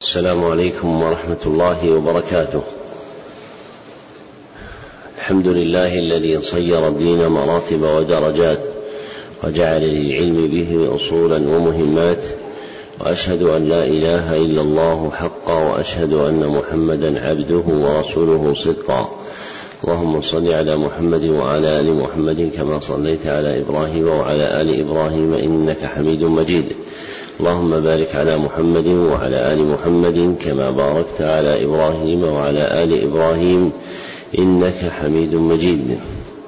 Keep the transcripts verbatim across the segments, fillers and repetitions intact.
السلام عليكم ورحمة الله وبركاته. الحمد لله الذي صير الدين مراتب ودرجات وجعل للعلم به أصولا ومهمات، وأشهد أن لا إله إلا الله حقا، وأشهد أن محمدا عبده ورسوله صدقا. اللهم صل على محمد وعلى آل محمد كما صليت على إبراهيم وعلى آل إبراهيم إنك حميد مجيد. اللهم بارك على محمد وعلى آل محمد كما باركت على إبراهيم وعلى آل إبراهيم إنك حميد مجيد.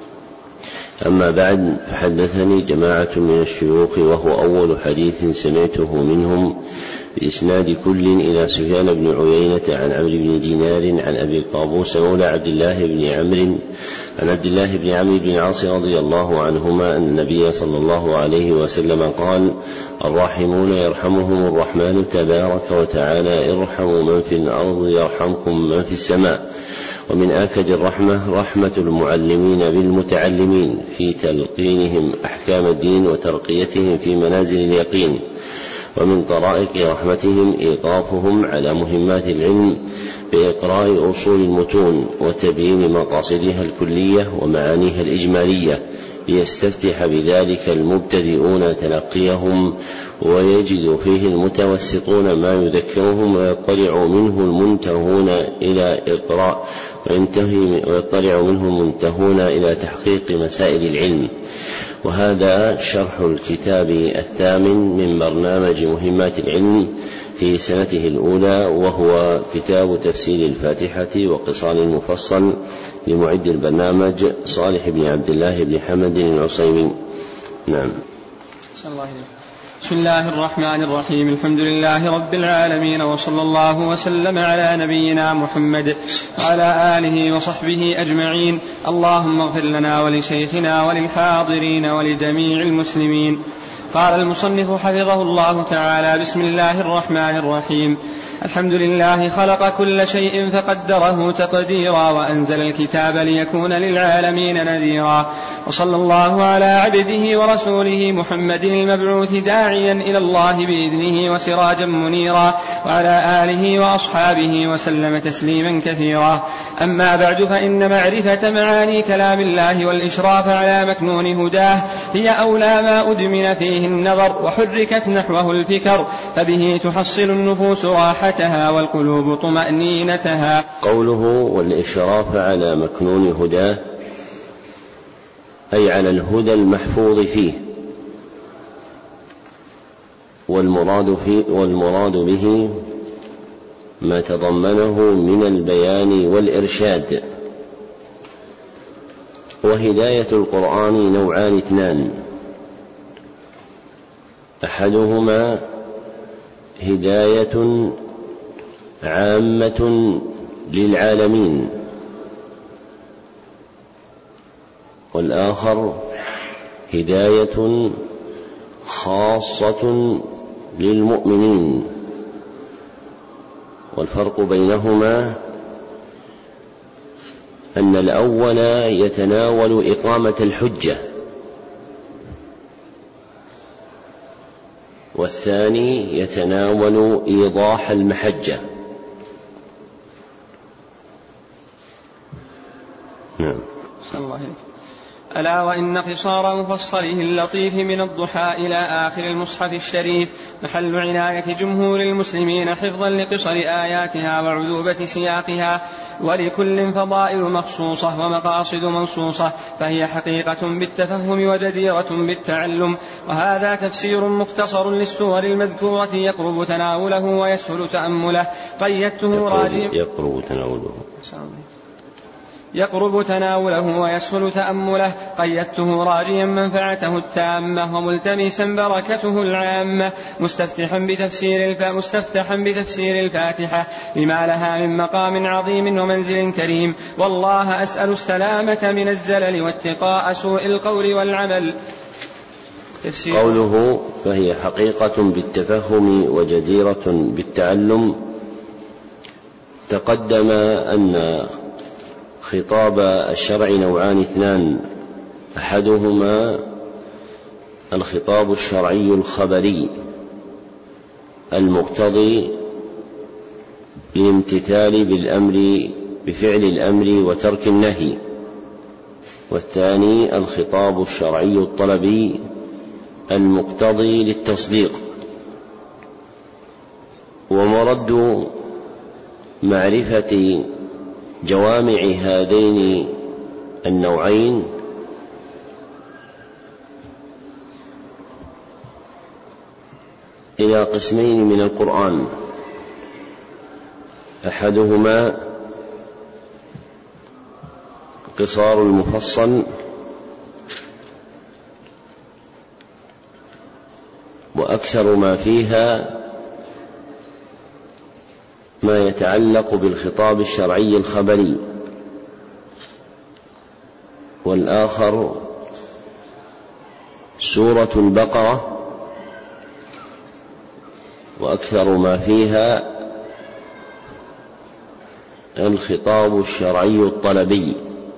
أما بعد، فحدثني جماعة من الشيوخ وهو أول حديث سمعته منهم بإسناد كل إلى سفيان بن عيينة عن عمرو بن دينار عن أبي قابوس مولى عبد الله بن عمرو عن عبد الله بن عمرو بن العاص رضي الله عنهما أن النبي صلى الله عليه وسلم قال: الراحمون يرحمهم الرحمن تبارك وتعالى، ارحموا من في الأرض يرحمكم من في السماء. ومن آكد الرحمة رحمة المعلمين بالمتعلمين في تلقينهم أحكام الدين وترقيتهم في منازل اليقين. ومن طرائق رحمتهم إيقافهم على مهمات العلم بإقراء أصول المتون وتبيين مقاصدها الكلية ومعانيها الإجمالية، ليستفتح بذلك المبتدئون تلقيهم، ويجد فيه المتوسطون ما يذكرهم، ويطلع منه المنتهون إلى إقراء ويطلع منه المنتهون إلى تحقيق مسائل العلم. وهذا شرح الكتاب الثامن من برنامج مهمات العلم في سنته الأولى، وهو كتاب تفسير الفاتحة وقصال المفصل لمعد البرنامج صالح بن عبد الله بن حمد العصيمي. نعم. بسم الله الرحمن الرحيم. الحمد لله رب العالمين، وصلى الله وسلم على نبينا محمد وعلى آله وصحبه أجمعين. اللهم اغفر لنا ولشيخنا وللحاضرين ولجميع المسلمين. قال المصنف حفظه الله تعالى: بسم الله الرحمن الرحيم. الحمد لله خلق كل شيء فقدره تقديرا، وأنزل الكتاب ليكون للعالمين نذيرا. وصلى الله على عبده ورسوله محمد المبعوث داعيا إلى الله بإذنه وسراجا منيرا، وعلى آله وأصحابه وسلم تسليما كثيرا. أما بعد، فإن معرفة معاني كلام الله والإشراف على مكنون هداه هي أولى ما أدمن فيه النظر وحركت نحوه الفكر، فبه تحصل النفوس راحتها والقلوب طمأنينتها. قوله والإشراف على مكنون هداه أي على الهدى المحفوظ فيه، والمراد, فيه والمراد به ما تضمنه من البيان والإرشاد. وهداية القرآن نوعان اثنان: أحدهما هداية عامة للعالمين، والآخر هداية خاصة للمؤمنين. والفرق بينهما أن الأول يتناول إقامة الحجة، والثاني يتناول إيضاح المحجة. نعم. ألا وإن قصار مفصله اللطيف من الضحى إلى آخر المصحف الشريف محل عناية جمهور المسلمين، حفظا لقصر آياتها وعذوبة سياقها، ولكل فضائل مخصوصة ومقاصد منصوصة، فهي حقيقة بالتفهم وجديرة بالتعلم. وهذا تفسير مختصر للسور المذكورة يقرب تناوله ويسهل تأمله. قيدته راجيا يقرب تناوله يقرب تناوله ويسهل تأمله. قيدته راجيا منفعته التامة وملتمسا بركته العامة، مستفتحا بتفسير الف... مستفتحا بتفسير الفاتحة لما لها من مقام عظيم ومنزل كريم. والله أسأل السلامة من الزلل واتقاء سوء القول والعمل. قوله فهي حقيقة بالتفهم وجديرة بالتعلم، تقدم أن خطاب الشرع نوعان اثنان: أحدهما الخطاب الشرعي الخبري المقتضي للامتثال بالأمر بفعل الأمر وترك النهي. والثاني الخطاب الشرعي الطلبي المقتضي للتصديق. ومرد معرفة جوامع هذين النوعين إلى قسمين من القرآن: أحدهما قصار المفصل، وأكثر ما فيها ما يتعلق بالخطاب الشرعي الخبري، والآخر سورة البقرة، وأكثر ما فيها الخطاب الشرعي الطلبي.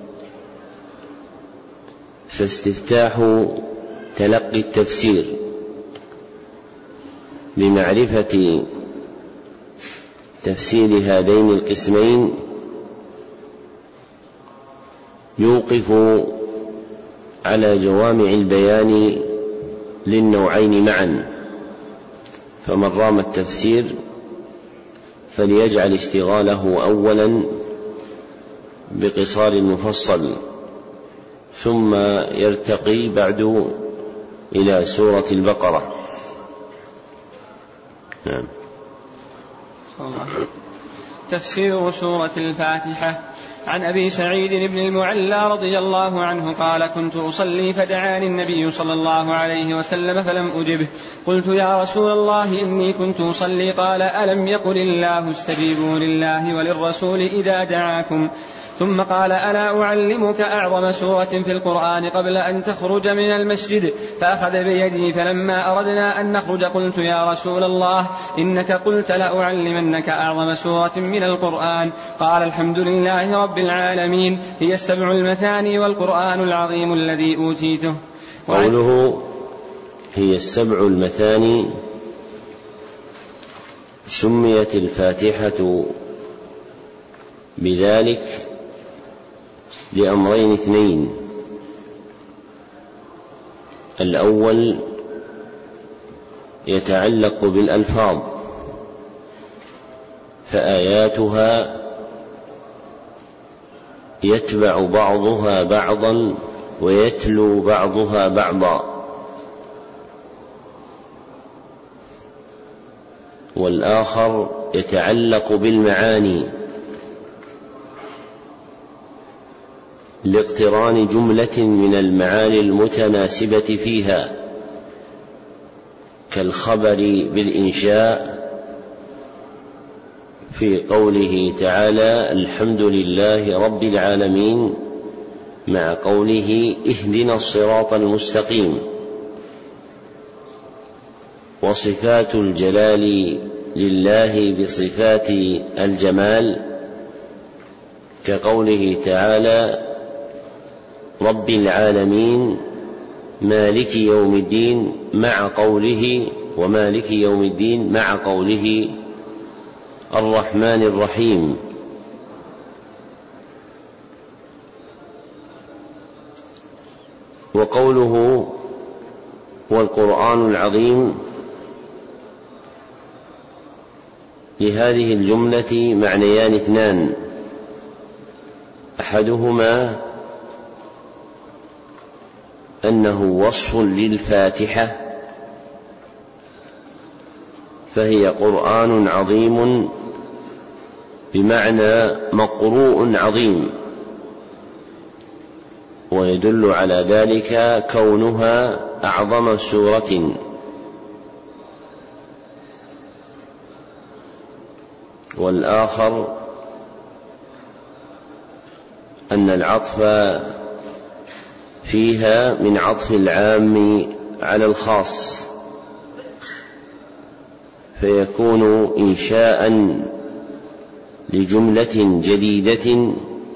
فاستفتاح تلقي التفسير بمعرفة تفسير هذين القسمين يوقف على جوامع البيان للنوعين معا. فمن رام التفسير فليجعل اشتغاله أولا بقصار المفصل، ثم يرتقي بعد إلى سورة البقرة. نعم. تفسير سورة الفاتحة. عن أبي سعيد بن المعلى رضي الله عنه قال: كنت أصلي فدعاني النبي صلى الله عليه وسلم فلم أجبه، قلت: يا رسول الله إني كنت أصلي. قال: ألم يقل الله استجيبوا لله وللرسول إذا دعاكم؟ ثم قال: ألا أعلمك أعظم سورة في القرآن قبل أن تخرج من المسجد؟ فأخذ بيدي، فلما أردنا أن نخرج قلت: يا رسول الله إنك قلت لأعلمنك أعظم سورة من القرآن. قال: الحمد لله رب العالمين، هي السبع المثاني والقرآن العظيم الذي أوتيته. قوله هي السبع المثاني سميت الفاتحة بذلك لأمرين اثنين: الأول يتعلق بالألفاظ، فآياتها يتبع بعضها بعضا ويتلو بعضها بعضا. والآخر يتعلق بالمعاني لاقتران جملة من المعاني المتناسبة فيها، كالخبر بالإنشاء في قوله تعالى: الحمد لله رب العالمين، مع قوله: اهدنا الصراط المستقيم. وصفات الجلال لله بصفات الجمال، كقوله تعالى: رب العالمين مالك يوم الدين، مع قوله: ومالك يوم الدين، مع قوله: الرحمن الرحيم. وقوله والقرآن العظيم، لهذه الجملة معنيان اثنان: أحدهما أنه وصف للفاتحة، فهي قرآن عظيم بمعنى مقروء عظيم، ويدل على ذلك كونها أعظم سورة. والآخر أن العطف فيها من عطف العام على الخاص، فيكون إنشاء لجملة جديدة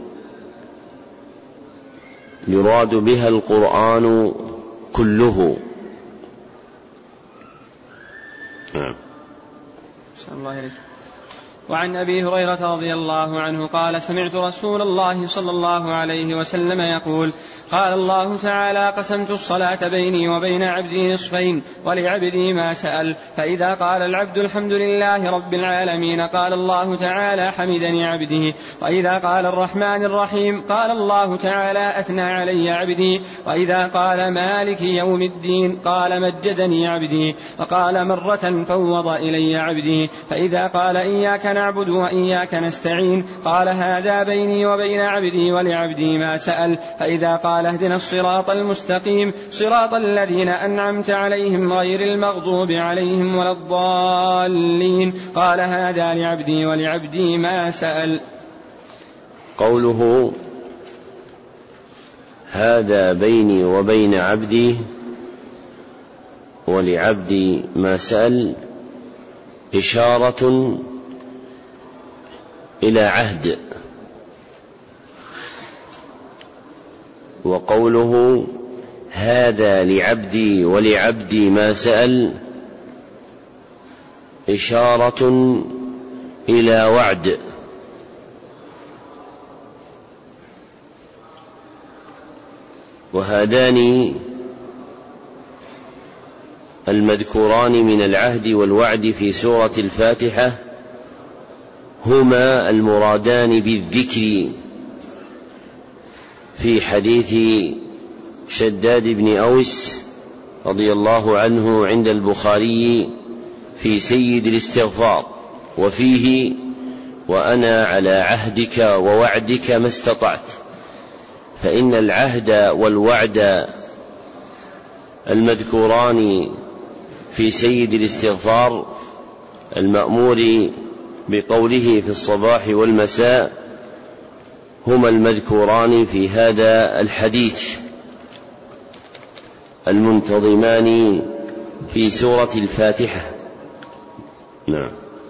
يراد بها القرآن كله. الله عليك. وعن أبي هريرة رضي الله عنه قال سمعت رسول الله صلى الله عليه وسلم يقول قال الله تعالى قسمت الصلاة بيني وبين عبدي نصفين ولعبدي ما سأل فإذا قال العبد الحمد لله رب العالمين قال الله تعالى حمدني عبدي وإذا قال الرحمن الرحيم قال الله تعالى أثنى علي عبدي وإذا قال مالك يوم الدين قال مجدني عبدي وقال مرة فوض إلي عبدي فإذا قال إياك نعبد وإياك نستعين قال هذا بيني وبين عبدي ولعبدي ما سأل فإذا قال قال اهدنا الصراط المستقيم صراط الذين أنعمت عليهم غير المغضوب عليهم ولا الضالين قال هذا لعبدي ولعبدي ما سأل. قوله هذا بيني وبين عبدي ولعبدي ما سأل إشارة إلى عهد، وقوله هذا لعبدي ولعبدي ما سأل إشارة إلى وعد، وهذان المذكوران من العهد والوعد في سورة الفاتحة هما المرادان بالذكر في حديث شداد بن أوس رضي الله عنه عند البخاري في سيد الاستغفار، وفيه وأنا على عهدك ووعدك ما استطعت، فإن العهد والوعد المذكوران في سيد الاستغفار المأمور بقوله في الصباح والمساء هما المذكوران في هذا الحديث المنتظمان في سورة الفاتحة. نعم.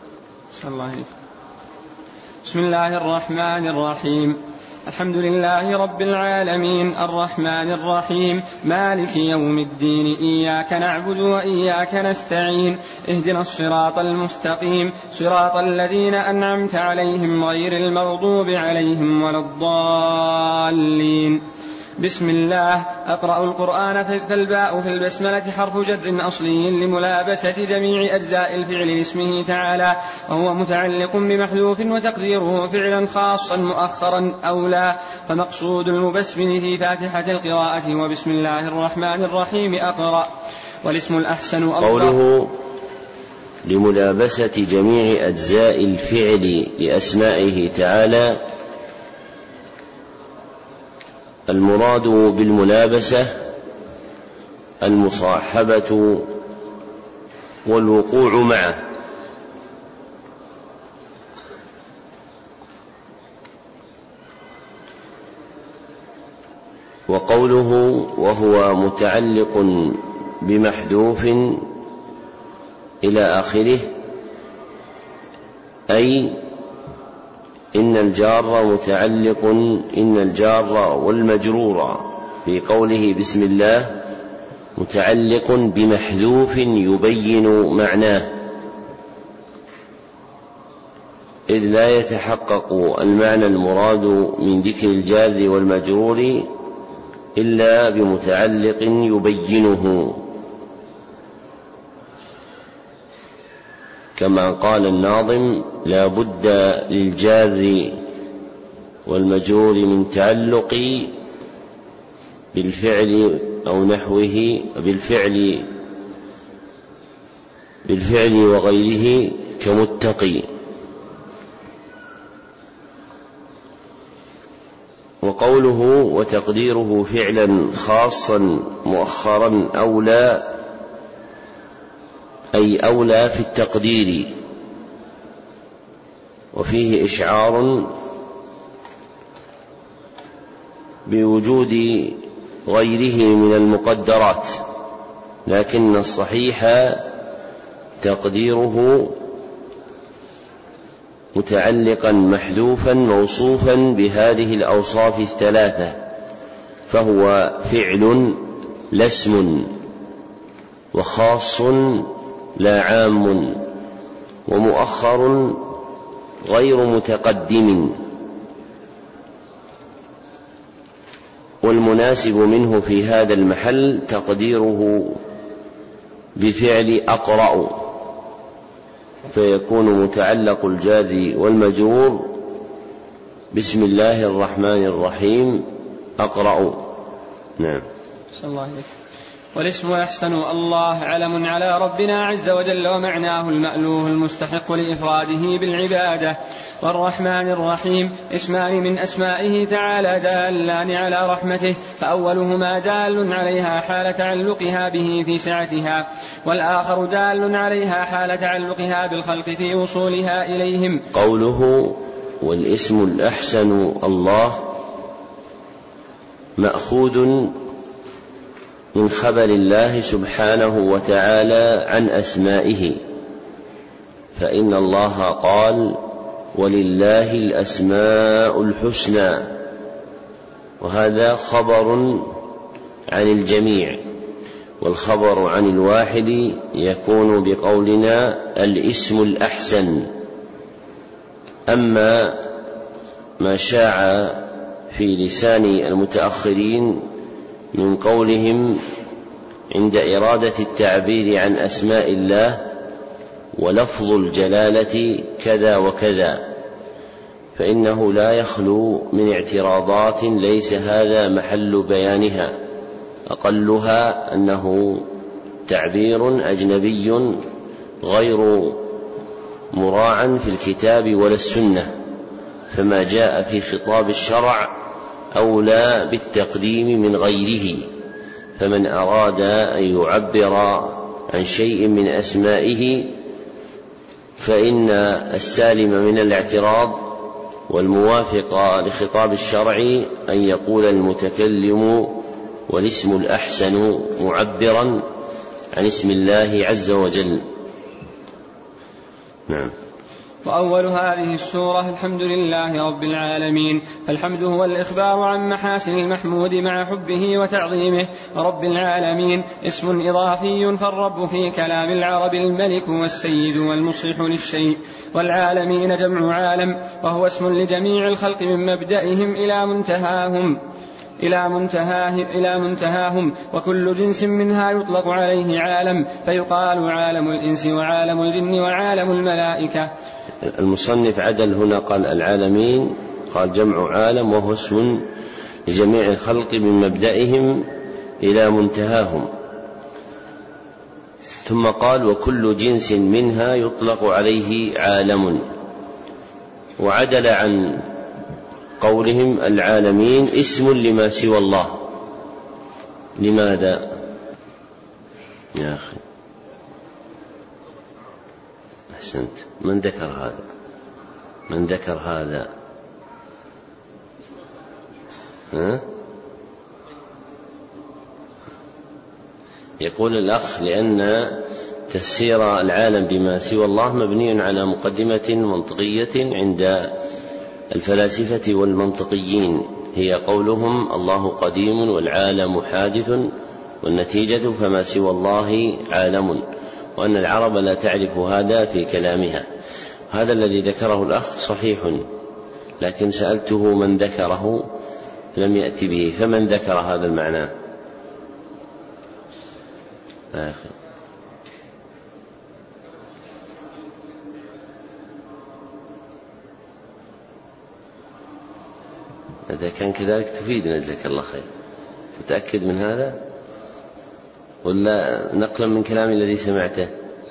بسم الله الرحمن الرحيم الحمد لله رب العالمين الرحمن الرحيم مالك يوم الدين إياك نعبد وإياك نستعين اهدنا الصراط المستقيم صراط الذين أنعمت عليهم غير المغضوب عليهم ولا الضالين. بسم الله أقرأ القرآن فالباء في البسملة حرف جر أصلي لملابسة جميع أجزاء الفعل لاسمه تعالى، وهو متعلق بمحذوف وتقديره فعلا خاصا مؤخرا أو لا، فمقصود المبسمل في فاتحة القراءة وبسم الله الرحمن الرحيم أقرأ. والاسم الأحسن قوله لملابسة جميع أجزاء الفعل لأسمائه تعالى، المراد بالملابسة المصاحبة والوقوع معه، وقوله وهو متعلق بمحذوف إلى آخره أي إن الجار متعلق إن الجار والمجرور في قوله بسم الله متعلق بمحذوف يبين معناه، إذ لا يتحقق المعنى المراد من ذكر الجار والمجرور إلا بمتعلق يبينه، كما قال الناظم لا بد للجار والمجرور من تعلق بالفعل أو نحوه بالفعل بالفعل وغيره كمتقي. وقوله وتقديره فعلا خاصا مؤخرا أولى أي أولى في التقدير، وفيه إشعار بوجود غيره من المقدرات، لكن الصحيح تقديره متعلقا محذوفا موصوفا بهذه الأوصاف الثلاثة، فهو فعل لا اسم، وخاص لا عام، ومؤخر غير متقدم، والمناسب منه في هذا المحل تقديره بفعل أقرأ، فيكون متعلق الجار والمجرور بسم الله الرحمن الرحيم أقرأ. نعم. صلى الله عليه. والاسم أحسن الله علم على ربنا عز وجل، ومعناه المألوه المستحق لإفراده بالعبادة. والرحمن الرحيم اسمان من أسمائه تعالى دالان على رحمته، فأولهما دال عليها حال تعلقها به في سعتها، والآخر دال عليها حال تعلقها بالخلق في وصولها إليهم. قوله والاسم الأحسن الله مأخوذ من خبر الله سبحانه وتعالى عن أسمائه، فإن الله قال ولله الأسماء الحسنى، وهذا خبر عن الجميع، والخبر عن الواحد يكون بقولنا الاسم الأحسن. أما ما شاع في لسان المتأخرين من قولهم عند إرادة التعبير عن أسماء الله ولفظ الجلالة كذا وكذا، فإنه لا يخلو من اعتراضات ليس هذا محل بيانها، أقلها أنه تعبير أجنبي غير مراعى في الكتاب ولا السنة، فما جاء في خطاب الشرع أولى بالتقديم من غيره. فمن أراد أن يعبر عن شيء من أسمائه فإن السالم من الاعتراض والموافق لخطاب الشرع أن يقول المتكلم والاسم الأحسن معبرا عن اسم الله عز وجل. نعم. وأول هذه السورة الحمد لله رب العالمين، فالحمد هو الإخبار عن محاسن المحمود مع حبه وتعظيمه. ورب العالمين اسم إضافي، فالرب في كلام العرب الملك والسيد والمصلح للشيء، والعالمين جمع عالم، وهو اسم لجميع الخلق من مبدئهم إلى منتهاهم إلى منتهاه إلى منتهاهم، وكل جنس منها يطلق عليه عالم، فيقال عالم الإنس وعالم الجن وعالم الملائكة. المصنف عدل هنا، قال العالمين، قال جمع عالم، وهو اسم لجميع الخلق من مبدئهم إلى منتهاهم، ثم قال وكل جنس منها يطلق عليه عالم، وعدل عن قولهم العالمين اسم لما سوى الله. لماذا يا أخي؟ أحسنت. من ذكر هذا؟ من ذكر هذا؟ ها؟ يقول الأخ لأن تفسير العالم بما سوى الله مبني على مقدمة منطقية عند الفلاسفة والمنطقيين، هي قولهم الله قديم والعالم حادث، والنتيجة فما سوى الله عالم، وأن العرب لا تعرف هذا في كلامها. هذا الذي ذكره الأخ صحيح، لكن سألته من ذكره لم يأتي به، فمن ذكر هذا المعنى؟ آخر. إذا كان كذلك تفيدنا جزاك الله خير. متأكد من هذا ولا نقلا من كلامي الذي سمعته؟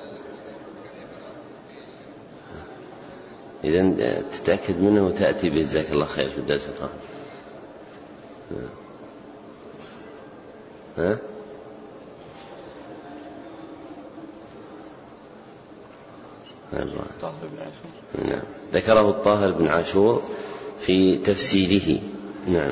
إذن تتأكد منه وتأتي به جزاك الله خير في الدرس القادم. ها؟ نعم. ذكره الطاهر بن عاشور في تفسيره. نعم.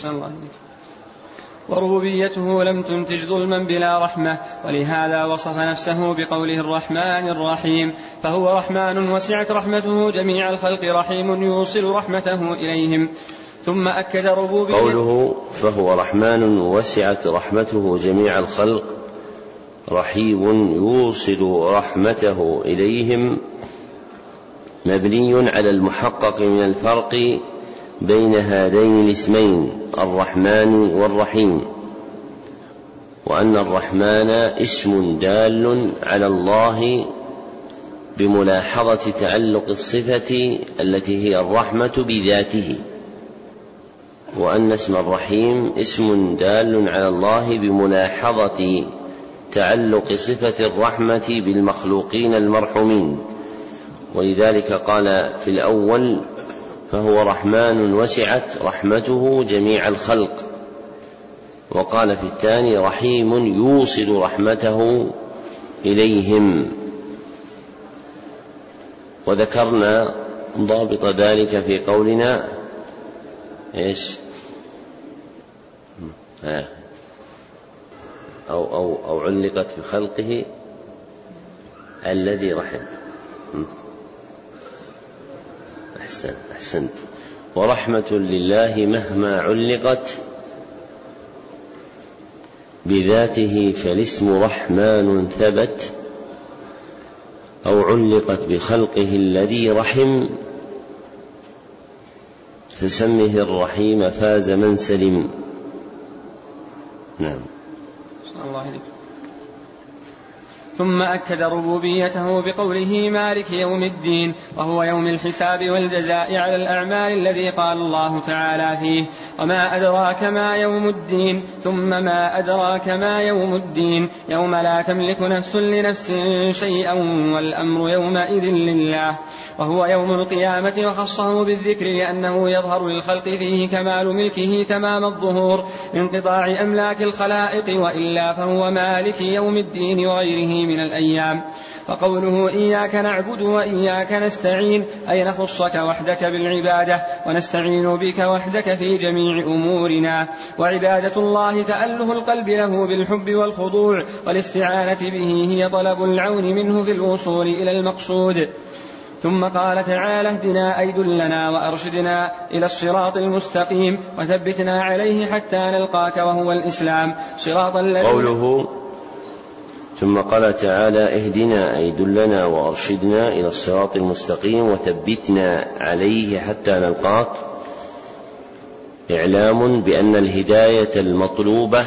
وربوبيته لم تنتج ظلما بلا رحمة، ولهذا وصف نفسه بقوله الرحمن الرحيم، فهو رحمن وسعت رحمته جميع الخلق، رحيم يوصل رحمته إليهم. ثم أكد ربوبيته. قوله فهو رحمن وسعت رحمته جميع الخلق، رحيم يوصل رحمته إليهم، مبني على المحقق من الفرق بين هذين الاسمين الرحمن والرحيم، وأن الرحمن اسم دال على الله بملاحظة تعلق الصفة التي هي الرحمة بذاته، وأن اسم الرحيم اسم دال على الله بملاحظة تعلق صفة الرحمة بالمخلوقين المرحومين. ولذلك قال في الأول فهو رحمن وسعت رحمته جميع الخلق، وقال في الثاني رحيم يوصل رحمته إليهم. وذكرنا ضابط ذلك في قولنا إيش أو, أو, أو علقت بخلقه الذي رحم. أحسن أحسنت. ورحمة لله مهما علقت بذاته فالاسم رحمن ثبت، أو علقت بخلقه الذي رحم فسمه الرحيم فاز من سلم. نعم. الله عليك. ثم أكد ربوبيته بقوله مالك يوم الدين، وهو يوم الحساب والجزاء على الأعمال الذي قال الله تعالى فيه وما أدراك ما يوم الدين، ثم ما أدراك ما يوم الدين يوم لا تملك نفس لنفس شيئا والأمر يومئذ لله، وهو يوم القيامة، وخصه بالذكر لأنه يظهر للخلق فيه كمال ملكه تمام الظهور انقطاع أملاك الخلائق، وإلا فهو مالك يوم الدين وغيره من الأيام. وقوله إياك نعبد وإياك نستعين أي نخصك وحدك بالعبادة ونستعين بك وحدك في جميع أمورنا. وعبادة الله تأله القلب له بالحب والخضوع، والاستعانة به هي طلب العون منه في الوصول إلى المقصود. ثم قال تعالى اهدنا أي دلنا وأرشدنا إلى الصراط المستقيم وثبتنا عليه حتى نلقاك وهو الإسلام صراط الذين. قوله ثم قال تعالى اهدنا أي دلنا وأرشدنا إلى الصراط المستقيم وثبتنا عليه حتى نلقاك، إعلام بأن الهداية المطلوبة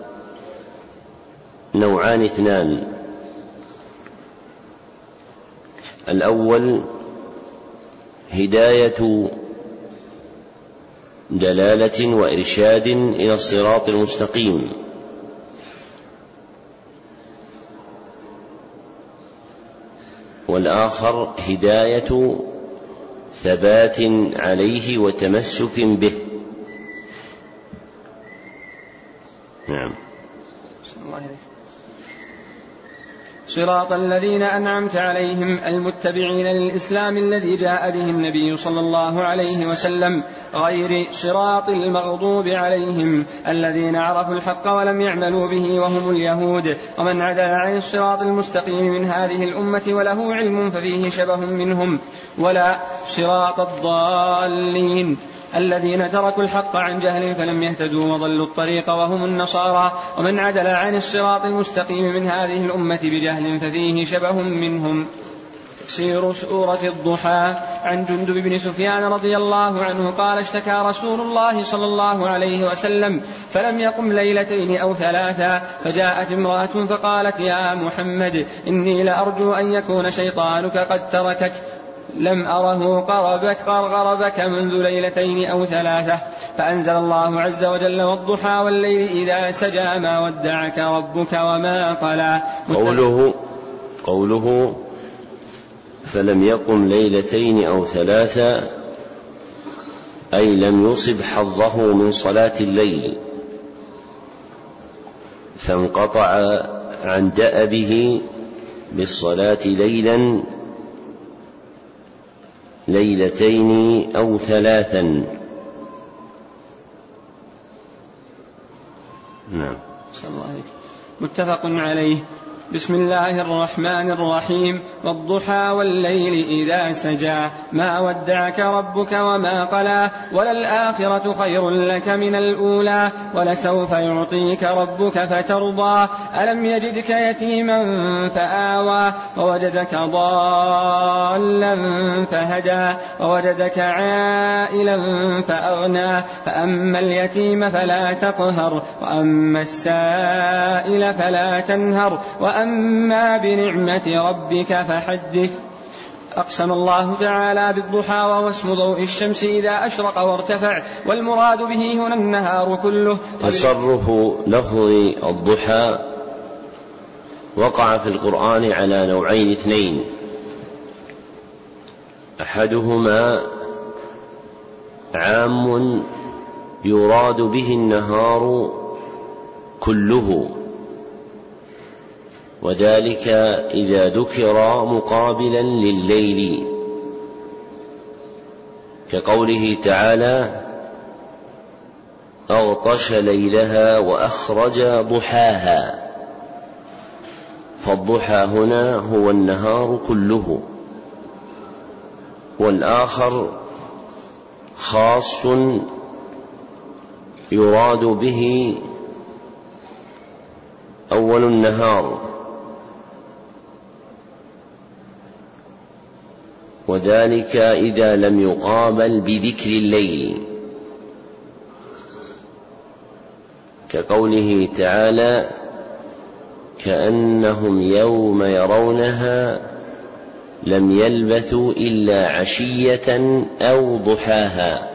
نوعان اثنان: الأول هداية دلالة وإرشاد إلى الصراط المستقيم، والآخر هداية ثبات عليه وتمسك به. نعم. صراط الذين أنعمت عليهم المتبعين للإسلام الذي جاء به النبي صلى الله عليه وسلم، غير صراط المغضوب عليهم الذين عرفوا الحق ولم يعملوا به وهم اليهود. ومن عدل عن الصراط المستقيم من هذه الأمة وله علم ففيه شبه منهم، ولا صراط الضالين الذين تركوا الحق عن جهل فلم يهتدوا وضلوا الطريق وهم النصارى. ومن عدل عن الصراط المستقيم من هذه الأمة بجهل ففيه شبه منهم. تفسير سورة الضحى. عن جندب بن سفيان رضي الله عنه قال اشتكى رسول الله صلى الله عليه وسلم فلم يقم ليلتين أو ثلاثا، فجاءت امرأة فقالت يا محمد إني لأرجو أن يكون شيطانك قد تركك، لم أره قربك غربك منذ ليلتين أو ثلاثة. فأنزل الله عز وجل والضحى والليل إذا سجى ما ودعك ربك وما قلى. قوله, قوله فلم يقم ليلتين أو ثلاثة أي لم يصب حظه من صلاة الليل، فانقطع عن دأبه بالصلاة ليلا ليلتين أو ثلاثا. نعم. متفق عليه. بسم الله الرحمن الرحيم. والضحى والليل إذا سجى ما ودعك ربك وما قلى وللآخرة خير لك من الأولى ولسوف يعطيك ربك فترضى ألم يجدك يتيما فآوى ووجدك ضالا فهدى ووجدك عائلا فأغنى فأما اليتيم فلا تقهر وأما السائل فلا تنهر وأما بنعمة ربك فحدث. أقسم الله تعالى بالضحى وهو اسم ضوء الشمس إذا أشرق وارتفع والمراد به هنا النهار كله. تصرف لفظ الضحى وقع في القرآن على نوعين اثنين، أحدهما عام يراد به النهار كله، وذلك إذا ذكر مقابلا لليل كقوله تعالى أغطش ليلها وأخرج ضحاها، فالضحى هنا هو النهار كله. والآخر خاص يراد به أول النهار، وذلك إذا لم يقابل بذكر الليل كقوله تعالى كأنهم يوم يرونها لم يلبثوا إلا عشية أو ضحاها.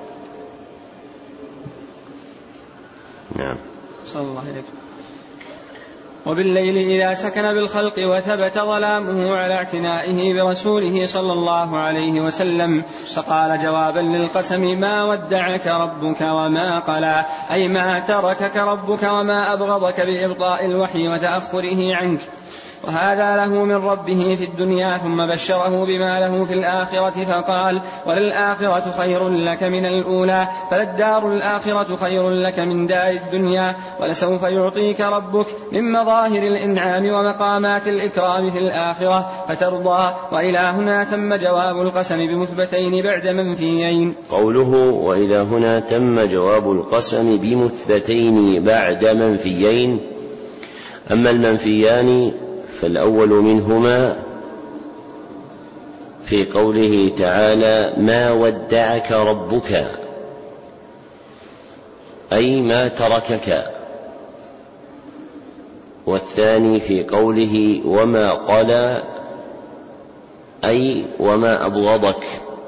نعم. صلى الله عليه وسلم. وبالليل إذا سكن بالخلق وثبت ظلامه على اعتنائه برسوله صلى الله عليه وسلم، فقال جوابا للقسم ما ودعك ربك وما قلى، أي ما تركك ربك وما أبغضك بإبطاء الوحي وتأخره عنك. وهذا له من ربه في الدنيا، ثم بشره بما له في الآخرة فقال وللآخرة خير لك من الأولى، فللدار الآخرة خير لك من دار الدنيا، ولسوف يعطيك ربك من مظاهر الإنعام ومقامات الإكرام في الآخرة فترضى. وإلى هنا تم جواب القسم بمثبتين بعد منفيين. قوله وإلى هنا تم جواب القسم بمثبتين بعد منفيين. أما المنفيان فالأول منهما في قوله تعالى ما ودعك ربك، أي ما تركك، والثاني في قوله وما قلى، أي وما أبغضك.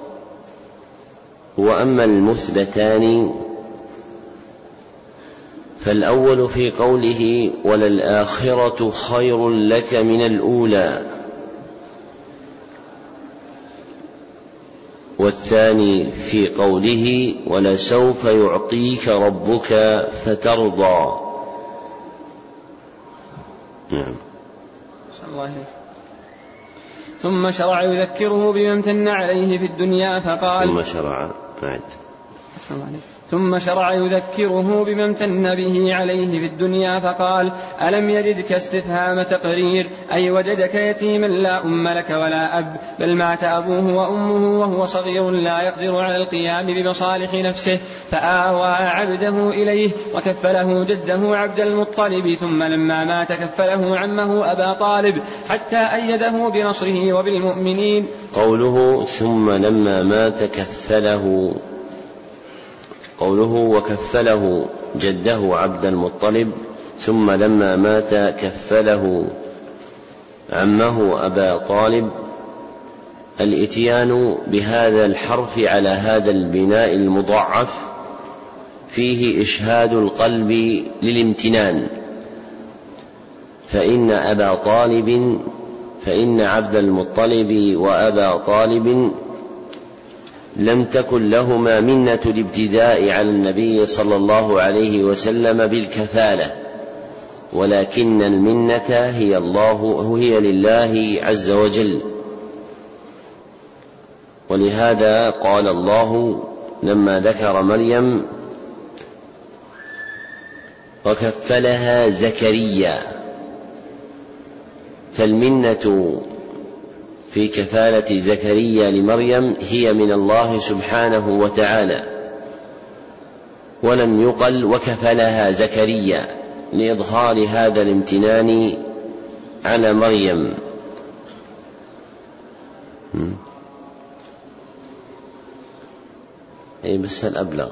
وأما المثبتان فالأول في قوله وللآخرة خير لك من الأولى، والثاني في قوله ولسوف يعطيك ربك فترضى. نعم. ثم شرع يذكره بما امتن عليه في الدنيا فقال ثم شرع بعد ثم شرع يذكره بما امتن به عليه في الدنيا فقال ألم يجدك استفهام تقرير، أي وجدك يتيما لا أم لك ولا أب، بل مات أبوه وأمه وهو صغير لا يقدر على القيام بمصالح نفسه، فآوى عبده إليه وكفله جده عبد المطلب، ثم لما مات كفله عمه أبا طالب حتى أيده بنصره وبالمؤمنين. قوله ثم لما مات كفله، قوله وكفله جده عبد المطلب ثم لما مات كفله عمه أبا طالب، الإتيان بهذا الحرف على هذا البناء المضاعف فيه إشهاد القلب للامتنان، فإن أبا طالب فإن عبد المطلب وأبا طالب لم تكن لهما منة الابتداء على النبي صلى الله عليه وسلم بالكفالة، ولكن المنة هي الله هي لله عز وجل. ولهذا قال الله لما ذكر مريم وكفلها زكريا، فالمنة في كفالة زكريا لمريم هي من الله سبحانه وتعالى، ولم يقل وكفلها زكريا لإظهار هذا الامتنان على مريم. أي بس الأبلغ.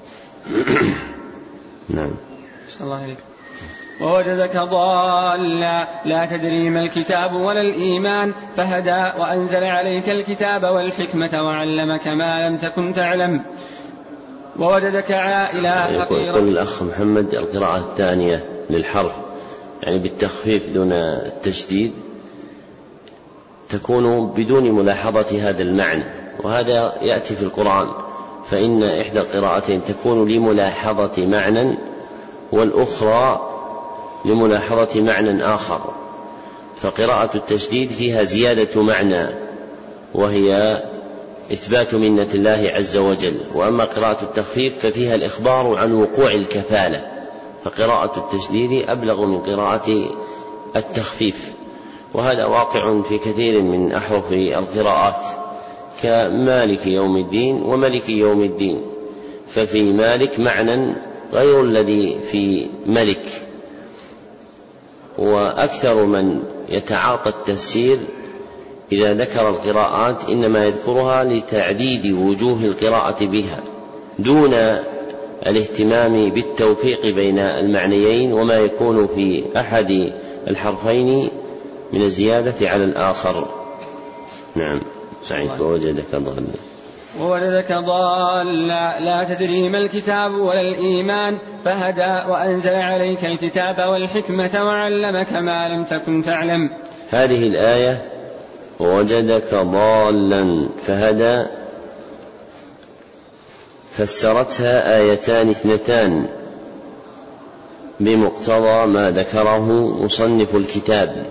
نعم. الله عليك. ووجدك ضالا لا تدري ما الكتاب ولا الإيمان فهدى وأنزل عليك الكتاب والحكمة وعلمك ما لم تكن تعلم. ووجدك عائلا فقيرا. يقول الأخ محمد القراءة الثانية للحرف يعني بالتخفيف دون التشديد تكون بدون ملاحظة هذا المعنى، وهذا يأتي في القرآن، فإن إحدى القراءتين تكون لملاحظة معنى والأخرى لملاحظة معنى آخر، فقراءة التشديد فيها زيادة معنى وهي إثبات منة الله عز وجل، وأما قراءة التخفيف ففيها الإخبار عن وقوع الكفالة، فقراءة التشديد أبلغ من قراءة التخفيف، وهذا واقع في كثير من أحرف القراءات كمالك يوم الدين وملك يوم الدين، ففي مالك معنى غير الذي في ملك. وأكثر من يتعاطى التفسير إذا ذكر القراءات إنما يذكرها لتعديد وجوه القراءة بها دون الاهتمام بالتوفيق بين المعنيين وما يكون في أحد الحرفين من الزيادة على الآخر. نعم. سعيد. ووجدك ضالا ووجدك ضالا لا تدري ما الكتاب ولا الإيمان فهدى وأنزل عليك الكتاب والحكمة وعلمك ما لم تكن تعلم. هذه الآية ووجدك ضالا فهدى فسرتها آيتان اثنتان بمقتضى ما ذكره مصنف الكتاب.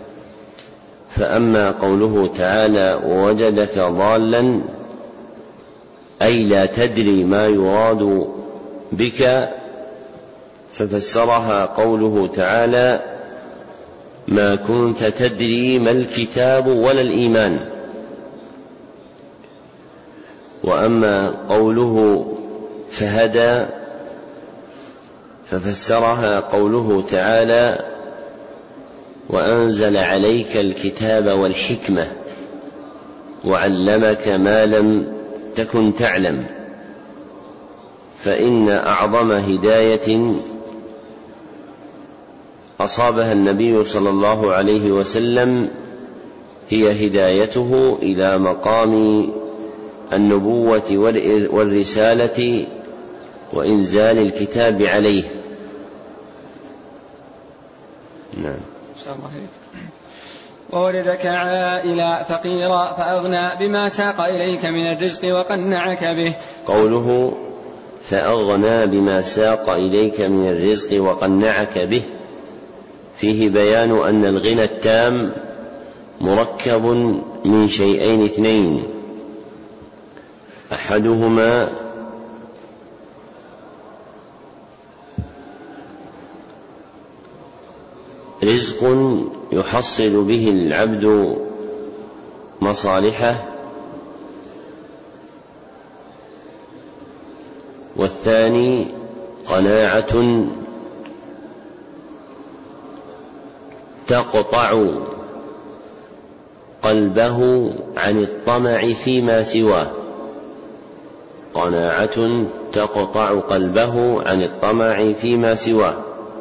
فأما قوله تعالى ووجدك ضالا أي لا تدري ما يراد بك، ففسرها قوله تعالى ما كنت تدري ما الكتاب ولا الإيمان. وأما قوله فهدى ففسرها قوله تعالى وأنزل عليك الكتاب والحكمة وعلمك ما لم تكن تعلم. فإن أعظم هداية أصابها النبي صلى الله عليه وسلم هي هدايته إلى مقام النبوة والرسالة وإنزال الكتاب عليه. نعم. وولدك عائلا فقيرا فأغنى بما ساق إليك من الرزق وقنعك به. قوله فأغنى بما ساق إليك من الرزق وقنعك به فيه بيان أن الغنى التام مركب من شيئين اثنين، أحدهما رزق يحصل به العبد مصالحه، والثاني قناعة تقطع قلبه عن الطمع فيما سواه، قناعة تقطع قلبه عن الطمع فيما سواه.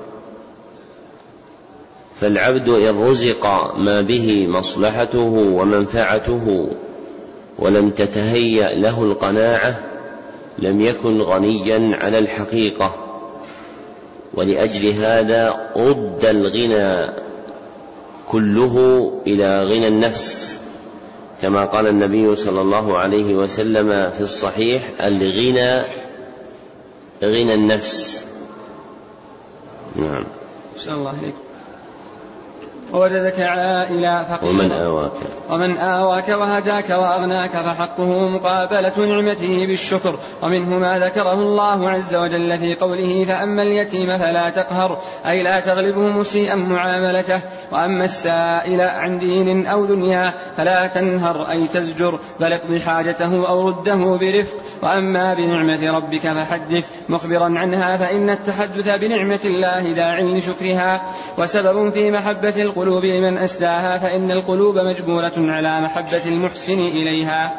فالعبد إن رزق ما به مصلحته ومنفعته ولم تتهيأ له القناعة لم يكن غنيا على الحقيقة، ولأجل هذا رد الغنى كله إلى غنى النفس، كما قال النبي صلى الله عليه وسلم في الصحيح الغنى غنى النفس. نعم. صلى الله عليه. ووجدك عائلا فقيرا ومن آواك ومن آواك وهداك وأغناك فحقه مقابلة نعمته بالشكر. ومنه ما ذكره الله عز وجل في قوله فأما اليتيم فلا تقهر أي لا تغلبه مسيئا معاملته، وأما السائل عن دين أو دنيا فلا تنهر أي تزجر بل اقض حاجته أو رده برفق. وأما بنعمة ربك فحدث مخبرا عنها، فإن التحدث بنعمة الله داع لشكرها وسبب في محبة القلوب لمن أسداها، فإن القلوب مجبولة على محبة المحسن إليها.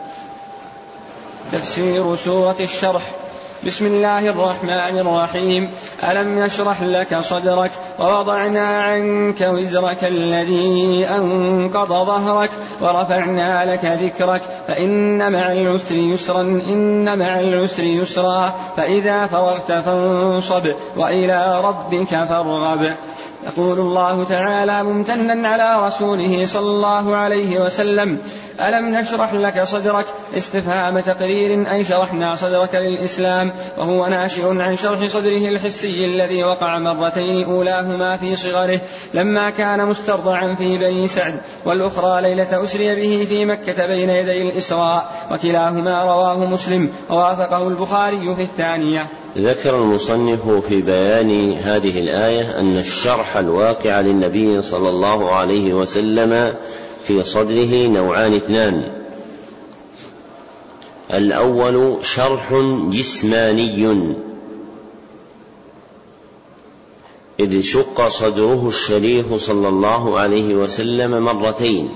تفسير سورة الشرح. بسم الله الرحمن الرحيم. ألم نشرح لك صدرك ووضعنا عنك وزرك الذي أنقض ظهرك ورفعنا لك ذكرك فإن مع العسر يسرا إن مع العسر يسرا فإذا فرغت فانصب وإلى ربك فارغب. يقول الله تعالى ممتنا على رسوله صلى الله عليه وسلم ألم نشرح لك صدرك استفهام تقرير أي شرحنا صدرك للإسلام، وهو ناشئ عن شرح صدره الحسي الذي وقع مرتين أولاهما في صغره لما كان مسترضعا في بني سعد، والأخرى ليلة أسري به في مكة بين يدي الإسراء، وكلاهما رواه مسلم ووافقه البخاري في الثانية. ذكر المصنف في بيان هذه الآية أن الشرح الواقع للنبي صلى الله عليه وسلم في صدره نوعان اثنان. الأول شرح جسماني إذ شق صدره الشريف صلى الله عليه وسلم مرتين،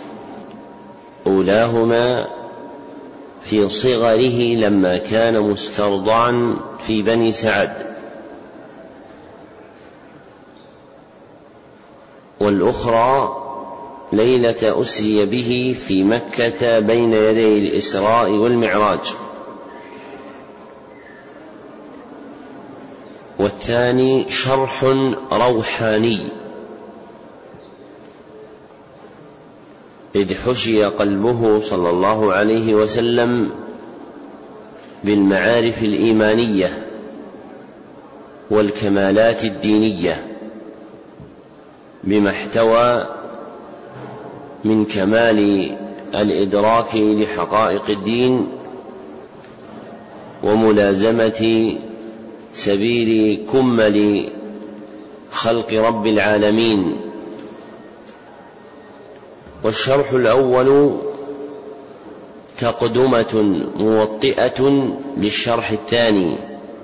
أولاهما في صغره لما كان مسترضعا في بني سعد، والأخرى ليلة أسري به في مكة بين يدي الإسراء والمعراج. والثاني شرح روحاني إذ حشي قلبه صلى الله عليه وسلم بالمعارف الإيمانية والكمالات الدينية بما احتوى من كمال الإدراك لحقائق الدين وملازمة سبيل كمل خلق رب العالمين. والشرح الأول تقدمة موطئة للشرح الثاني،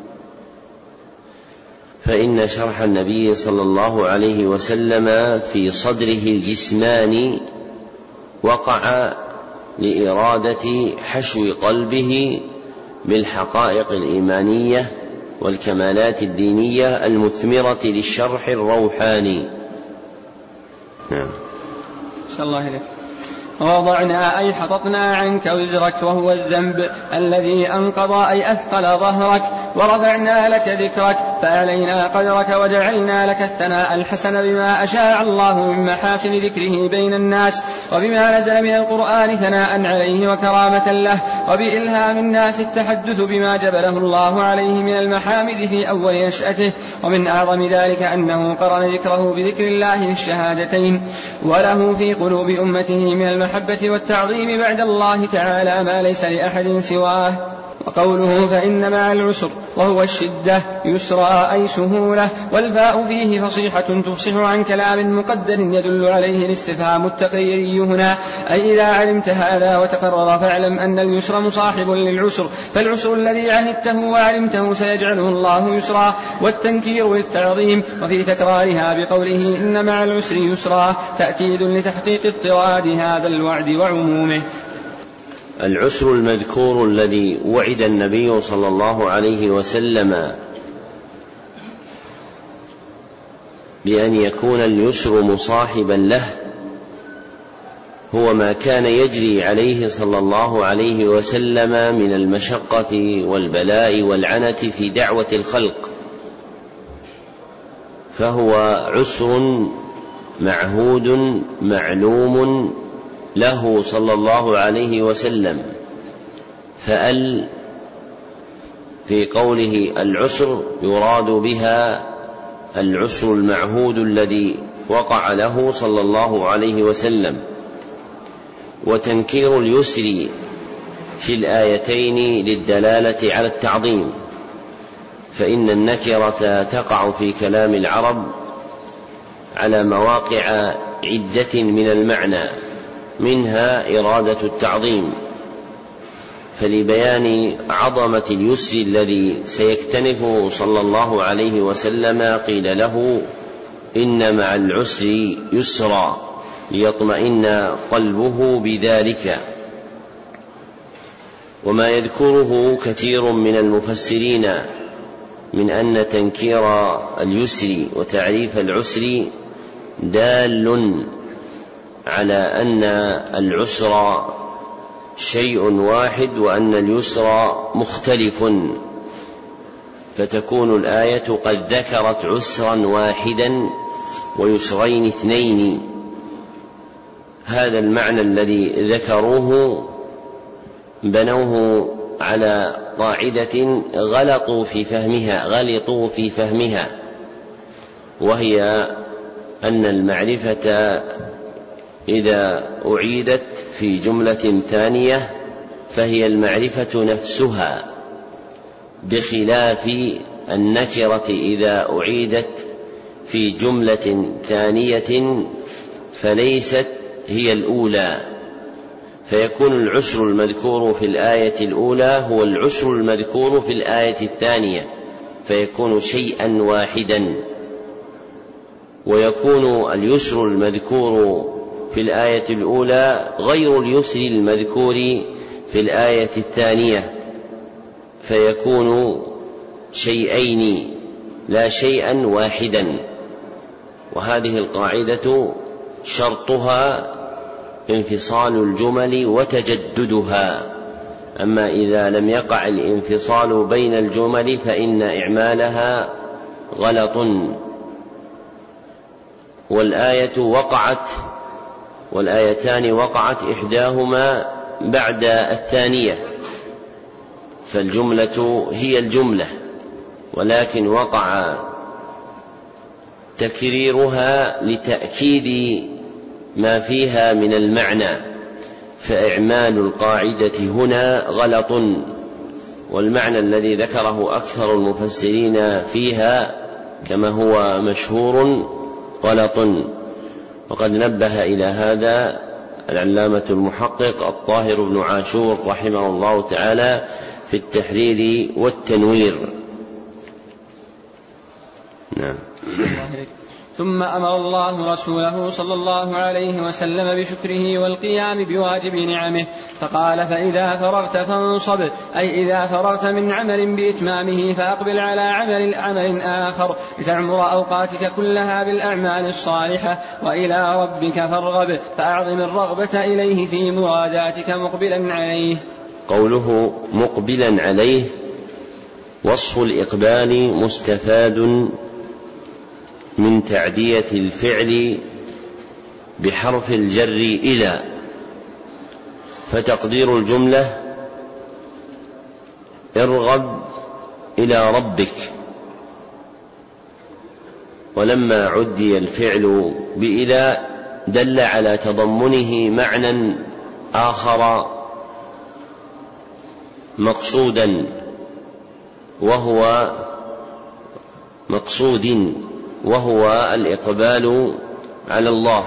فإن شرح النبي صلى الله عليه وسلم في صدره الجسماني وقع لإرادة حشو قلبه بالحقائق الإيمانية والكمالات الدينية المثمرة للشرح الروحاني. نعم. شاء الله إليك. ووضعنا أي حططنا عنك وزرك وهو الذنب الذي أنقض أي أثقل ظهرك، ورفعنا لك ذكرك فأعلينا قدرك وجعلنا لك الثناء الحسن بما أشاع الله من محاسن ذكره بين الناس، وبما نزل من القرآن ثناء عليه وكرامة له، وبإلهام الناس التحدث بما جبله الله عليه من المحامد في أول نشأته. ومن أعظم ذلك أنه قرن ذكره بذكر الله في الشهادتين، وله في قلوب أمته من المحبة والتعظيم بعد الله تعالى ما ليس لأحد سواه. وقوله فإن مع العسر وهو الشدة يسرى أي سهولة، والفاء فيه فصيحة تفصح عن كلام مقدر يدل عليه الاستفهام التقريري هنا، أي إذا علمت هذا وتقرر فاعلم أن اليسر مصاحب للعسر، فالعسر الذي عهدته وعلمته سيجعله الله يسرا، والتنكير للتعظيم. وفي تكرارها بقوله إن مع العسر يسرا تأكيد لتحقيق اضطراد هذا الوعد وعمومه. العسر المذكور الذي وعد النبي صلى الله عليه وسلم بأن يكون اليسر مصاحبا له هو ما كان يجري عليه صلى الله عليه وسلم من المشقة والبلاء والعنة في دعوة الخلق، فهو عسر معهود معلوم له صلى الله عليه وسلم. فأل في قوله العسر يراد بها العسر المعهود الذي وقع له صلى الله عليه وسلم. وتنكير اليسر في الآيتين للدلالة على التعظيم، فإن النكرة تقع في كلام العرب على مواقع عدة من المعنى، منها إرادة التعظيم، فلبيان عظمة اليسر الذي سيكتنفه صلى الله عليه وسلم قيل له إن مع العسر يسرا ليطمئن قلبه بذلك. وما يذكره كثير من المفسرين من أن تنكير اليسر وتعريف العسر دال على أن العسر شيء واحد وأن اليسر مختلف، فتكون الآية قد ذكرت عسرا واحدا ويسرين اثنين. هذا المعنى الذي ذكروه بنوه على قاعدة غلطوا في فهمها غلطوا في فهمها وهي أن المعرفة إذا أعيدت في جملة ثانية فهي المعرفة نفسها، بخلاف النكرة إذا أعيدت في جملة ثانية فليست هي الأولى، فيكون العسر المذكور في الآية الأولى هو العسر المذكور في الآية الثانية، فيكون شيئا واحدا. ويكون اليسر المذكور في الآية الأولى غير اليسر المذكور في الآية الثانية، فيكون شيئين لا شيئا واحدا. وهذه القاعدة شرطها انفصال الجمل وتجددها، أما إذا لم يقع الانفصال بين الجمل فإن إعمالها غلط. والآية وقعت والآيتان وقعت إحداهما بعد الثانية، فالجملة هي الجملة، ولكن وقع تكريرها لتأكيد ما فيها من المعنى، فإعمال القاعدة هنا غلط، والمعنى الذي ذكره أكثر المفسرين فيها كما هو مشهور غلط. وقد نبه إلى هذا العلامة المحقق الطاهر بن عاشور رحمه الله تعالى في التحرير والتنوير. نعم. ثم أمر الله رسوله صلى الله عليه وسلم بشكره والقيام بواجب نعمه، فقال فإذا فرغت فانصب، أي إذا فرغت من عمل بإتمامه فأقبل على عمل عمل آخر لتعمر أوقاتك كلها بالأعمال الصالحة، وإلى ربك فارغب، فأعظم الرغبة إليه في مراداتك مقبلا عليه. قوله مقبلا عليه وصف الإقبال مستفاد من تعدية الفعل بحرف الجر إلى، فتقدير الجملة ارغب إلى ربك. ولما عدي الفعل بإلى دل على تضمنه معنى آخر مقصودا وهو مقصود وهو الإقبال على الله.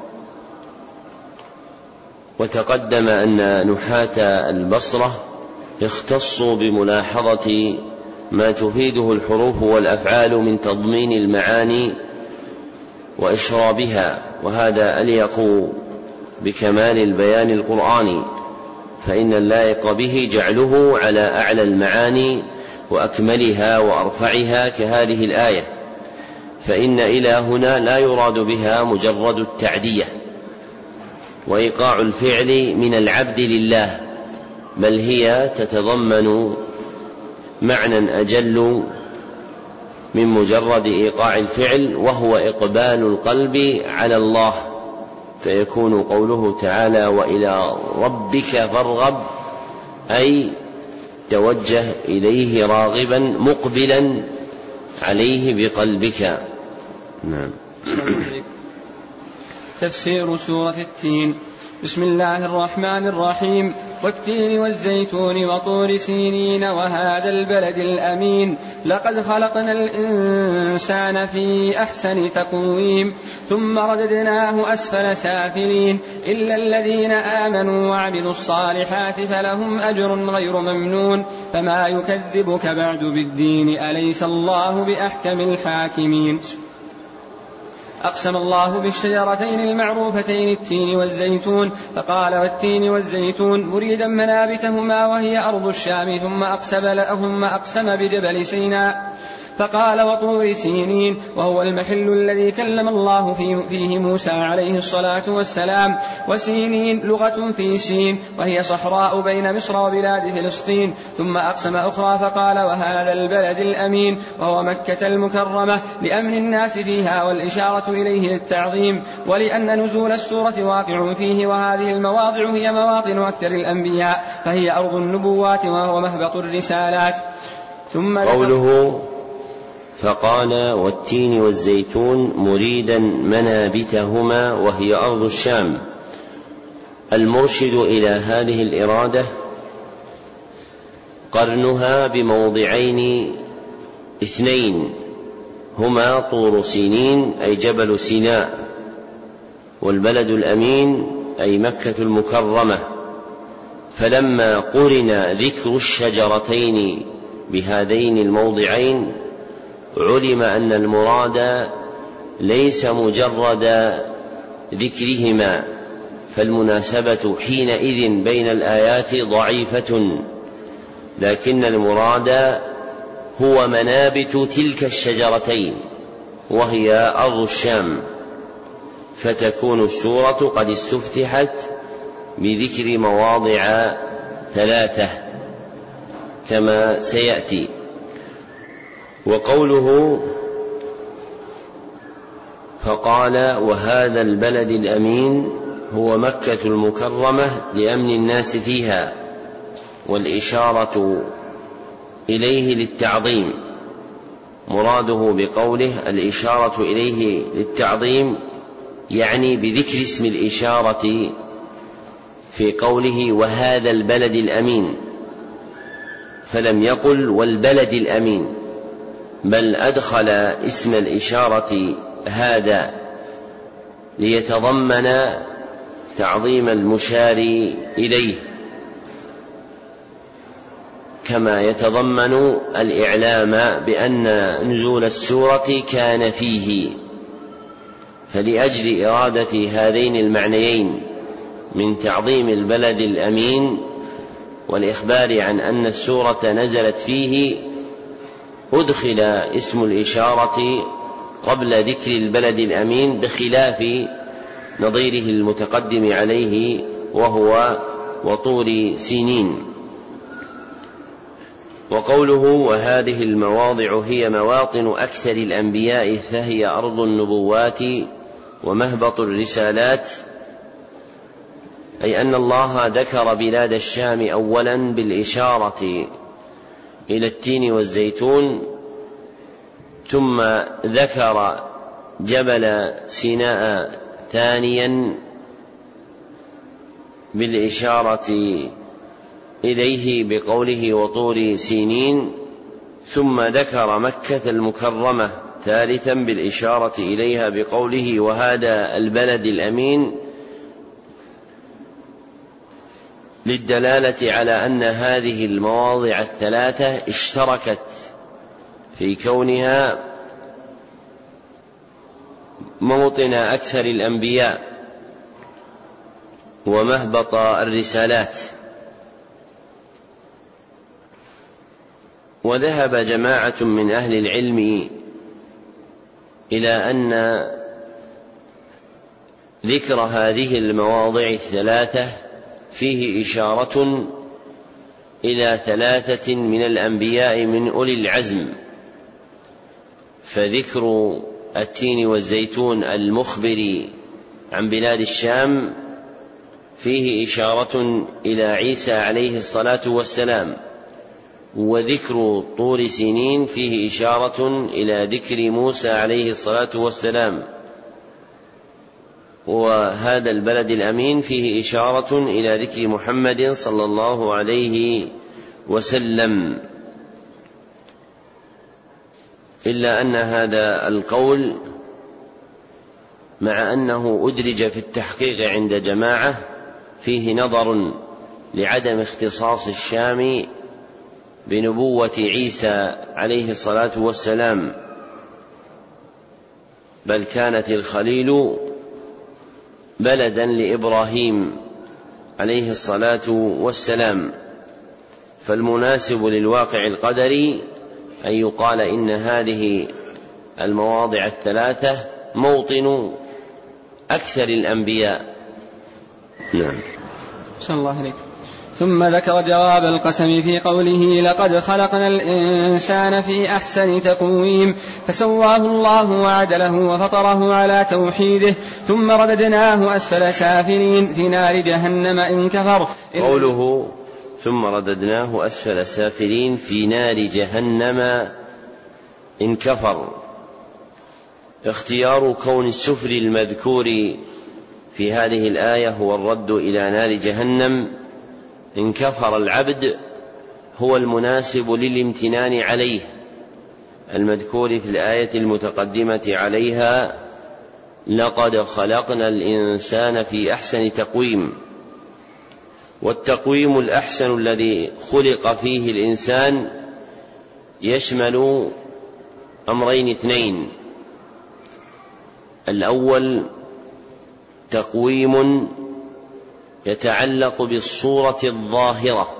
وتقدم أن نحاة البصرة اختصوا بملاحظة ما تفيده الحروف والأفعال من تضمين المعاني وإشرابها، وهذا أليق بكمال البيان القرآني، فإن اللائق به جعله على أعلى المعاني وأكملها وأرفعها كهذه الآية. فإن إلى هنا لا يراد بها مجرد التعدية وإيقاع الفعل من العبد لله، بل هي تتضمن معنى أجل من مجرد إيقاع الفعل، وهو إقبال القلب على الله. فيكون قوله تعالى وإلى ربك فارغب، أي توجه إليه راغبا مقبلا عليه بقلبك. نعم. تفسير سورة التين. بسم الله الرحمن الرحيم. والتين والزيتون وطور سينين وهذا البلد الأمين لقد خلقنا الإنسان في أحسن تقويم ثم رددناه أسفل سافلين إلا الذين آمنوا وعملوا الصالحات فلهم أجر غير ممنون فما يكذبك بعد بالدين أليس الله بأحكم الحاكمين. أقسم الله بالشجرتين المعروفتين التين والزيتون فقال والتين والزيتون مريدا منابتهما وهي أرض الشام ثم أقسم لهم أقسم بجبل سيناء فقال وطور سينين وهو المحل الذي كلم الله فيه موسى عليه الصلاة والسلام. وسينين لغة في سين وهي صحراء بين مصر وبلاد فلسطين. ثم أقسم أخرى فقال وهذا البلد الأمين وهو مكة المكرمة لأمن الناس فيها والإشارة إليه للتعظيم ولأن نزول السورة واقع فيه وهذه المواضع هي مواطن أكثر الأنبياء فهي أرض النبوات وهو مهبط الرسالات. ثم قوله فقال والتين والزيتون مريدا منابتهما وهي أرض الشام، المرشد إلى هذه الإرادة قرنها بموضعين اثنين هما طور سينين أي جبل سيناء، والبلد الأمين أي مكة المكرمة. فلما قرن ذكر الشجرتين بهذين الموضعين علم أن المراد ليس مجرد ذكرهما، فالمناسبة حينئذ بين الآيات ضعيفة، لكن المراد هو منابت تلك الشجرتين وهي أرض الشام، فتكون السورة قد استفتحت بذكر مواضع ثلاثة كما سيأتي. وقوله فقال وهذا البلد الأمين هو مكة المكرمة لأمن الناس فيها، والإشارة إليه للتعظيم. مراده بقوله الإشارة إليه للتعظيم يعني بذكر اسم الإشارة في قوله وهذا البلد الأمين، فلم يقل والبلد الأمين، بل أدخل اسم الإشارة هذا ليتضمن تعظيم المشار إليه، كما يتضمن الإعلام بأن نزول السورة كان فيه. فلأجل إرادة هذين المعنيين من تعظيم البلد الأمين والإخبار عن أن السورة نزلت فيه أدخل اسم الإشارة قبل ذكر البلد الأمين بخلاف نظيره المتقدم عليه وهو وطور سينين. وقوله وهذه المواضع هي مواطن أكثر الأنبياء فهي أرض النبوات ومهبط الرسالات، أي أن الله ذكر بلاد الشام أولا بالإشارة إلى التين والزيتون، ثم ذكر جبل سيناء ثانيا بالإشارة إليه بقوله وطور سينين، ثم ذكر مكة المكرمة ثالثا بالإشارة إليها بقوله وهذا البلد الأمين، للدلالة على أن هذه المواضع الثلاثة اشتركت في كونها موطن أكثر الأنبياء ومهبط الرسالات. وذهب جماعة من أهل العلم إلى أن ذكر هذه المواضع الثلاثة فيه إشارة إلى ثلاثة من الأنبياء من أولي العزم، فذكر التين والزيتون المخبر عن بلاد الشام فيه إشارة إلى عيسى عليه الصلاة والسلام، وذكر طور سينين فيه إشارة إلى ذكر موسى عليه الصلاة والسلام، وهذا البلد الأمين فيه إشارة إلى ذكر محمد صلى الله عليه وسلم، إلا أن هذا القول مع أنه أدرج في التحقيق عند جماعة فيه نظر لعدم اختصاص الشام بنبوة عيسى عليه الصلاة والسلام، بل كانت الخليل بلدا لإبراهيم عليه الصلاة والسلام، فالمناسب للواقع القدري أن يقال إن هذه المواضع الثلاثة موطن أكثر الأنبياء. نعم. صلى الله عليه. ثم ذكر جواب القسم في قوله لقد خلقنا الإنسان في أحسن تقويم، فسواه الله وعدله وفطره على توحيده، ثم رددناه أسفل سافلين في نار جهنم إن كفر. قوله ثم رددناه أسفل سافلين في نار جهنم إن كفر، اختيار كون السفل المذكور في هذه الآية هو الرد إلى نار جهنم إن كفر العبد هو المناسب للامتنان عليه، المذكور في الآية المتقدمة عليها لقد خلقنا الإنسان في أحسن تقويم. والتقويم الأحسن الذي خلق فيه الإنسان يشمل أمرين اثنين: الأول تقويم يتعلق بالصورة الظاهرة،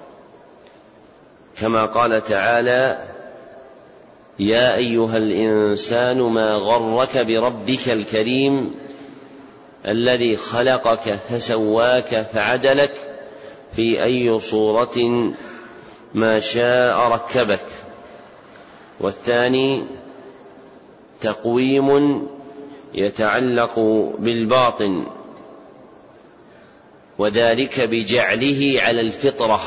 كما قال تعالى يا أيها الإنسان ما غرك بربك الكريم الذي خلقك فسواك فعدلك في أي صورة ما شاء ركبك. والثاني تقويم يتعلق بالباطن، وذلك بجعله على الفطرة،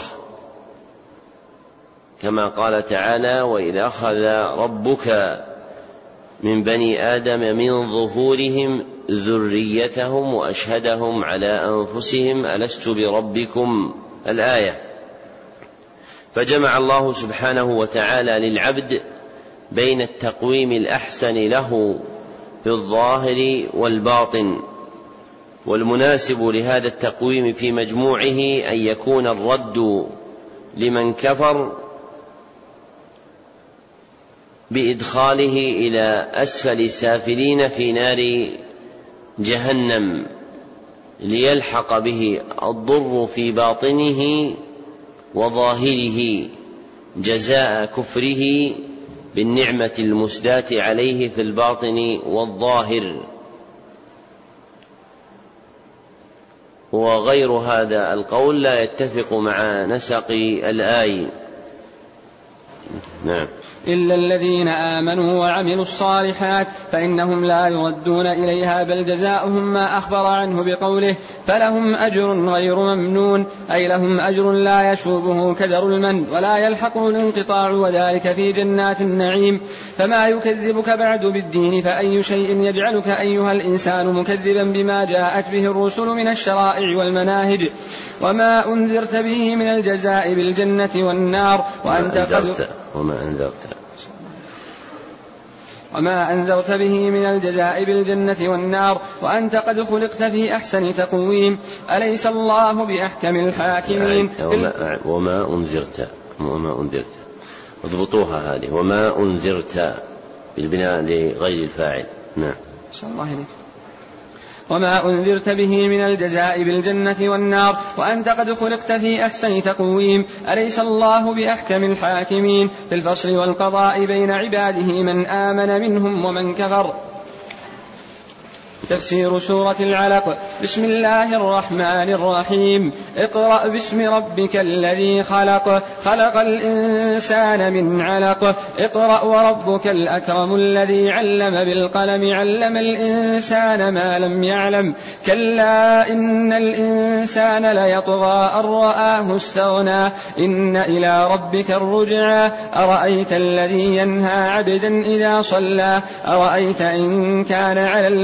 كما قال تعالى وإذ أخذ ربك من بني آدم من ظهورهم ذريتهم وأشهدهم على أنفسهم ألست بربكم الآية. فجمع الله سبحانه وتعالى للعبد بين التقويم الأحسن له في الظاهر والباطن، والمناسب لهذا التقويم في مجموعه أن يكون الرد لمن كفر بإدخاله إلى أسفل سافلين في نار جهنم ليلحق به الضر في باطنه وظاهره جزاء كفره بالنعمة المسداة عليه في الباطن والظاهر. وغير هذا القول لا يتفق مع نسق الآية. نعم. إلا الذين آمنوا وعملوا الصالحات فإنهم لا يردون إليها بل جزاؤهم ما أخبر عنه بقوله فلهم أجر غير ممنون، أي لهم أجر لا يشوبه كدر المن ولا يلحقه الانقطاع، وذلك في جنات النعيم. فما يكذبك بعد بالدين، فأي شيء يجعلك أيها الإنسان مكذبا بما جاءت به الرسل من الشرائع والمناهج وما أنذرت به من الجزاء بالجنة والنار وأنت قد وما أنذرت وما أنذرت به من الجزاء بالجنة والنار وأنت قد خلقت في أحسن تقويم. أليس الله بأحكم الحاكمين؟ وما, وما أنذرت وما أنذرت اضبطوها هذه، وما أنذرت بالبناء لغير الفاعل. نعم. صلى الله عليه. وما أنذرت به من الجزاء بالجنة والنار وأنت قد خلقت في أحسن تقويم. أليس الله بأحكم الحاكمين في الفصل والقضاء بين عباده من آمن منهم ومن كفر. تفسير سورة العلق. بسم الله الرحمن الرحيم. اقرأ باسم ربك الذي خلق خلق الإنسان من علق اقرأ وربك الأكرم الذي علم بالقلم علم الإنسان ما لم يعلم كلا إن الإنسان ليطغى أن رآه استغنى إن إلى ربك الرجعى أرأيت الذي ينهى عبدا إذا صلى أرأيت إن كان على الهدى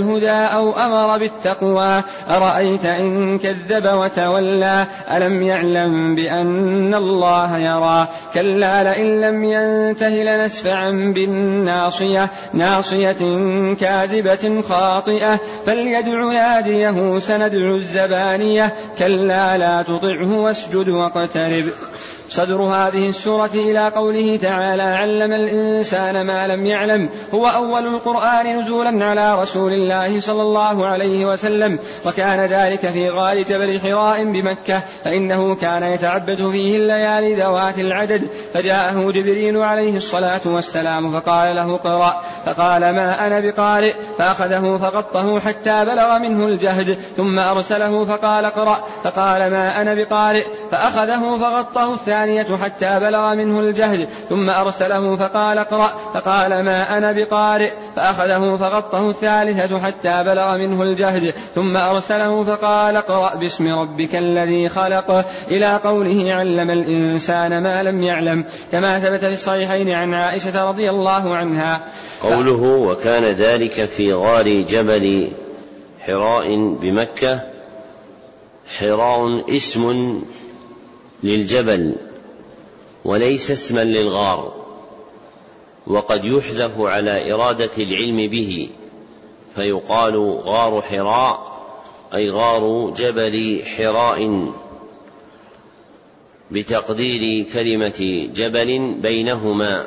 أو أمر بالتقوى أرأيت إن كذب وتولى ألم يعلم بأن الله يرى كلا لئن لم ينته لنسفعا بالناصية ناصية كاذبة خاطئة فليدع ناديه سندع الزبانية كلا لا تطعه واسجد واقترب. صدر هذه السورة إلى قوله تعالى علم الإنسان ما لم يعلم هو أول القرآن نزولا على رسول الله صلى الله عليه وسلم، وكان ذلك في غار جبل حراء بمكة، فإنه كان يتعبد فيه الليالي ذوات العدد، فجاءه جبريل عليه الصلاة والسلام فقال له اقرأ، فقال ما أنا بقارئ، فأخذه فغطه حتى بلغ منه الجهد، ثم أرسله فقال اقرأ، فقال ما أنا بقارئ، فأخذه فغطه الثانية حتى بلغ منه الجهد، ثم أرسله فقال اقرأ، فقال ما أنا بقارئ، فأخذه فغطه الثالثة حتى بلغ منه الجهد، ثم أرسله فقال اقرأ باسم ربك الذي خلق، إلى قوله علم الإنسان ما لم يعلم، كما ثبت في الصحيحين عن عائشة رضي الله عنها. قوله وكان ذلك في غار جبل حراء بمكة، حراء اسم للجبل وليس اسما للغار، وقد يحذف على إرادة العلم به فيقال غار حراء أي غار جبل حراء بتقدير كلمة جبل بينهما،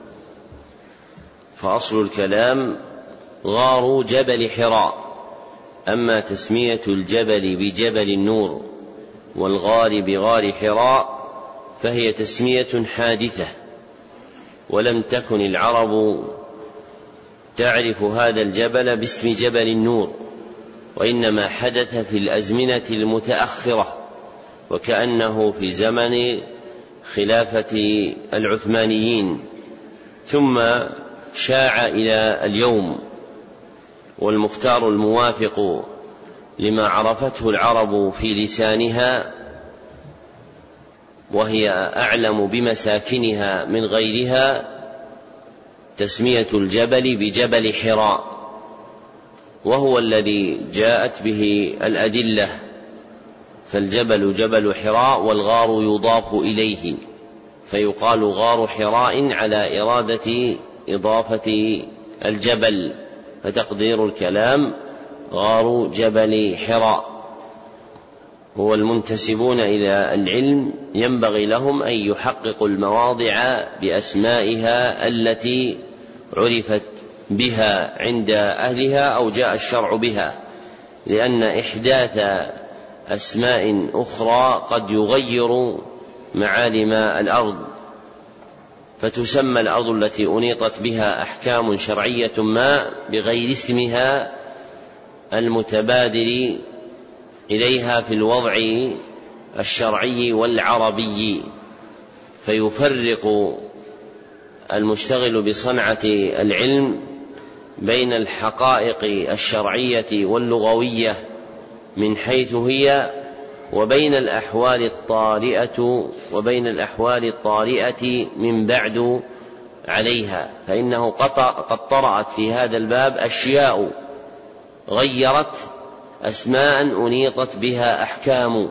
فأصل الكلام غار جبل حراء. أما تسمية الجبل بجبل النور والغار بغار حراء فهي تسمية حادثة، ولم تكن العرب تعرف هذا الجبل باسم جبل النور، وإنما حدث في الأزمنة المتأخرة، وكأنه في زمن خلافة العثمانيين، ثم شاع إلى اليوم. والمختار الموافق لما عرفته العرب في لسانها، وهي أعلم بمساكنها من غيرها، تسمية الجبل بجبل حراء، وهو الذي جاءت به الأدلة، فالجبل جبل حراء والغار يضاف إليه، فيقال غار حراء على إرادة إضافة الجبل، فتقدير الكلام غار جبل حراء. هو المنتسبون إلى العلم ينبغي لهم أن يحققوا المواضع بأسمائها التي عرفت بها عند أهلها أو جاء الشرع بها، لأن إحداث أسماء أخرى قد يغير معالم الأرض، فتسمى الأرض التي أنيطت بها أحكام شرعية ما بغير اسمها المتبادر إليها في الوضع الشرعي والعربي، فيفرق المشتغل بصنعة العلم بين الحقائق الشرعية واللغوية من حيث هي، وبين الأحوال الطارئة وبين الأحوال الطارئة من بعد عليها، فإنه قد طرأت في هذا الباب أشياء غيرت أسماء أنيطت بها أحكام،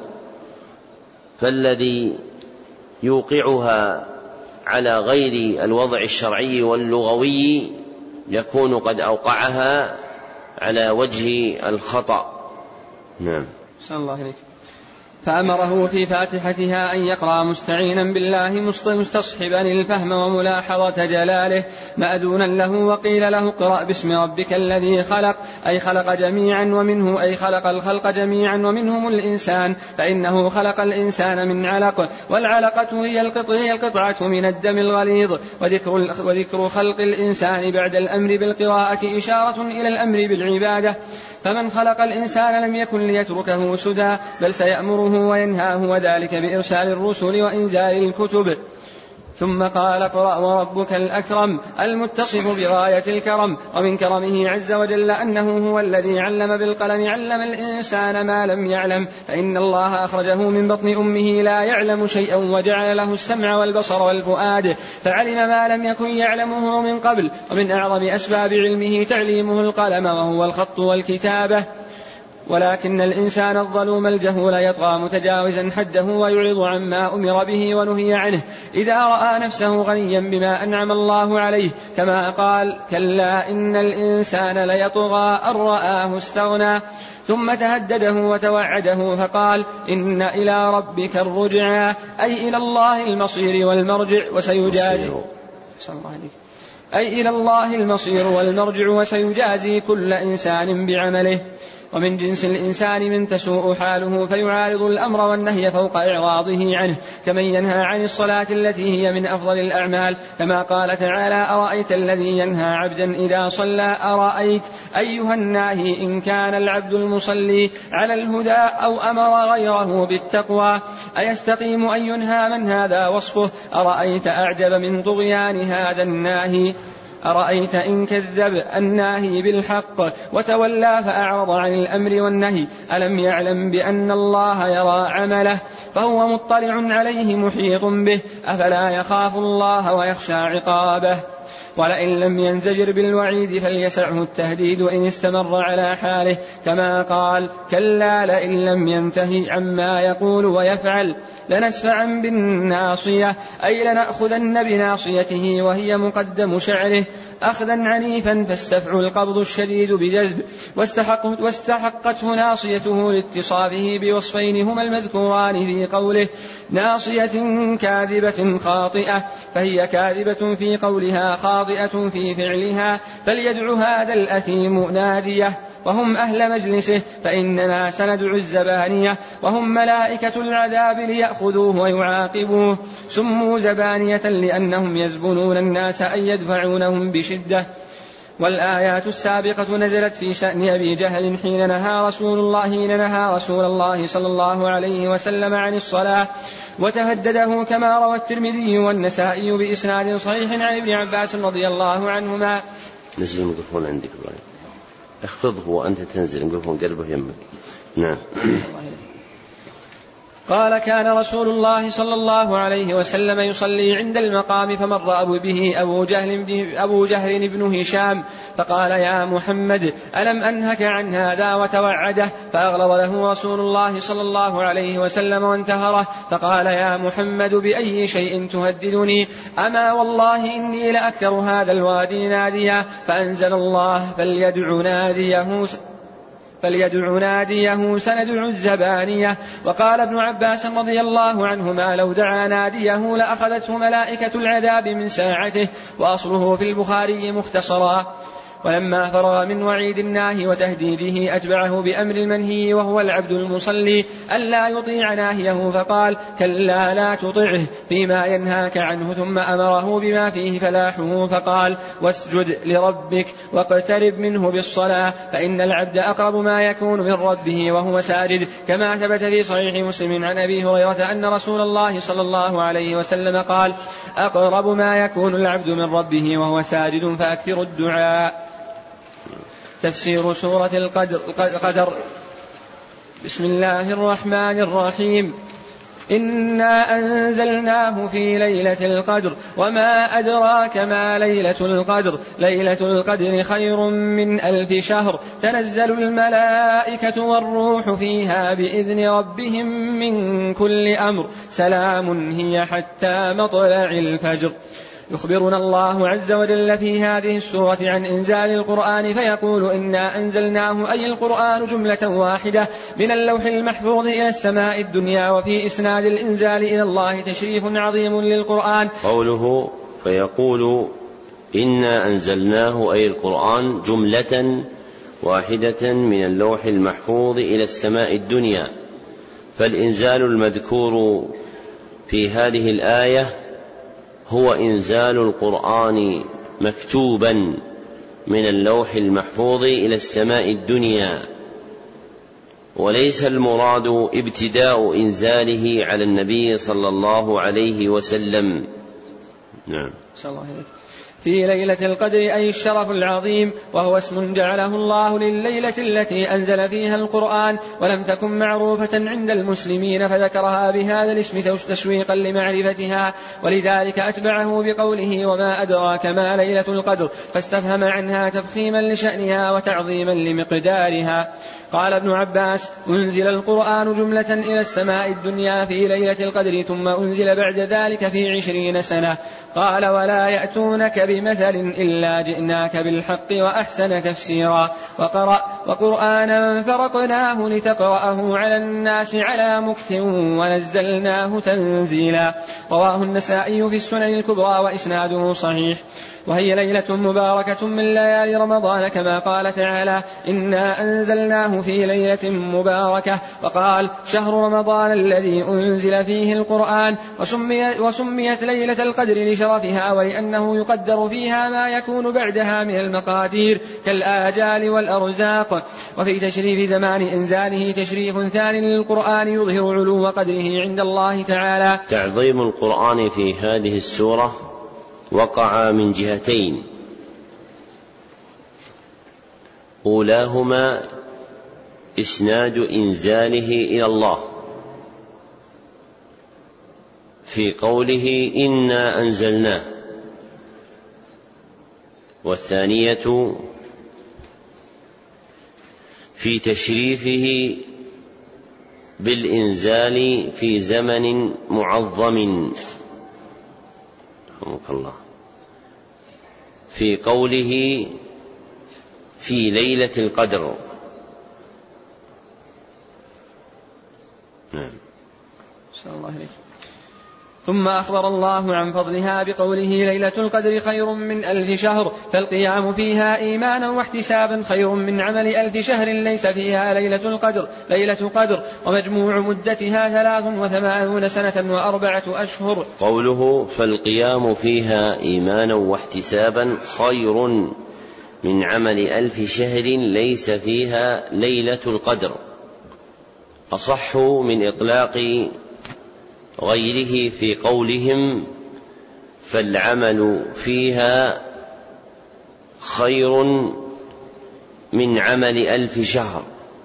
فالذي يوقعها على غير الوضع الشرعي واللغوي يكون قد أوقعها على وجه الخطأ. نعم. صلى الله عليه. فأمره في فاتحتها أن يقرأ مستعينا بالله مستصحبا الفهم وملاحظة جلاله مأذونا له، وقيل له اقرأ باسم ربك الذي خلق، أي خلق جميعا ومنه أي خلق الخلق جميعا ومنهم الإنسان، فإنه خلق الإنسان من علق، والعلقة هي القطعة من الدم الغليظ، وذكر, وذكر خلق الإنسان بعد الأمر بالقراءة إشارة إلى الأمر بالعبادة، فمن خلق الإنسان لم يكن ليتركه سدى، بل سيأمره وينهاه، وذلك بإرسال الرسل وإنزال الكتب. ثم قال اقرأ وربك الأكرم المتصف بغاية الكرم. ومن كرمه عز وجل أنه هو الذي علم بالقلم علم الإنسان ما لم يعلم، فإن الله أخرجه من بطن أمه لا يعلم شيئا وجعل له السمع والبصر والفؤاد فعلم ما لم يكن يعلمه من قبل. ومن أعظم أسباب علمه تعليمه القلم وهو الخط والكتابة. ولكن الإنسان الظلوم الجهول يطغى متجاوزا حده ويعرض عما أمر به ونهي عنه إذا رأى نفسه غنيا بما أنعم الله عليه، كما قال كلا إن الإنسان ليطغى أن رآه استغنى. ثم تهدده وتوعده فقال إن إلى ربك الرجعى، أي إلى الله المصير والمرجع وسيجازي أي إلى الله المصير والمرجع وسيجازي كل إنسان بعمله. ومن جنس الإنسان من تسوء حاله فيعارض الأمر والنهي فوق إعراضه عنه، كمن ينهى عن الصلاة التي هي من أفضل الأعمال، كما قال تعالى أرأيت الذي ينهى عبدا إذا صلى أرأيت أيها الناهي إن كان العبد المصلي على الهدى أو أمر غيره بالتقوى أيستقيم أن ينهى من هذا وصفه. أرأيت أعجب من طغيان هذا الناهي. أرأيت إن كذب الناهي بالحق وتولى فأعرض عن الأمر والنهي ألم يعلم بأن الله يرى عمله فهو مطلع عليه محيط به أفلا يخاف الله ويخشى عقابه. ولئن لم ينزجر بالوعيد فليسعه التهديد إن استمر على حاله، كما قال كلا لئن لم ينتهي عما يقول ويفعل لنسفعا بالناصية، أي لنأخذن بناصيته وهي مقدم شعره أخذا عنيفا فاستفع القبض الشديد بجذب، واستحقت واستحقته ناصيته لاتصافه بوصفين هما المذكوران في قوله ناصية كاذبة خاطئة، فهي كاذبة في قولها خاطئة في فعلها، فليدع هذا الأثيم نادية وهم أهل مجلسه، فإننا سندع الزبانية وهم ملائكة العذاب ليأخذوه ويعاقبوه، سموا زبانية لأنهم يزبنون الناس أن يدفعونهم بشدة. والآيات السابقة نزلت في شأن أبي جهل حين نهى رسول الله حين نهى رسول الله صلى الله عليه وسلم عن الصلاة وتهدده، كما روى الترمذي والنسائي بإسناد صحيح عن ابن عباس رضي الله عنهما. نزل الميكروفون عندك إبراهيم، اخفضه وأنت تنزل الميكروفون قلبه يمك. نعم. قال كان رسول الله صلى الله عليه وسلم يصلي عند المقام فمر أبو به أبو جهل, به أبو جهل بن هشام فقال يا محمد ألم أنهك عن هذا وتوعده، فأغلظ له رسول الله صلى الله عليه وسلم وانتهره فقال يا محمد بأي شيء تهددني، أما والله إني لأكثر هذا الوادي ناديا، فأنزل الله فليدع ناديه فليدع ناديه سندع الزبانية. وقال ابن عباس رضي الله عنهما لو دعا ناديه لأخذته ملائكة العذاب من ساعته، وأصله في البخاري مختصرا. ولما فرغ من وعيد الناهي وتهديده أتبعه بأمر المنهي وهو العبد المصلي ألا يطيع ناهيه، فقال كلا لا تطعه فيما ينهاك عنه، ثم أمره بما فيه فلاحه فقال واسجد لربك واقترب منه بالصلاة، فإن العبد أقرب ما يكون من ربه وهو ساجد، كما ثبت في صحيح مسلم عن أبي هريرة أن رسول الله صلى الله عليه وسلم قال أقرب ما يكون العبد من ربه وهو ساجد فأكثر الدعاء. تفسير سورة القدر, القدر. بسم الله الرحمن الرحيم. إنا أنزلناه في ليلة القدر وما أدراك ما ليلة القدر، ليلة القدر خير من ألف شهر، تنزل الملائكة والروح فيها بإذن ربهم من كل أمر، سلام هي حتى مطلع الفجر. يخبرنا الله عز وجل في هذه السورة عن إنزال القرآن فيقول إنا أنزلناه أي القرآن جملة واحدة من اللوح المحفوظ إلى السماء الدنيا. وفي إسناد الإنزال إلى الله تشريف عظيم للقرآن. قوله فيقول إنا أنزلناه أي القرآن جملة واحدة من اللوح المحفوظ إلى السماء الدنيا، فالإنزال المذكور في هذه الآية هو إنزال القرآن مكتوبا من اللوح المحفوظ إلى السماء الدنيا، وليس المراد ابتداء إنزاله على النبي صلى الله عليه وسلم، نعم. صلى الله عليه وسلم. في ليلة القدر أي الشرف العظيم، وهو اسم جعله الله لليلة التي أنزل فيها القرآن، ولم تكن معروفة عند المسلمين فذكرها بهذا الاسم تشويقا لمعرفتها، ولذلك أتبعه بقوله وما أدراك ما ليلة القدر، فاستفهم عنها تفخيما لشأنها وتعظيما لمقدارها. قال ابن عباس أنزل القرآن جملة إلى السماء الدنيا في ليلة القدر ثم أنزل بعد ذلك في عشرين سنة. قال ولا يأتونك بمثل إلا جئناك بالحق وأحسن تفسيرا. وقرأ وقرآنا فرقناه لتقرأه على الناس على مكث ونزلناه تنزيلا. رواه النسائي في السنن الكبرى وإسناده صحيح. وهي ليلة مباركة من ليالي رمضان كما قال تعالى إنا أنزلناه في ليلة مباركة، وقال شهر رمضان الذي أنزل فيه القرآن. وسمي وسميت ليلة القدر لشرفها ولأنه يقدر فيها ما يكون بعدها من المقادير كالآجال والأرزاق. وفي تشريف زمان إنزاله تشريف ثاني للقرآن يظهر علو قدره عند الله تعالى. تعظيم القرآن في هذه السورة وقع من جهتين، أولاهما إسناد إنزاله إلى الله في قوله إنا أنزلناه، والثانية في تشريفه بالإنزال في زمن معظم رحمك الله في قوله في ليلة القدر. نعم. صلى الله عليه. ثم أخبر الله عن فضلها بقوله ليلة القدر خير من ألف شهر، فالقيام فيها إيمانا واحتسابا خير من عمل ألف شهر ليس فيها ليلة القدر ليلة قدر، ومجموع مدتها ثلاث وثمانون سنة وأربعة أشهر. قوله فالقيام فيها إيمانا واحتسابا خير من عمل ألف شهر ليس فيها ليلة القدر أصح من إطلاق غيره في قولهم فالعمل فيها خير من عمل ألف شهر.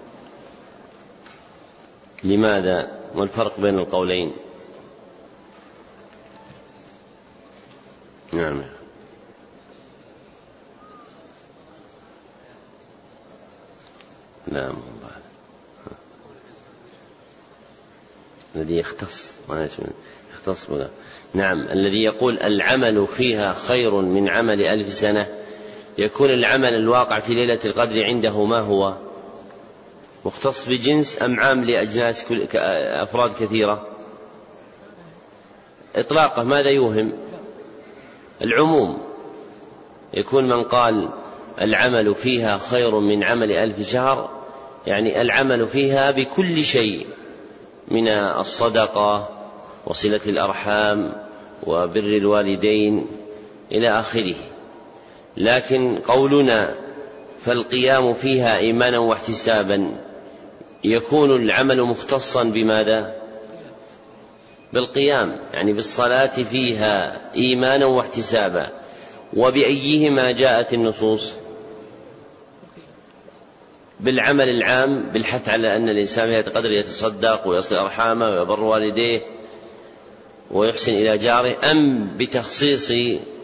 لماذا؟ ما الفرق بين القولين؟ نعم. نعم. الذي يختص ما يختص بنا. نعم. الذي يقول العمل فيها خير من عمل ألف سنة، يكون العمل الواقع في ليلة القدر عنده ما هو مختص بجنس أم عام لأجناس أفراد كثيرة؟ إطلاقه ماذا يوهم؟ العموم. يكون من قال العمل فيها خير من عمل ألف شهر يعني العمل فيها بكل شيء من الصدقة وصلة الأرحام وبر الوالدين إلى آخره. لكن قولنا فالقيام فيها إيمانا واحتسابا يكون العمل مختصا بماذا؟ بالقيام، يعني بالصلاة فيها إيمانا واحتسابا. وبأيهما جاءت النصوص؟ بالعمل العام بالحث على أن الإنسان في قدر يتصدق ويصل أرحامه ويبر والديه ويحسن إلى جاره، أم بتخصيص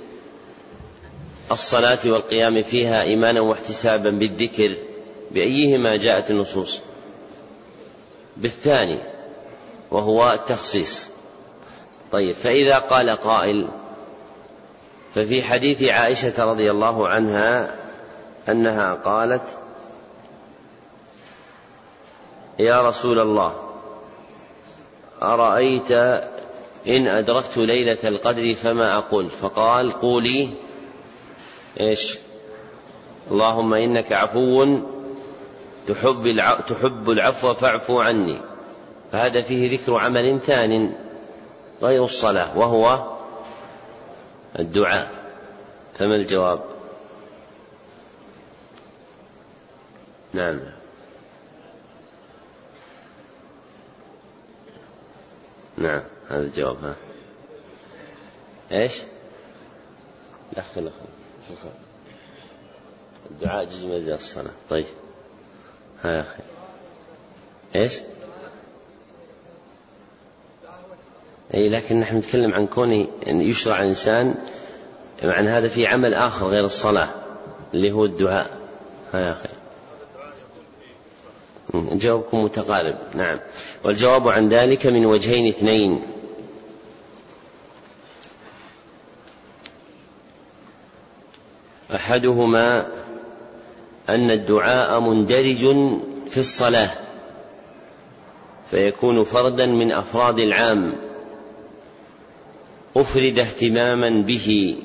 الصلاة والقيام فيها إيمانا واحتسابا بالذكر؟ بأيهما جاءت النصوص؟ بالثاني وهو التخصيص. طيب، فإذا قال قائل ففي حديث عائشة رضي الله عنها أنها قالت يا رسول الله أرأيت إن أدركت ليلة القدر فما أقول؟ فقال قولي إيش؟ اللهم إنك عفو تحب الع... تحب العفو فاعف عني. فهذا فيه ذكر عمل ثان غير الصلاة وهو الدعاء. فما الجواب؟ نعم. نعم هذا الجواب. ها ايش؟ دخل الدعاء جزء من أجزاء الصلاة. طيب ها يا أخي إيش؟ أي لكن نحن نتكلم عن كونه أن يشرع الإنسان معنى هذا في عمل آخر غير الصلاة اللي هو الدعاء. ها يا أخي جوابكم متقارب. نعم. والجواب عن ذلك من وجهين اثنين. أحدهما أن الدعاء مندرج في الصلاة فيكون فردا من أفراد العام أفرد اهتماما به،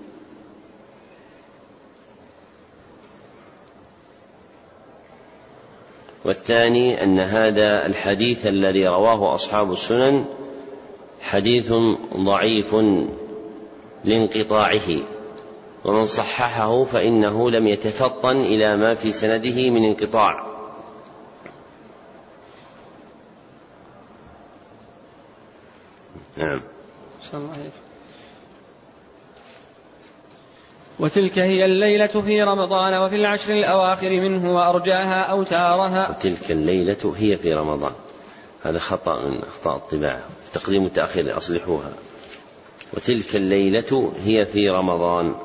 والثاني أن هذا الحديث الذي رواه أصحاب السنن حديث ضعيف لانقطاعه، ومن صححه فإنه لم يتفطن إلى ما في سنده من انقطاع. نعم. وتلك هي الليلة في رمضان وفي العشر الأواخر منه وأرجاها أوتارها. وتلك الليلة هي في رمضان، هذا خطأ من أخطاء الطباعة، تقديم وتأخير أصلحوها. وتلك الليلة هي في رمضان.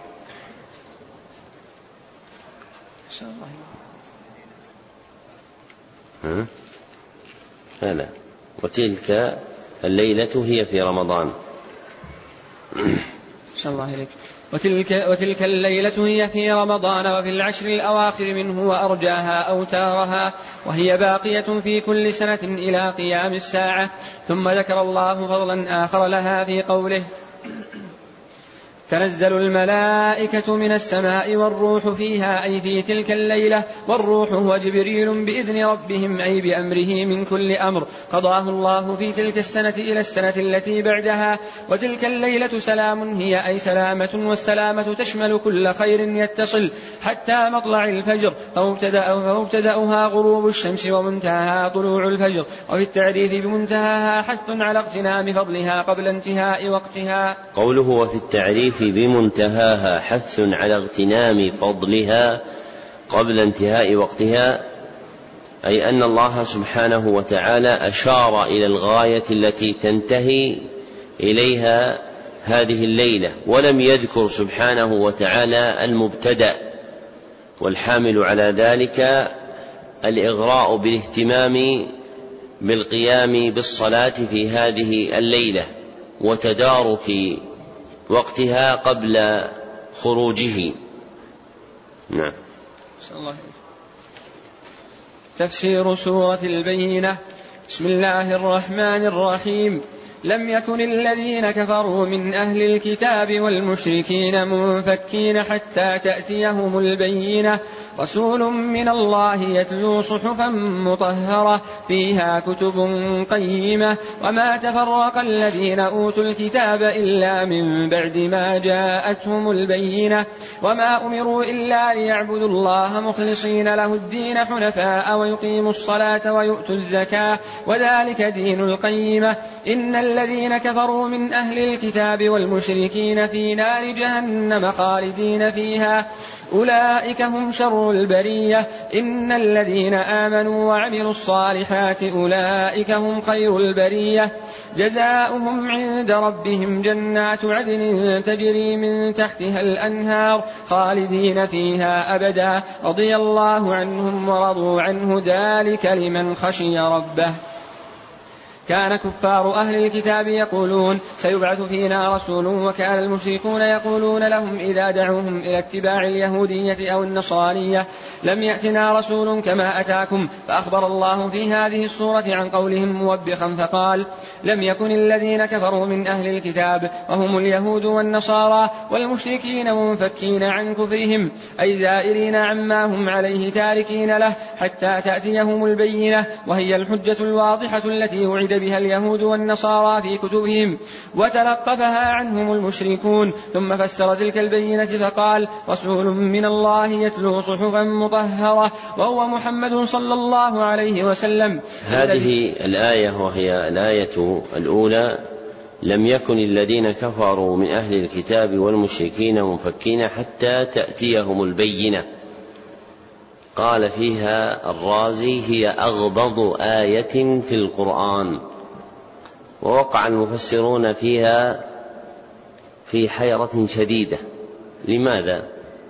ها؟ لا، وتلك الليلة هي في رمضان. شاء الله عليك. وتلك, وتلك الليلة هي في رمضان وفي العشر الأواخر منه وأرجاها أوتارها، وهي باقية في كل سنة إلى قيام الساعة. ثم ذكر الله فضلا آخر لها في قوله: تنزل الملائكة من السماء والروح فيها، أي في تلك الليلة، والروح هو جبريل بإذن ربهم أي بأمره من كل أمر قضاه الله في تلك السنة إلى السنة التي بعدها. وتلك الليلة سلام هي أي سلامة، والسلامة تشمل كل خير يتصل حتى مطلع الفجر، فمبتدأها غروب الشمس ومنتهاها طلوع الفجر. وفي التعريف بمنتهاها حث على اغتنام فضلها قبل انتهاء وقتها. قوله وفي التعريف بمنتهاها حث على اغتنام فضلها قبل انتهاء وقتها، أي أن الله سبحانه وتعالى أشار إلى الغاية التي تنتهي إليها هذه الليلة، ولم يذكر سبحانه وتعالى المبتدأ، والحامل على ذلك الإغراء بالاهتمام بالقيام بالصلاة في هذه الليلة وتدارك وقتها قبل خروجه. نعم. تفسير سورة البينة. بسم الله الرحمن الرحيم. لم يكن الذين كفروا من أهل الكتاب والمشركين منفكين حتى تأتيهم البينة، رسول من الله يتلو صحفا مطهرة فيها كتب قيمة، وما تفرق الذين أوتوا الكتاب إلا من بعد ما جاءتهم البينة، وما أمروا إلا ليعبدوا الله مخلصين له الدين حنفاء ويقيموا الصلاة ويؤتوا الزكاة وذلك دين القيمة. إن الذين كفروا من أهل الكتاب والمشركين في نار جهنم خالدين فيها أولئك هم شر البرية. إن الذين آمنوا وعملوا الصالحات أولئك هم خير البرية. جزاؤهم عند ربهم جنات عدن تجري من تحتها الأنهار خالدين فيها أبدا، رضي الله عنهم ورضوا عنه، ذلك لمن خشي ربه. كان كفار أهل الكتاب يقولون سيبعث فينا رسول، وكان المشركون يقولون لهم إذا دعوهم إلى اتباع اليهودية أو النصرانية لم يأتنا رسول كما أتاكم. فأخبر الله في هذه السورة عن قولهم موبخا فقال: لم يكن الذين كفروا من أهل الكتاب وهم اليهود والنصارى والمشركين منفكين عن كفرهم، أي زائرين عما هم عليه تاركين له حتى تأتيهم البينة، وهي الحجة الواضحة التي وعد بها اليهود والنصارى في كتبهم وتلقفها عنهم المشركون. ثم فسر تلك البينة فقال: رسول من الله يتلو صحفا مطهرة، وهو محمد صلى الله عليه وسلم. هذه الآية وهي الآية الأولى لم يكن الذين كفروا من أهل الكتاب والمشركين منفكين حتى تأتيهم البينة. قال فيها الرازي: هي أغبض آية في القرآن. ووقع المفسرون فيها في حيرة شديدة. لماذا؟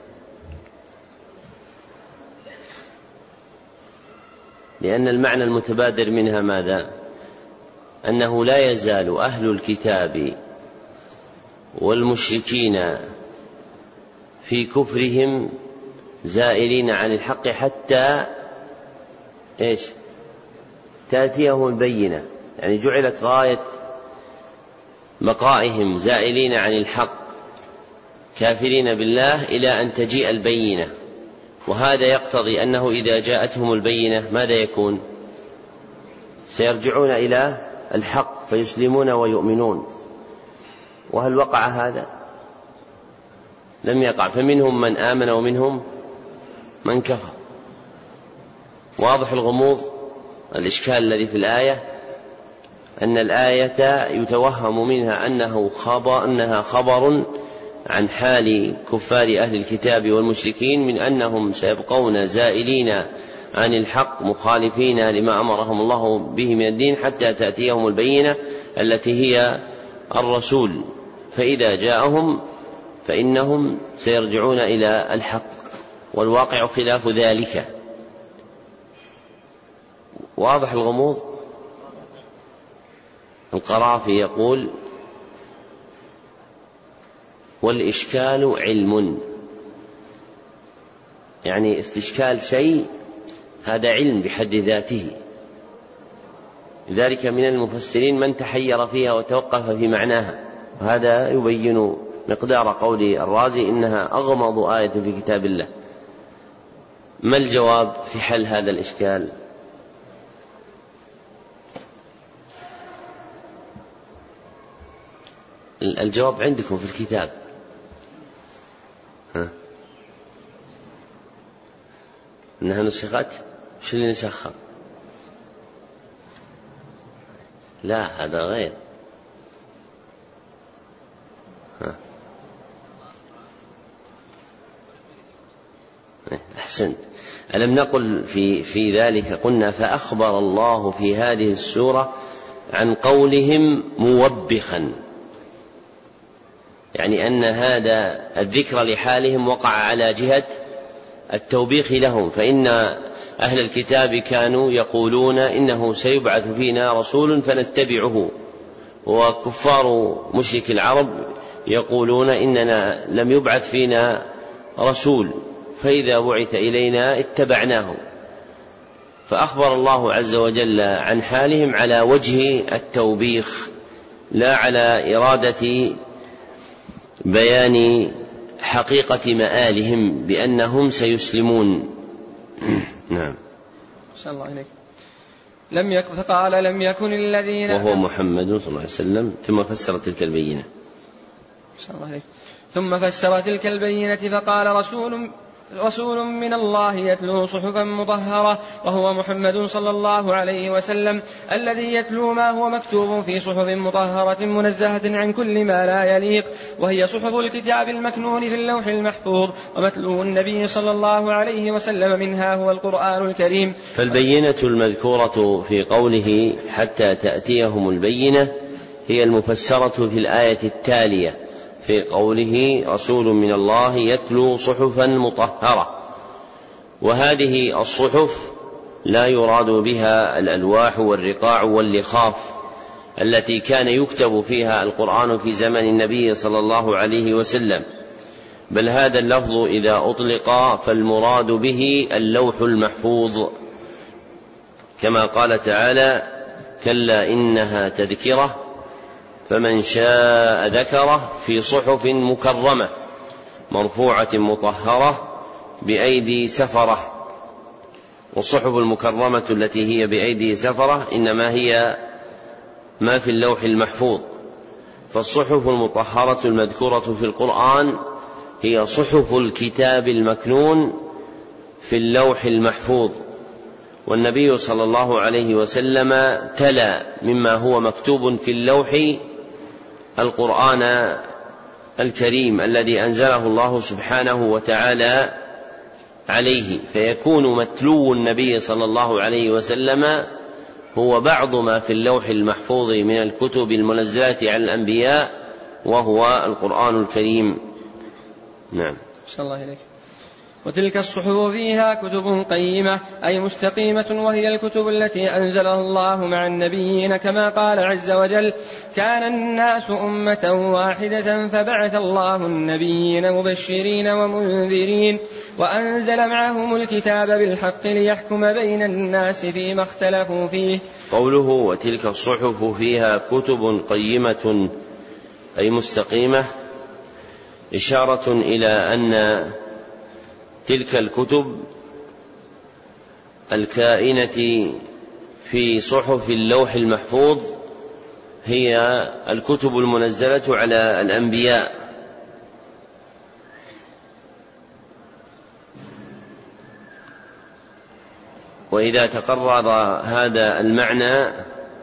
لأن المعنى المتبادر منها ماذا؟ أنه لا يزال أهل الكتاب والمشركين في كفرهم زائلين عن الحق حتى إيش؟ تأتيهم البينة. يعني جعلت غاية بقائهم زائلين عن الحق كافرين بالله إلى أن تجيء البينة. وهذا يقتضي أنه إذا جاءتهم البينة ماذا يكون؟ سيرجعون إلى الحق فيسلمون ويؤمنون. وهل وقع هذا؟ لم يقع. فمنهم من آمن ومنهم من كفر. واضح الغموض. الإشكال الذي في الآية أن الآية يتوهم منها أنه خبر أنها خبر عن حال كفار أهل الكتاب والمشركين من أنهم سيبقون زائلين عن الحق مخالفين لما أمرهم الله به من الدين حتى تأتيهم البينة التي هي الرسول، فإذا جاءهم فإنهم سيرجعون إلى الحق، والواقع خلاف ذلك. واضح الغموض. القرافي يقول: والإشكال علم. يعني استشكال شيء هذا علم بحد ذاته. لذلك من المفسرين من تحير فيها وتوقف في معناها، وهذا يبين مقدار قول الرازي إنها أغمض آية في كتاب الله. ما الجواب في حل هذا الإشكال؟ الجواب عندكم في الكتاب. ها؟ إنها نسخت. شو اللي نسخها؟ لا، هذا غير. ها. أحسنت. ألم نقل في في ذلك قلنا: فأخبر الله في هذه السورة عن قولهم موبخا، يعني أن هذا الذكر لحالهم وقع على جهة التوبيخ لهم. فإن أهل الكتاب كانوا يقولون إنه سيبعث فينا رسول فنتبعه، وكفار مشرك العرب يقولون إننا لم يبعث فينا رسول فإذا بعث إلينا اتبعناه. فأخبر الله عز وجل عن حالهم على وجه التوبيخ لا على إرادة بيان حقيقة مآلهم بأنهم سيسلمون. نعم. شاء الله إليك. لم يكن فقال لم يكن الذين وهو محمد صلى الله عليه وسلم. ثم فسر تلك البينة. شاء الله إليك. ثم فسر تلك البينة فقال رسول رسول من الله يتلو صحفا مطهرة، وهو محمد صلى الله عليه وسلم الذي يتلو ما هو مكتوب في صحف مطهرة منزهة عن كل ما لا يليق، وهي صحف الكتاب المكنون في اللوح المحفوظ، ومتلو النبي صلى الله عليه وسلم منها هو القرآن الكريم. فالبينة المذكورة في قوله حتى تأتيهم البينة هي المفسرة في الآية التالية في قوله رسول من الله يتلو صحفا مطهرة. وهذه الصحف لا يراد بها الألواح والرقاع واللخاف التي كان يكتب فيها القرآن في زمن النبي صلى الله عليه وسلم، بل هذا اللفظ إذا أطلق فالمراد به اللوح المحفوظ، كما قال تعالى: كلا إنها تذكرة فمن شاء ذكره في صحف مكرمة مرفوعة مطهرة بأيدي سفرة. والصحف المكرمة التي هي بأيدي سفرة إنما هي ما في اللوح المحفوظ. فالصحف المطهرة المذكورة في القرآن هي صحف الكتاب المكنون في اللوح المحفوظ، والنبي صلى الله عليه وسلم تلا مما هو مكتوب في اللوح القرآن الكريم الذي أنزله الله سبحانه وتعالى عليه، فيكون متلو النبي صلى الله عليه وسلم هو بعض ما في اللوح المحفوظ من الكتب المنزلة على الأنبياء، وهو القرآن الكريم. نعم. صلى الله عليه. وتلك الصحف فيها كتب قيمة أي مستقيمة، وهي الكتب التي أنزلها الله مع النبيين، كما قال عز وجل: كان الناس أمة واحدة فبعث الله النبيين مبشرين ومنذرين وأنزل معهم الكتاب بالحق ليحكم بين الناس فيما اختلفوا فيه. قوله وتلك الصحف فيها كتب قيمة أي مستقيمة إشارة إلى أن تلك الكتب الكائنة في صحف اللوح المحفوظ هي الكتب المنزلة على الأنبياء، وإذا تقرر هذا المعنى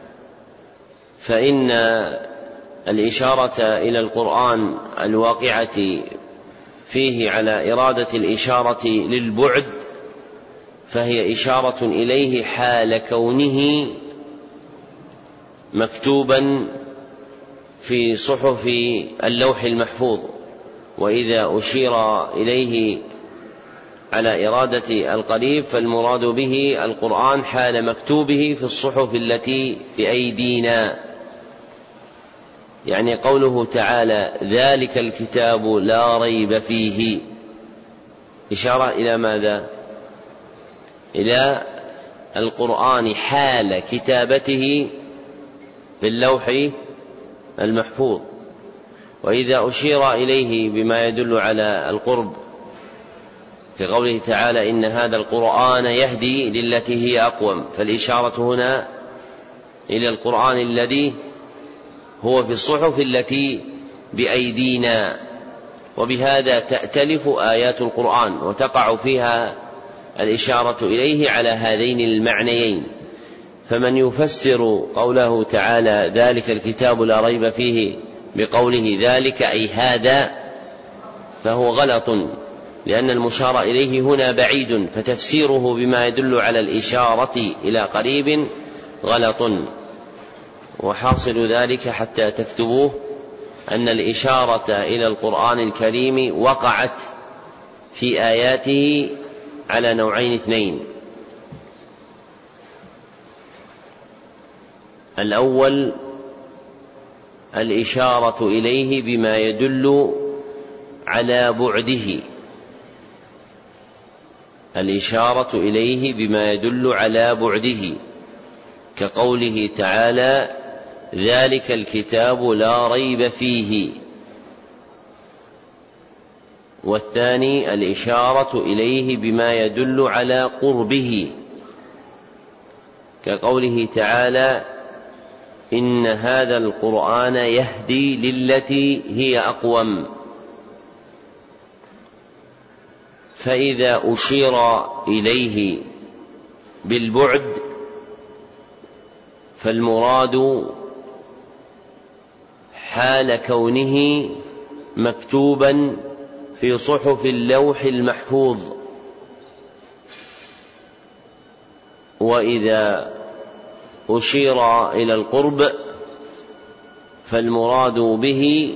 فإن الإشارة إلى القرآن الواقعة فيه على إرادة الإشارة للبعد فهي إشارة إليه حال كونه مكتوبا في صحف اللوح المحفوظ. وإذا أشير إليه على إرادة القريب فالمراد به القرآن حال مكتوبه في الصحف التي بأيدينا، يعني قوله تعالى ذلك الكتاب لا ريب فيه إشارة إلى ماذا؟ إلى القرآن حال كتابته في اللوح المحفوظ. وإذا أشير إليه بما يدل على القرب في قوله تعالى إن هذا القرآن يهدي للتي هي أقوم، فالإشارة هنا إلى القرآن الذي هو في الصحف التي بأيدينا، وبهذا تأتلف آيات القرآن وتقع فيها الإشارة إليه على هذين المعنيين. فمن يفسر قوله تعالى ذلك الكتاب لا ريب فيه بقوله ذلك أي هذا فهو غلط، لأن المشار إليه هنا بعيد، فتفسيره بما يدل على الإشارة إلى قريب غلط. وحاصل ذلك حتى تكتبوه أن الإشارة إلى القرآن الكريم وقعت في آياته على نوعين اثنين: الأول الإشارة إليه بما يدل على بعده، الإشارة إليه بما يدل على بعده كقوله تعالى ذلك الكتاب لا ريب فيه. والثاني الإشارة إليه بما يدل على قربه كقوله تعالى إن هذا القرآن يهدي للتي هي أقوم. فإذا أشير إليه بالبعد فالمراد حال كونه مكتوبا في صحف اللوح المحفوظ، وإذا أشير إلى القرب فالمراد به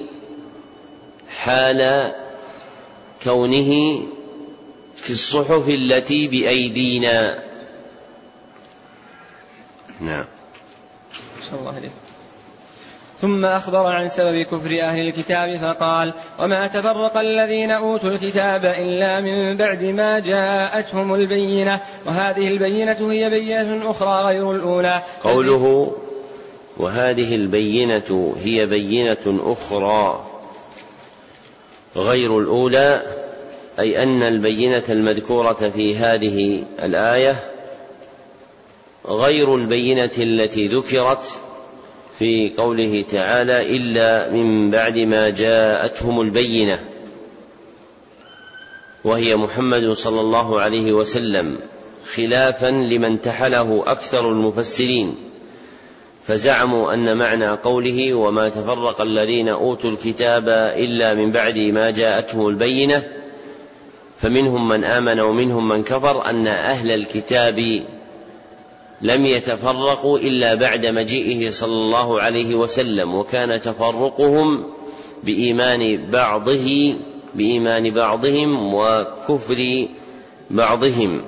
حال كونه في الصحف التي بأيدينا. نعم. صلى الله عليه. ثم أخبر عن سبب كفر أهل الكتاب فقال وما تفرق الذين أوتوا الكتاب إلا من بعد ما جاءتهم البينة، وهذه البينة هي بينة أخرى غير الأولى. قوله وهذه البينة هي بينة أخرى غير الأولى أي أن البينة المذكورة في هذه الآية غير البينة التي ذكرت في قوله تعالى إلا من بعد ما جاءتهم البينة، وهي محمد صلى الله عليه وسلم، خلافا لمن تحله أكثر المفسرين فزعموا أن معنى قوله وما تفرق الذين أوتوا الكتاب إلا من بعد ما جاءتهم البينة فمنهم من آمن ومنهم من كفر أن أهل الكتاب لم يتفرقوا إلا بعد مجيئه صلى الله عليه وسلم، وكان تفرقهم بإيمان بعضه بإيمان بعضهم وكفر بعضهم،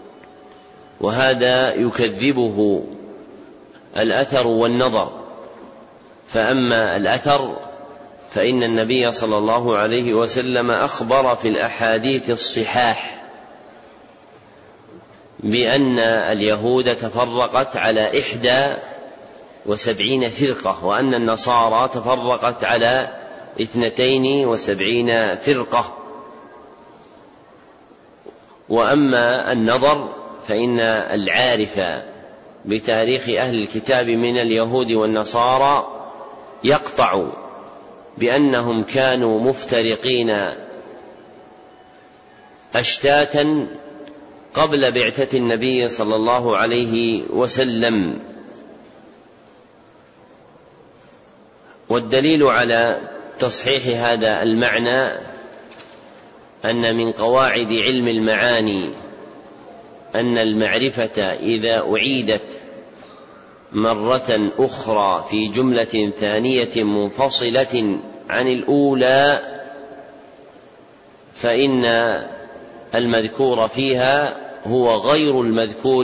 وهذا يكذبه الأثر والنظر. فأما الأثر فإن النبي صلى الله عليه وسلم أخبر في الأحاديث الصحاح بأن اليهود تفرقت على إحدى وسبعين فرقة، وأن النصارى تفرقت على اثنتين وسبعين فرقة. وأما النظر فإن العارف بتاريخ أهل الكتاب من اليهود والنصارى يقطع بأنهم كانوا مفترقين أشتاتا قبل بعثة النبي صلى الله عليه وسلم. والدليل على تصحيح هذا المعنى أن من قواعد علم المعاني أن المعرفة إذا أعيدت مرة أخرى في جملة ثانية منفصلة عن الأولى فإن المذكور فيها هو غير المذكور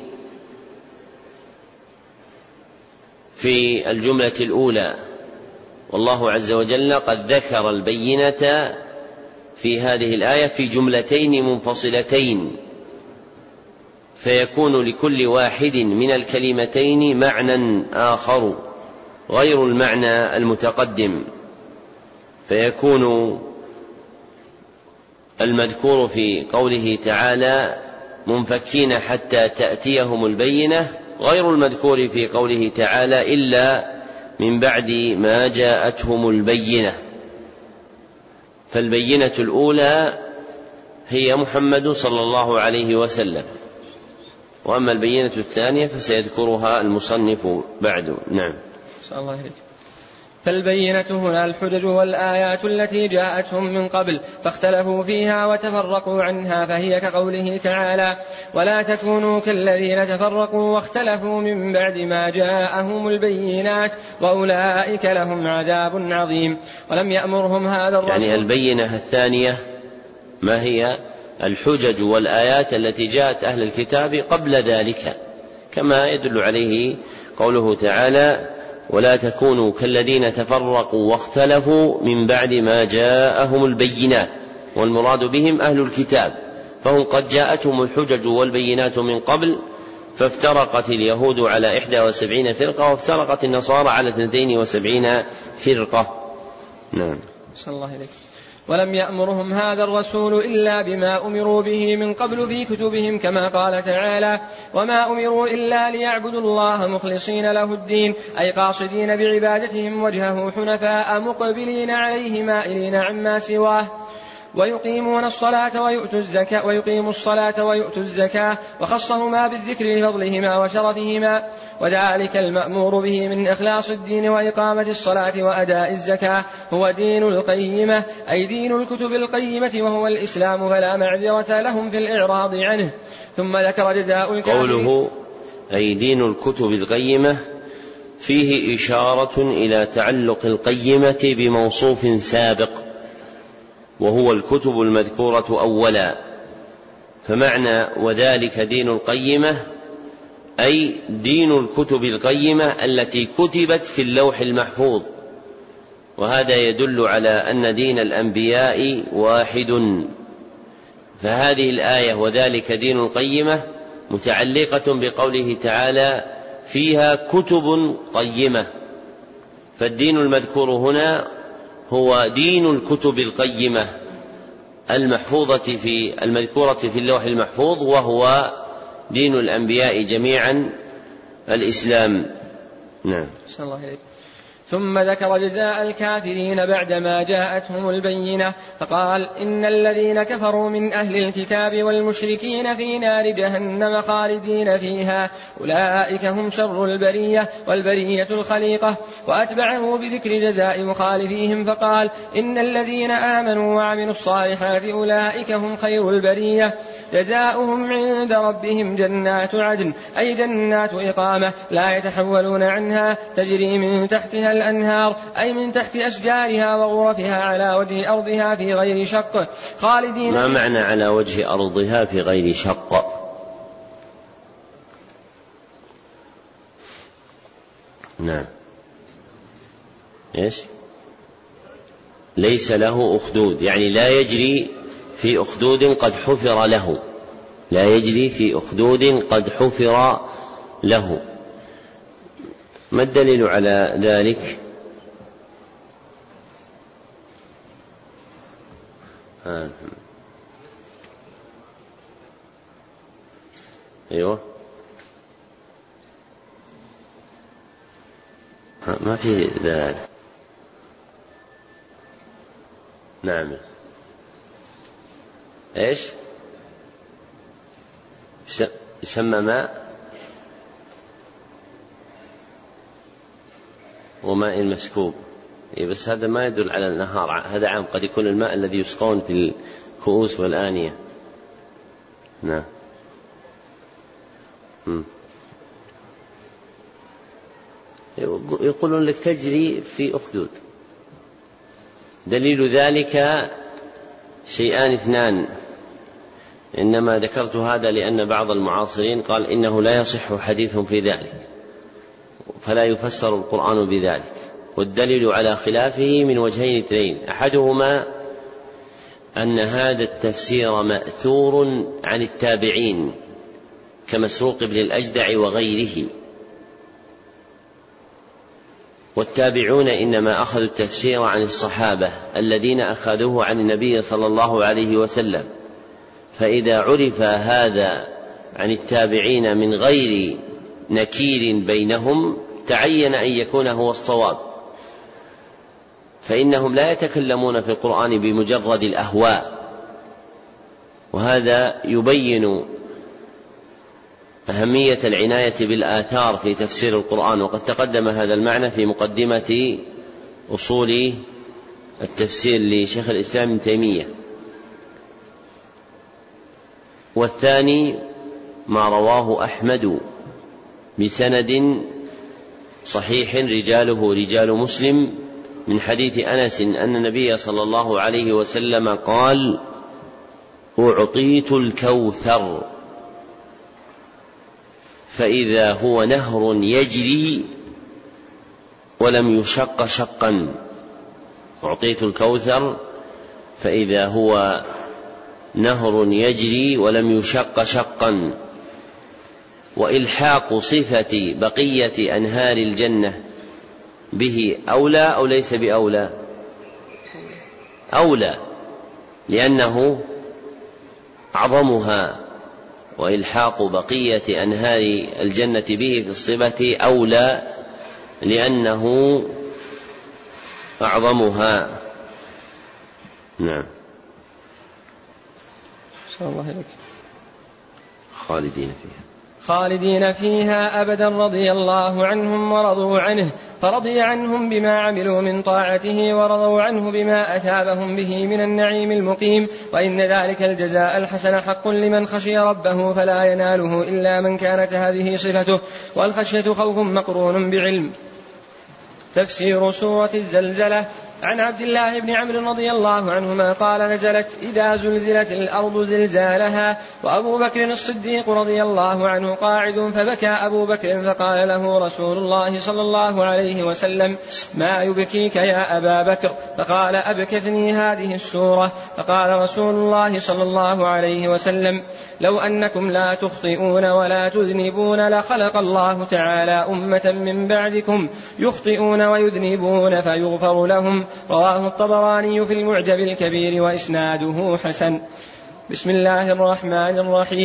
في الجملة الأولى. والله عز وجل قد ذكر البينة في هذه الآية في جملتين منفصلتين، فيكون لكل واحد من الكلمتين معنى آخر غير المعنى المتقدم، فيكون المذكور في قوله تعالى منفكين حتى تأتيهم البينة غير المذكور في قوله تعالى إلا من بعد ما جاءتهم البينة. فالبينة الأولى هي محمد صلى الله عليه وسلم، وأما البينة الثانية فسيذكرها المصنف بعد. نعم. صلى الله عليه. فالبينة هنا الحجج والآيات التي جاءتهم من قبل فاختلفوا فيها وتفرقوا عنها، فهي كقوله تعالى ولا تكونوا كالذين تفرقوا واختلفوا من بعد ما جاءهم البينات وأولئك لهم عذاب عظيم. ولم يأمرهم هذا الرسول. يعني البينة الثانية ما هي؟ الحجج والآيات التي جاءت أهل الكتاب قبل ذلك، كما يدل عليه قوله تعالى ولا تكونوا كالذين تفرقوا واختلفوا من بعد ما جاءهم البينات، والمراد بهم أهل الكتاب، فهم قد جاءتهم الحجج والبينات من قبل، فافترقت اليهود على إحدى وسبعين فرقة وافترقت النصارى على اثنتين وسبعين فرقة. نعم. صلى الله عليه. ولم يأمرهم هذا الرسول إلا بما أمروا به من قبل في كتبهم، كما قال تعالى وما أمروا إلا ليعبدوا الله مخلصين له الدين، أي قاصدين بعبادتهم وجهه حنفاء مقبلين عليه مائلين عما سواه، ويقيمون الصلاة ويؤتوا الزكاة ويقيموا الصلاة ويؤتوا الزكاة، وخصهما بالذكر لفضلهما وشرفهما، وذلك المأمور به من إخلاص الدين وإقامة الصلاة وأداء الزكاة هو دين القيمة، أي دين الكتب القيمة وهو الإسلام، فلا معذرة لهم في الإعراض عنه. ثم ذكر جزاء الكافرين. قوله أي دين الكتب القيمة فيه إشارة إلى تعلق القيمة بموصوف سابق وهو الكتب المذكورة أولا، فمعنى وذلك دين القيمة أي دين الكتب القيمة التي كتبت في اللوح المحفوظ، وهذا يدل على أن دين الأنبياء واحد. فهذه الآية وذلك دين القيمة متعلقة بقوله تعالى فيها كتب قيمة، فالدين المذكور هنا هو دين الكتب القيمة المحفوظة في المذكورة في اللوح المحفوظ، وهو دين الأنبياء جميعا الإسلام. نعم. الله عليك. ثم ذكر جزاء الكافرين بعدما جاءتهم البينة فقال إن الذين كفروا من أهل الكتاب والمشركين في نار جهنم خالدين فيها أولئك هم شر البرية والبرية الخليقة. وأتبعه بذكر جزاء مخالفيهم فقال إن الذين آمنوا وعملوا الصالحات أولئك هم خير البرية جزاؤهم عند ربهم جنات عدن أي جنات إقامة لا يتحولون عنها تجري من تحتها الأنهار أي من تحت أشجارها وغرفها على وجه أرضها في غير شق خالدين. ما معنى على وجه أرضها في غير شق؟ نعم إيش؟ ليس له أخدود يعني لا يجري في أخدود قد حفر له لا يجري في أخدود قد حفر له. ما الدليل على ذلك؟ آه. أيوه ما في ذلك. نعم إيش يسمى ماء وماء المسكوب بس هذا ما يدل على النهار هذا عام قد يكون الماء الذي يسقون في الكؤوس والآنية. نعم يقولون لك تجري في أخدود. دليل ذلك شيئان اثنان إنما ذكرت هذا لأن بعض المعاصرين قال إنه لا يصح حديث في ذلك فلا يفسر القرآن بذلك. والدليل على خلافه من وجهين اثنين أحدهما أن هذا التفسير مأثور عن التابعين كمسروق بن الأجدع وغيره والتابعون إنما أخذوا التفسير عن الصحابة الذين أخذوه عن النبي صلى الله عليه وسلم. فإذا عرف هذا عن التابعين من غير نكير بينهم تعين أن يكون هو الصواب فإنهم لا يتكلمون في القرآن بمجرد الأهواء. وهذا يبين أهمية العناية بالآثار في تفسير القرآن وقد تقدم هذا المعنى في مقدمة أصول التفسير لشيخ الإسلام ابن تيمية. والثاني ما رواه أحمد بسند صحيح رجاله رجال مسلم من حديث أنس أن النبي صلى الله عليه وسلم قال أعطيت الكوثر فإذا هو نهر يجري ولم يشق شقا. أعطيت الكوثر فإذا هو نهر يجري ولم يشق شقا. وإلحاق صفة بقية أنهار الجنة به أولى أو ليس بأولى؟ أولى لأنه أعظمها وإلحاق بقية أنهار الجنة به في الصفة أولى لأنه أعظمها. نعم شاء الله لك. خالدين فيها خالدين فيها أبدا رضي الله عنهم ورضوا عنه فرضي عنهم بما عملوا من طاعته ورضوا عنه بما أثابهم به من النعيم المقيم. وإن ذلك الجزاء الحسن حق لمن خشي ربه فلا يناله إلا من كانت هذه صفته والخشية خوف مقرون بعلم. تفسير سورة الزلزلة. عن عبد الله بن عمرو رضي الله عنهما قال نزلت إذا زلزلت الأرض زلزالها وأبو بكر الصديق رضي الله عنه قاعد فبكى أبو بكر فقال له رسول الله صلى الله عليه وسلم ما يبكيك يا أبا بكر؟ فقال أبكتني هذه السورة. فقال رسول الله صلى الله عليه وسلم لو أنكم لا تخطئون ولا تذنبون لخلق الله تعالى أمة من بعدكم يخطئون ويذنبون فيغفر لهم. رواه الطبراني في المعجم الكبير وإسناده حسن. بسم الله الرحمن الرحيم.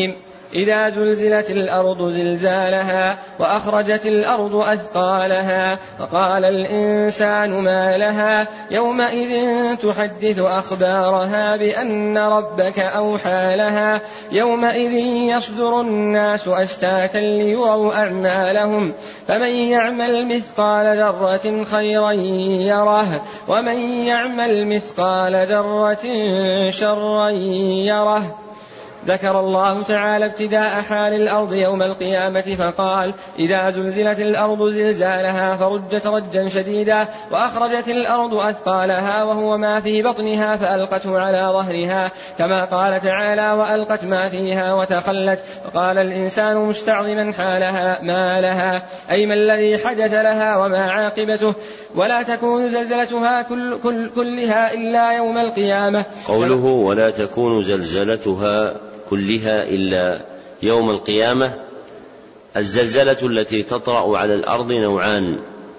إذا زلزلت الأرض زلزالها وأخرجت الأرض أثقالها وقال الإنسان ما لها يومئذ تحدث أخبارها بأن ربك أوحى لها يومئذ يصدر الناس أشتاتا ليروا أعمالهم فمن يعمل مثقال ذرة خيرا يره ومن يعمل مثقال ذرة شرا يره. ذكر الله تعالى ابتداء حال الأرض يوم القيامة فقال إذا زلزلت الأرض زلزالها فرجت رجا شديدا وأخرجت الأرض أثقالها وهو ما في بطنها فألقته على ظهرها كما قال تعالى وألقت ما فيها وتخلت. وقال الإنسان مستعظما حالها ما لها أي ما الذي حدث لها وما عاقبته. ولا تكون زلزلتها كل كل كلها إلا يوم القيامة. قوله ولا تكون زلزلتها كلها إلا يوم القيامة. الزلزلة التي تطرأ على الأرض نوعان: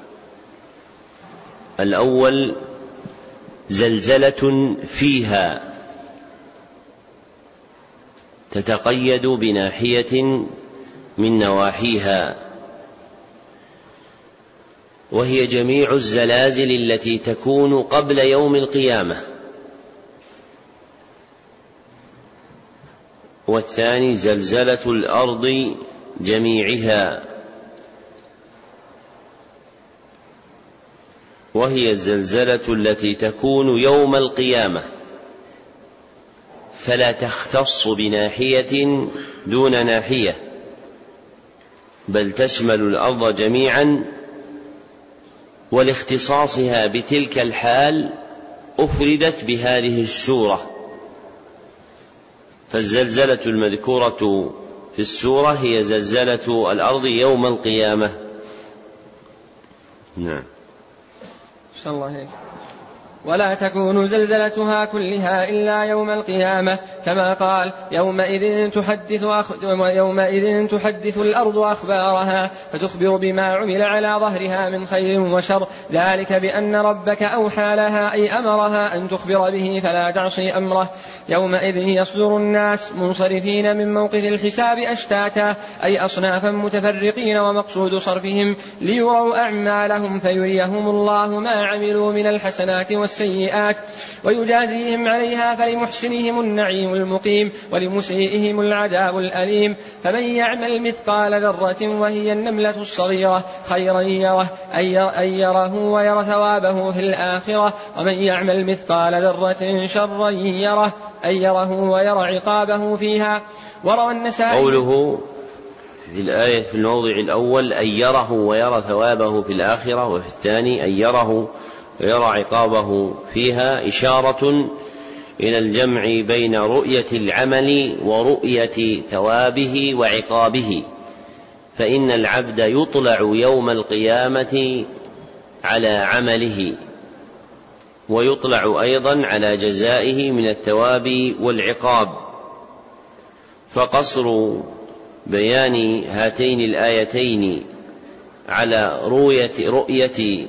الأول زلزلة فيها تتقيد بناحية من نواحيها، وهي جميع الزلازل التي تكون قبل يوم القيامة. والثاني زلزلة الأرض جميعها، وهي الزلزلة التي تكون يوم القيامة فلا تختص بناحية دون ناحية، بل تشمل الأرض جميعا، ولاختصاصها بتلك الحال أفردت بهذه السورة. فالزلزلة المذكورة في السورة هي زلزلة الأرض يوم القيامة. نعم. صلى الله عليه. ولا تكون زلزلتها كلها إلا يوم القيامة كما قال يومئذ تحدث, أخ... يومئذ تحدث الأرض أخبارها فتخبر بما عمل على ظهرها من خير وشر ذلك بأن ربك أوحى لها أي أمرها أن تخبر به فلا تعصي أمره. يومئذ يصدر الناس منصرفين من موقف الحساب أشتاتا أي أصنافا متفرقين ومقصود صرفهم ليروا أعمالهم فيريهم الله ما عملوا من الحسنات والسيئات ويجازيهم عليها فلمحسنهم النعيم المقيم ولمسيئهم العذاب الأليم. فمن يعمل مثقال ذرة وهي النملة الصغيرة خيرا يره أي يره ويرى ثوابه في الآخرة ومن يعمل مثقال ذرة شرا يره أي يره ويرى عقابه فيها. وروى النسائي قوله في الآية في الموضع الأول أن يره ويرى ثوابه في الآخرة، وفي الثاني أن يره ويرى عقابه فيها، إشارة إلى الجمع بين رؤية العمل ورؤية ثوابه وعقابه. فإن العبد يطلع يوم القيامة على عمله، ويطلع أيضا على جزائه من الثواب والعقاب. فقصر بيان هاتين الآيتين على رؤية, رؤية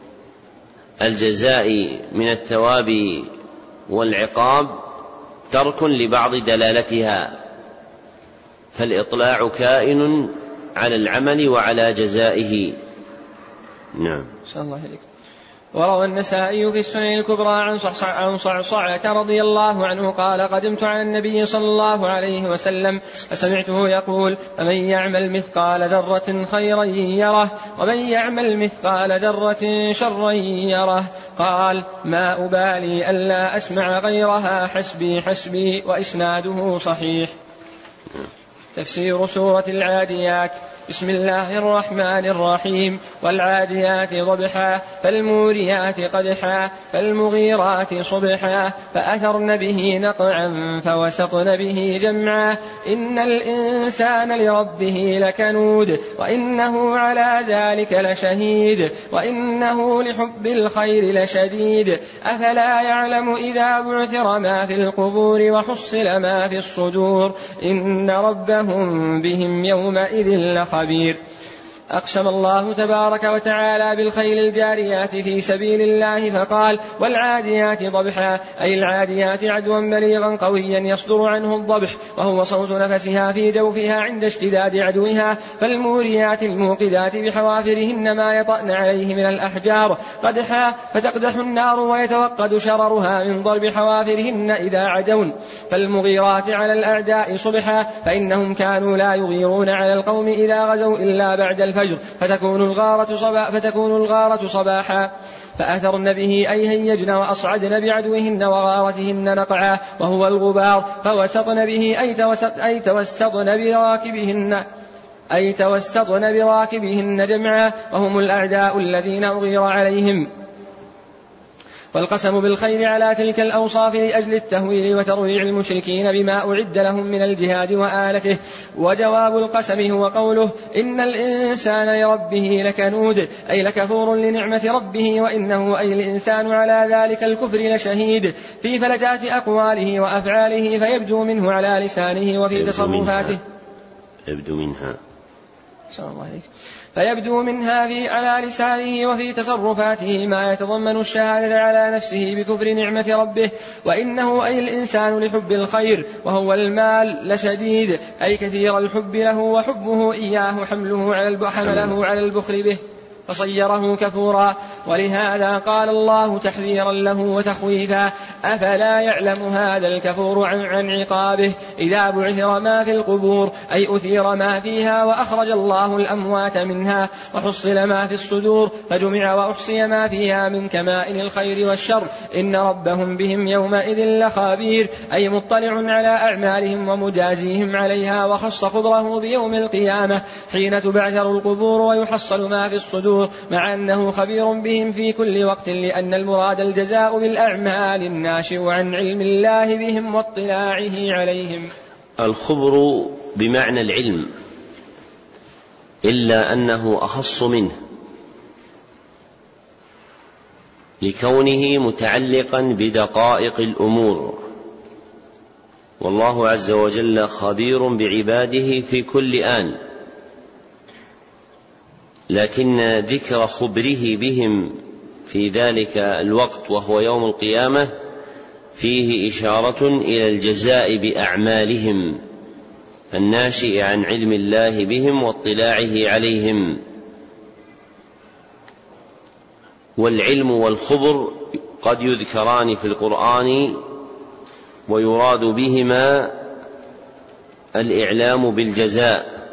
الجزاء من الثواب والعقاب ترك لبعض دلالتها، فالإطلاع كائن على العمل وعلى جزائه. نعم. صلى الله عليك. وروى النسائي في السنن الكبرى عن عن صعصعة رضي الله عنه قال قدمت على النبي صلى الله عليه وسلم فسمعته يقول فمن يعمل مثقال ذرة خيرا يره ومن يعمل مثقال ذرة شرا يره. قال ما أبالي ألا أسمع غيرها حسبي حسبي. وإسناده صحيح. تفسير سورة العاديات. بسم الله الرحمن الرحيم. والعاديات ضبحا فالموريات قدحا فالمغيرات صبحا فأثرن به نقعا فوسطن به جمعا إن الإنسان لربه لكنود وإنه على ذلك لشهيد وإنه لحب الخير لشديد أفلا يعلم إذا بعثر ما في القبور وحصل ما في الصدور إن ربهم بهم يومئذ لخبير. أقسم الله تبارك وتعالى بالخيل الجاريات في سبيل الله فقال والعاديات ضبحا، أي العاديات عدوا بليغا قويا يصدر عنه الضبح وهو صوت نفسها في جوفها عند اشتداد عدوها، فالموريات الموقدات بحوافرهن ما يطأن عليه من الأحجار قدحا فتقدح النار ويتوقد شررها من ضرب حوافرهن إذا عدون، فالمغيرات على الأعداء صبحا، فإنهم كانوا لا يغيرون على القوم إذا غزوا إلا بعد الفجر فتكون الغارة, صبا فتكون الغارة صباحا، فأثرن به أي هيجن وأصعدن بعدوهن وغارتهن نقعا وهو الغبار، فوسطن به أي, توسط أي توسطن براكبهن أي توسطن براكبهن جمعا وهم الأعداء الذين أغير عليهم. والقسم بالخير على تلك الأوصاف لأجل التهويل وترويع المشركين بما أعد لهم من الجهاد وآلته. وجواب القسم هو قوله إن الإنسان لربه لكنود، أي لكفور لنعمة ربه، وإنه أي الإنسان على ذلك الكفر لشهيد في فلتات أقواله وأفعاله، فيبدو منه على لسانه وفي تصرفاته يبدو منها صلى الله عليه فيبدو منها في على لسانه وفي تصرفاته ما يتضمن الشهادة على نفسه بكفر نعمة ربه. وإنه أي الإنسان لحب الخير وهو المال لشديد، أي كثير الحب له، وحبه إياه حمله على حمله على البخل به فصيره كفورا. ولهذا قال الله تحذيرا له وتخويفا أفلا يعلم هذا الكفور عن, عن عقابه إذا بعثر ما في القبور، أي أثير ما فيها وأخرج الله الأموات منها وحصل ما في الصدور فجمع وأحصي ما فيها من كمائن الخير والشر، إن ربهم بهم يومئذ لخبير، أي مطلع على أعمالهم ومجازيهم عليها، وخص خبره بيوم القيامة حين تبعثر القبور ويحصل ما في الصدور، مع أنه خبير بهم في كل وقت، لأن المراد الجزاء بالأعمال الناشئ عن علم الله بهم واطلاعه عليهم. الخبر بمعنى العلم إلا أنه أخص منه لكونه متعلقا بدقائق الأمور، والله عز وجل خبير بعباده في كل آن، لكن ذكر خبره بهم في ذلك الوقت وهو يوم القيامة فيه إشارة إلى الجزاء بأعمالهم الناشئ عن علم الله بهم واطلاعه عليهم. والعلم والخبر قد يذكران في القرآن ويراد بهما الإعلام بالجزاء،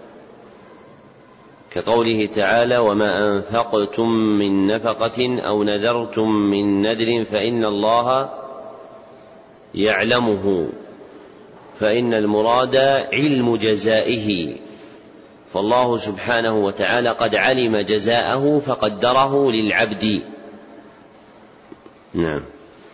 كقوله تعالى وما أنفقتم من نفقة أو نذرتم من نذر فإن الله يعلمه، فإن المراد علم جزائه، فالله سبحانه وتعالى قد علم جزاءه فقدره للعبد. نعم.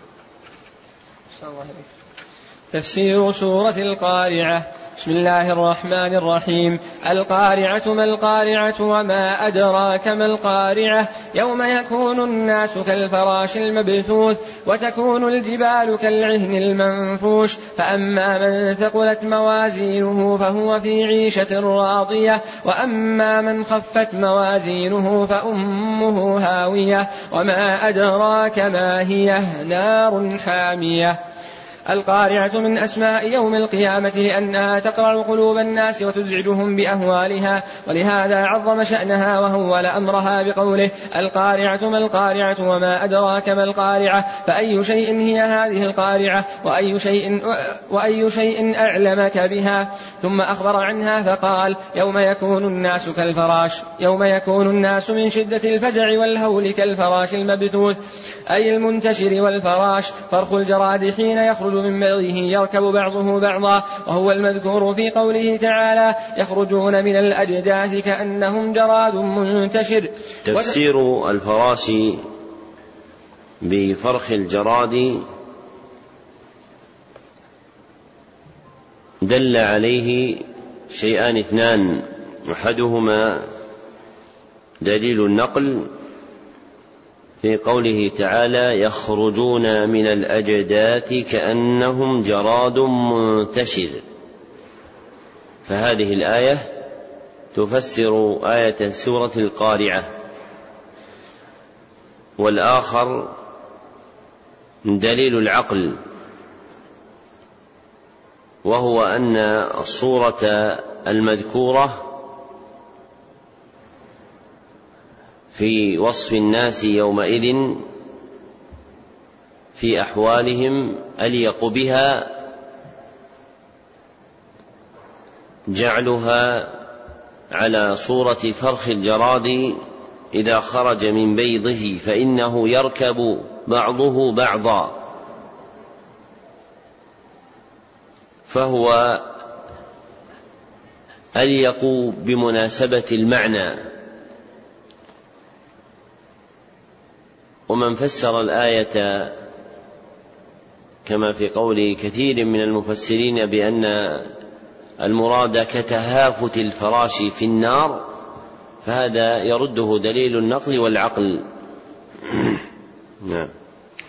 تفسير سورة القارعة. بسم الله الرحمن الرحيم. القارعة ما القارعة وما أدراك ما القارعة، يوم يكون الناس كالفراش المبثوث وتكون الجبال كالعهن المنفوش، فأما من ثقلت موازينه فهو في عيشة راضية، وأما من خفت موازينه فأمه هاوية، وما أدراك ما هي نار حامية. القارعة من أسماء يوم القيامة لأنها تقرع قلوب الناس وتزعجهم بأهوالها، ولهذا عظم شأنها وهول أمرها بقوله القارعة ما القارعة وما أدراك ما القارعة، فأي شيء هي هذه القارعة وأي شيء, وأي شيء أعلمك بها. ثم أخبر عنها فقال يوم يكون الناس كالفراش، يوم يكون الناس من شدة الفزع والهول كالفراش المبثوث، أي المنتشر، والفراش فرخ الجراد حين يخرج من بغيه يركب بعضه بعضا، وهو المذكور في قوله تعالى يخرجون من الأجداث كأنهم جراد منتشر. تفسير الفراش بفرخ الجراد دل عليه شيئان اثنان، أحدهما دليل النقل في قوله تعالى يخرجون من الأجداث كأنهم جراد منتشر، فهذه الآية تفسر آية سورة القارعة، والآخر دليل العقل، وهو أن الصورة المذكورة في وصف الناس يومئذ في أحوالهم أليق بها جعلها على صورة فرخ الجراد إذا خرج من بيضه فإنه يركب بعضه بعضا، فهو أليق بمناسبة المعنى. ومن فسر الآية كما في قول كثير من المفسرين بأن المراد كتهافت الفراش في النار، فهذا يرده دليل النقل والعقل. نعم.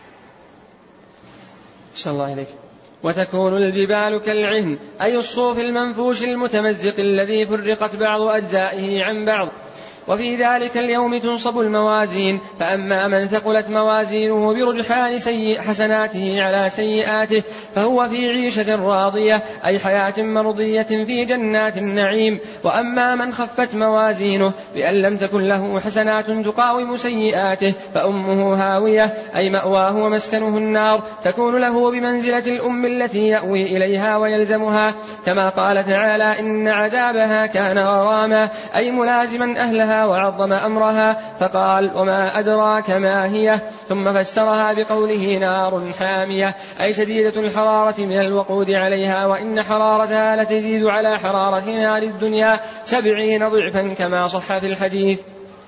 صلى الله عليك. وتكون الجبال كالعهن، أي الصوف المنفوش المتمزق الذي فرقت بعض أجزائه عن بعض. وفي ذلك اليوم تنصب الموازين، فأما من ثقلت موازينه برجحان سيء حسناته على سيئاته فهو في عيشة راضية، أي حياة مرضية في جنات النعيم. وأما من خفت موازينه بأن لم تكن له حسنات تقاوم سيئاته فأمه هاوية، أي مأواه ومسكنه النار، تكون له بمنزلة الأم التي يأوي إليها ويلزمها، كما قال تعالى إن عذابها كان غراما، أي ملازما أهلها وعظم أمرها، فقال وما أدراك ما هي، ثم فسرها بقوله نار حامية، أي شديدة الحرارة من الوقود عليها، وإن حرارتها لتزيد على حرارة نار الدنيا سبعين ضعفا كما صح في الحديث.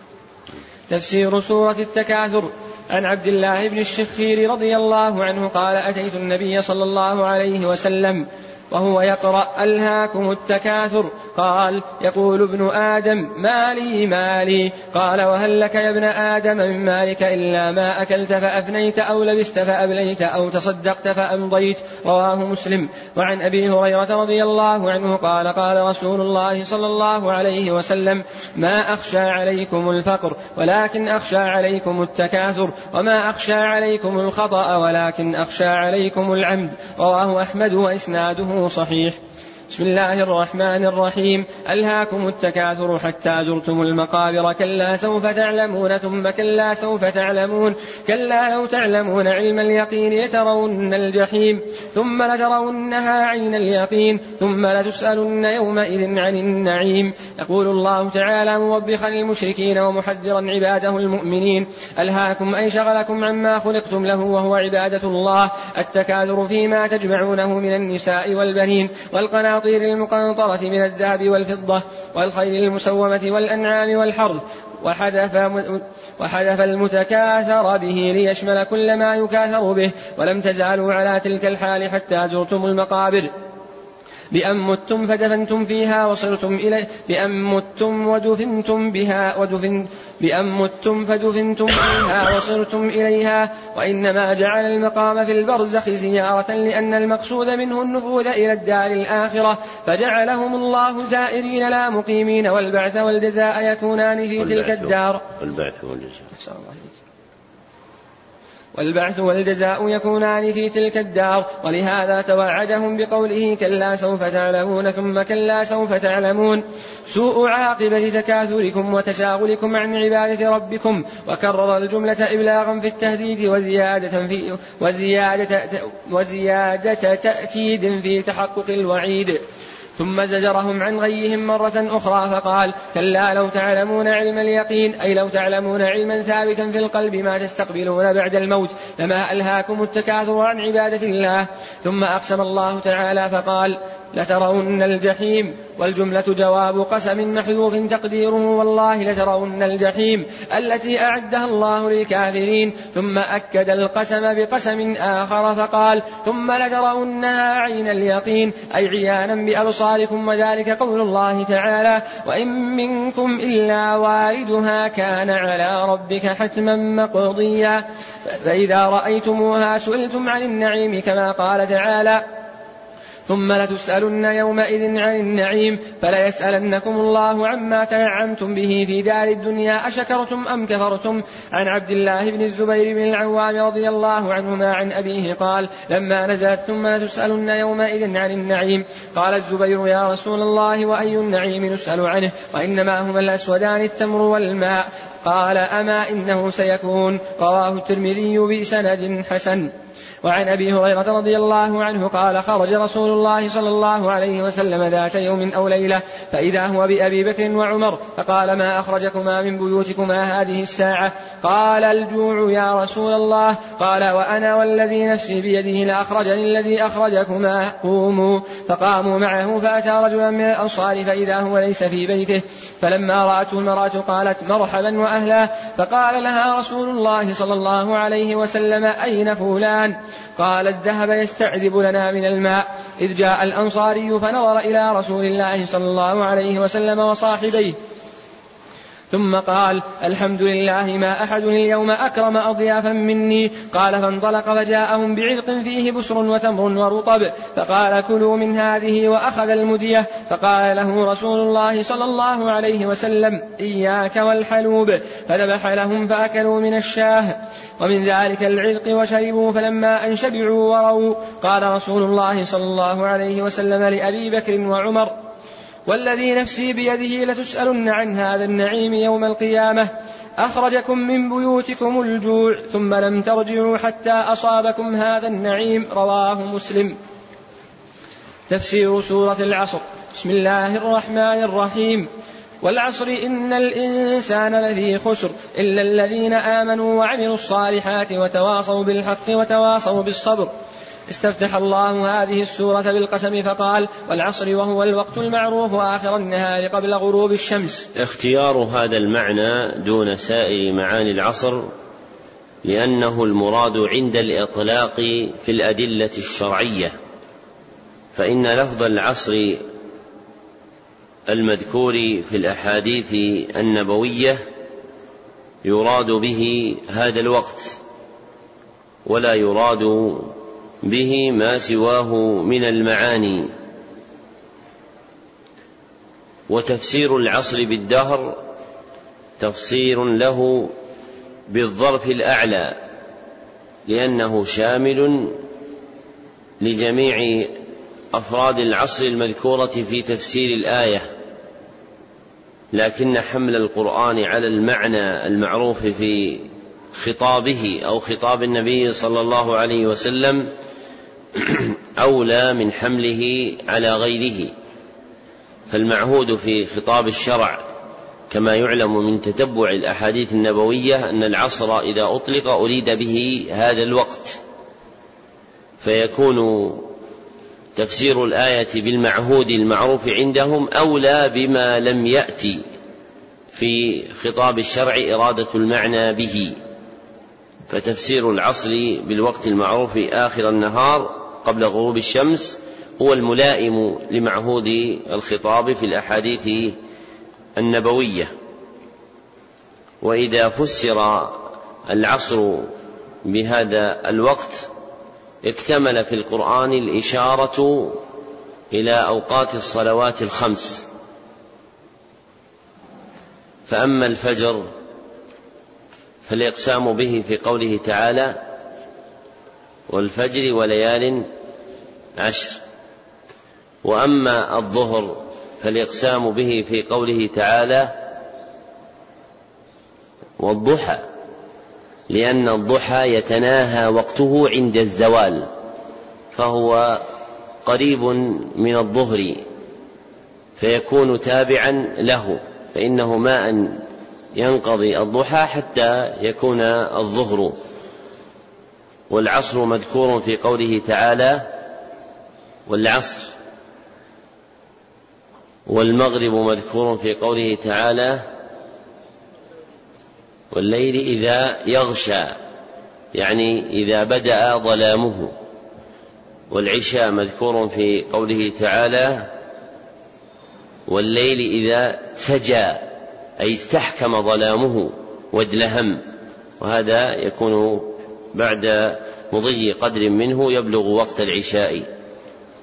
تفسير سورة التكاثر. عن عبد الله بن الشخير رضي الله عنه قال أتيت النبي صلى الله عليه وسلم وهو يقرأ ألهاكم التكاثر، قال يقول ابن آدم مالي مالي، قال وهل لك يا ابن آدم من مالك إلا ما أكلت فأفنيت أو لبست فأبليت أو تصدقت فأمضيت، رواه مسلم. وعن أبي هريرة رضي الله عنه قال قال رسول الله صلى الله عليه وسلم ما أخشى عليكم الفقر ولكن أخشى عليكم التكاثر، وما أخشى عليكم الخطأ ولكن أخشى عليكم العمد، رواه أحمد وإسناده صحيح. بسم الله الرحمن الرحيم. ألهاكم التكاثر حتى زرتم المقابر، كلا سوف تعلمون ثم كلا سوف تعلمون، كلا لو تعلمون علم اليقين لترون الجحيم ثم لترونها عين اليقين ثم لتسألن يومئذ عن النعيم. يقول الله تعالى موبخا المشركين ومحذرا عباده المؤمنين ألهاكم أي شغلكم عما خلقتم له وهو عبادة الله، التكاثر فيما تجمعونه من النساء والبنين والقناطير المقنطرة من الذهب والفضة والخيل المسومة والأنعام والحرث، وحذف, وحذف المتكاثر به ليشمل كل ما يكاثر به، ولم تزالوا على تلك الحال حتى زرتم المقابر بأن متم فدفنتم فيها وصرتم إليه بأن متم ودفنتم بها ودفن بأن متم فدفنتم فيها وصرتم إليها. وإنما جعل المقام في البرزخ زيارة لأن المقصود منه النفوذ إلى الدار الآخرة، فجعلهم الله زائرين لا مقيمين، والبعث والجزاء يكونان في تلك الدار والبعث والجزاء والبعث والجزاء يكونان في تلك الدار. ولهذا توعدهم بقوله كلا سوف تعلمون ثم كلا سوف تعلمون، سوء عاقبة تكاثركم وتشاغلكم عن عبادة ربكم، وكرر الجملة إبلاغا في التهديد وزيادة, في وزيادة, وزيادة تأكيد في تحقق الوعيد. ثم زجرهم عن غيهم مرة أخرى فقال كلا لو تعلمون علم اليقين، أي لو تعلمون علما ثابتا في القلب ما تستقبلون بعد الموت لما ألهاكم التكاثر عن عبادة الله. ثم أقسم الله تعالى فقال لترون الجحيم، والجملة جواب قسم محذوف تقديره والله لترون الجحيم التي أعدها الله للكافرين. ثم أكد القسم بقسم آخر فقال ثم لترونها عين اليقين، أي عيانا بأبصاركم، وذلك قول الله تعالى وإن منكم إلا واردها كان على ربك حتما مقضيا. فإذا رأيتموها سئلتم عن النعيم كما قال تعالى ثم لتسألن يومئذ عن النعيم فليسألنكم الله عما تنعمتم به في دار الدنيا أشكرتم أم كفرتم. عن عبد الله بن الزبير بن العوام رضي الله عنهما عن أبيه قال لما نزلت ثم لتسألن يومئذ عن النعيم قال الزبير يا رسول الله وأي النعيم نسأل عنه وإنما هما الأسودان التمر والماء. قال أما إنه سيكون. رواه الترمذي بسند حسن. وعن أبي هريرة رضي الله عنه قال خرج رسول الله صلى الله عليه وسلم ذات يوم أو ليلة فإذا هو بأبي بكر وعمر فقال ما أخرجكما من بيوتكما هذه الساعة؟ قال الجوع يا رسول الله. قال وأنا والذي نفسي بيده لأخرجني الذي أخرجكما قوموا. فقاموا معه فأتى رجلا من الأنصار فإذا هو ليس في بيته فلما رأته المرأة قالت مرحبا وأهلا. فقال لها رسول الله صلى الله عليه وسلم أين فلان؟ قالت ذهب يستعذب لنا من الماء. إذ جاء الأنصاري فنظر إلى رسول الله صلى الله عليه وسلم وصاحبيه ثم قال الحمد لله ما أحد اليوم أكرم أضيافا مني. قال فانطلق فجاءهم بعلق فيه بسر وتمر ورطب فقال كلوا من هذه وأخذ المدية. فقال له رسول الله صلى الله عليه وسلم إياك والحلوب فذبح لهم فأكلوا من الشاه ومن ذلك العلق وشربوا فلما أن شبعوا وروا. قال رسول الله صلى الله عليه وسلم لأبي بكر وعمر والذي نفسي بيده لتسألن عن هذا النعيم يوم القيامة أخرجكم من بيوتكم الجوع ثم لم ترجعوا حتى أصابكم هذا النعيم. رواه مسلم. تفسير سورة العصر. بسم الله الرحمن الرحيم. والعصر إن الإنسان لفي خسر إلا الذين آمنوا وعملوا الصالحات وتواصوا بالحق وتواصوا بالصبر. استفتح الله هذه السورة بالقسم فقال والعصر وهو الوقت المعروف آخر النهار قبل غروب الشمس. اختيار هذا المعنى دون سائر معاني العصر لأنه المراد عند الإطلاق في الأدلة الشرعية، فإن لفظ العصر المذكور في الأحاديث النبوية يراد به هذا الوقت ولا يراد به ما سواه من المعاني. وتفسير العصر بالدهر تفسير له بالظرف الأعلى لأنه شامل لجميع أفراد العصر المذكورة في تفسير الآية، لكن حمل القرآن على المعنى المعروف في خطابه أو خطاب النبي صلى الله عليه وسلم أولى من حمله على غيره. فالمعهود في خطاب الشرع كما يعلم من تتبع الأحاديث النبوية أن العصر إذا أطلق أريد به هذا الوقت، فيكون تفسير الآية بالمعهود المعروف عندهم أولى بما لم يأتي في خطاب الشرع إرادة المعنى به. فتفسير العصر بالوقت المعروف آخر النهار قبل غروب الشمس هو الملائم لمعهود الخطاب في الأحاديث النبوية. وإذا فسر العصر بهذا الوقت اكتمل في القرآن الإشارة إلى أوقات الصلوات الخمس. فأما الفجر فالإقسام به في قوله تعالى والفجر وليال عشر، وأما الظهر فالإقسام به في قوله تعالى والضحى، لأن الضحى يتناهى وقته عند الزوال فهو قريب من الظهر فيكون تابعا له، فإنه ما أن ينقضي الضحى حتى يكون الظهر. والعصر مذكور في قوله تعالى والعصر، والمغرب مذكور في قوله تعالى والليل إذا يغشى، يعني إذا بدأ ظلامه. والعشاء مذكور في قوله تعالى والليل إذا سجى، أي استحكم ظلامه وادلهم، وهذا يكون بعد مضي قدر منه يبلغ وقت العشاء.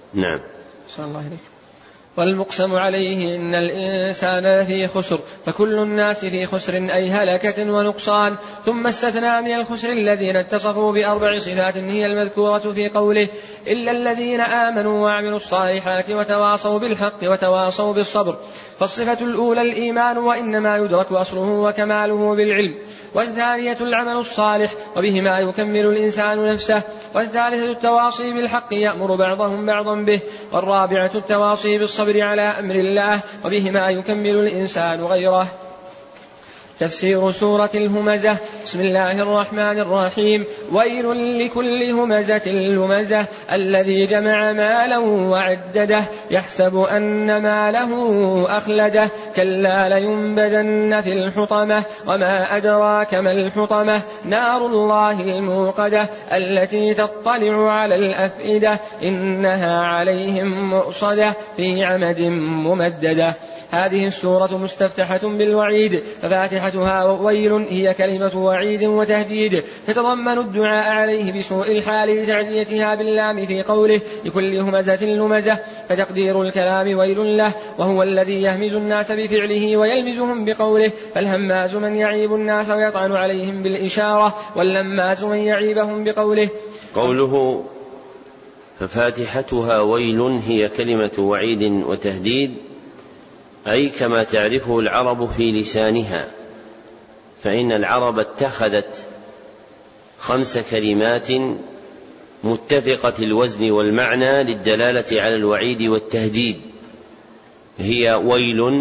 نعم. صلى الله عليه. والمقسم عليه إن الإنسان لفي خسر، فكل الناس في خسر أي هلكة ونقصان. ثم استثنى من الخسر الذين اتصفوا بأربع صفات هي المذكورة في قوله إلا الذين آمنوا وعملوا الصالحات وتواصوا بالحق وتواصوا بالصبر. فالصفة الأولى الإيمان وإنما يدرك أصله وكماله بالعلم، والثانية العمل الصالح وبهما يكمل الإنسان نفسه، والثالثة التواصي بالحق يأمر بعضهم بعضا به، والرابعة التواصي بالصبر على أمر الله وبهما يكمل الإنسان غيره. تفسير سورة الهمزة. بسم الله الرحمن الرحيم. ويل لكل همزة لمزة الذي جمع مالا وعدده يحسب أن ماله أخلده كلا لينبذن في الحطمة وما أدراك ما الحطمة نار الله الموقدة التي تطلع على الأفئدة إنها عليهم مؤصدة في عمد ممددة. هذه السورة مستفتحة بالوعيد، ففاتحتها ويل هي كلمة وعيد وتهديد تتضمن الدعاء عليه بسوء الحال لتعديتها باللام في قوله لكل همزة لمزة، فتقدير الكلام ويل له، وهو الذي يهمز الناس بفعله ويلمزهم بقوله، فالهماز من يعيب الناس ويطعن عليهم بالإشارة، واللماز من يعيبهم بقوله. قوله ففاتحتها ويل هي كلمة وعيد وتهديد، أي كما تعرفه العرب في لسانها، فإن العرب اتخذت خمس كلمات متفقة الوزن والمعنى للدلالة على الوعيد والتهديد، هي ويل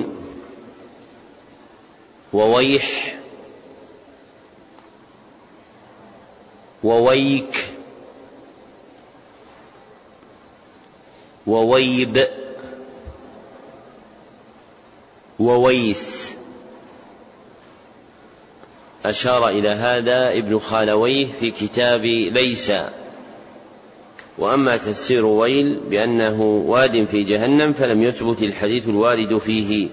وويح وويك وويب وويث. أشار إلى هذا ابن خالويه في كتاب ليس. وأما تفسير ويل بأنه واد في جهنم فلم يثبت الحديث الوارد فيه.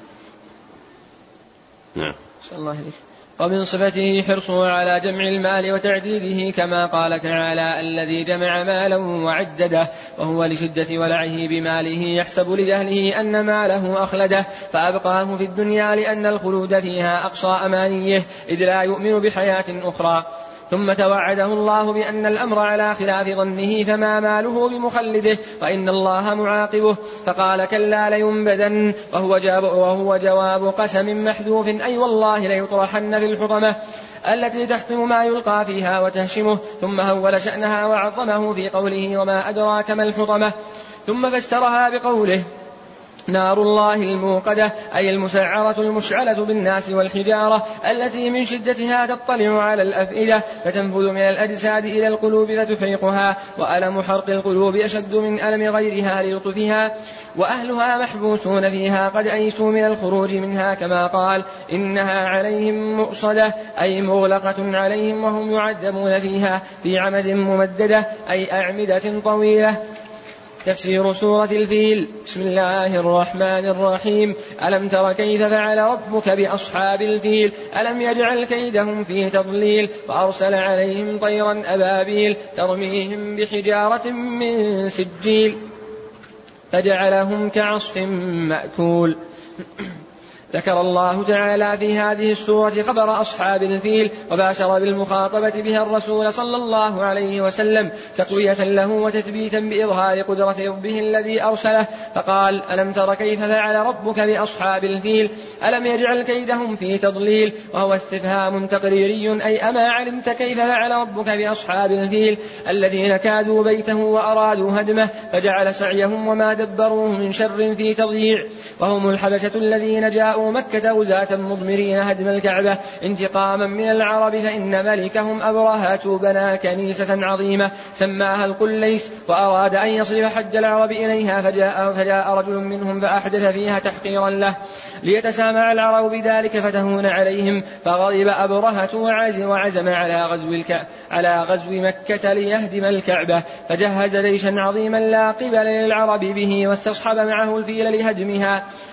نعم. صلى الله عليه. ومن صفته حرصه على جمع المال وتعديده كما قال تعالى الذي جمع مالا وعدده، وهو لشدة ولعه بماله يحسب لجهله أن ماله أخلده فأبقاه في الدنيا لأن الخلود فيها أقصى أمانيه إذ لا يؤمن بحياة أخرى. ثم توعده الله بأن الأمر على خلاف ظنه فما ماله بمخلده وإن الله معاقبه، فقال كلا لينبذن وهو جواب, وهو جواب قسم محذوف أي والله ليطرحن في الحطمة التي تحطم ما يلقى فيها وتهشمه. ثم هول شأنها وعظمه في قوله وما أدراك ما الحطمة، ثم فسرها بقوله نار الله الموقدة أي المسعرة المشعلة بالناس والحجارة التي من شدتها تطلع على الأفئدة فتنفذ من الأجساد إلى القلوب فتحرقها، وألم حرق القلوب أشد من ألم غيرها للطفها، وأهلها محبوسون فيها قد أيسوا من الخروج منها كما قال إنها عليهم مؤصدة أي مغلقة عليهم وهم يعذبون فيها في عمد ممددة أي أعمدة طويلة. تفسير سورة الفيل. بسم الله الرحمن الرحيم. ألم تر كيف فعل ربك بأصحاب الفيل ألم يجعل كيدهم في تضليل وأرسل عليهم طيرا أبابيل ترميهم بحجارة من سجيل فجعلهم كعصف مأكول. ذكر الله تعالى في هذه السورة خبر أصحاب الفيل وباشر بالمخاطبة بها الرسول صلى الله عليه وسلم تقوية له وتثبيتا بإظهار قدرة ربه الذي أرسله، فقال ألم تر كيف فعل ربك بأصحاب الفيل ألم يجعل كيدهم في تضليل، وهو استفهام تقريري أي أما علمت كيف فعل ربك بأصحاب الفيل الذين كادوا بيته وأرادوا هدمه فجعل سعيهم وما دبروه من شر في تضييع، وهم الحبشة الذين جاءوا مكة غزاة مضمرين هدم الكعبة انتقاما من العرب، فإن ملكهم أبرهة بنى كنيسة عظيمة سماها القليس وأراد أن يصرف حج العرب إليها فجاء, فجاء رجل منهم فأحدث فيها تحقيرا له ليتسامع العرب بذلك فتهون عليهم، فغضب أبرهة وعزم على غزو, الك... على غزو مكة ليهدم الكعبة، فجهز جيشا عظيما لا قبل للعرب به واستصحب معه الفيل لهدمها،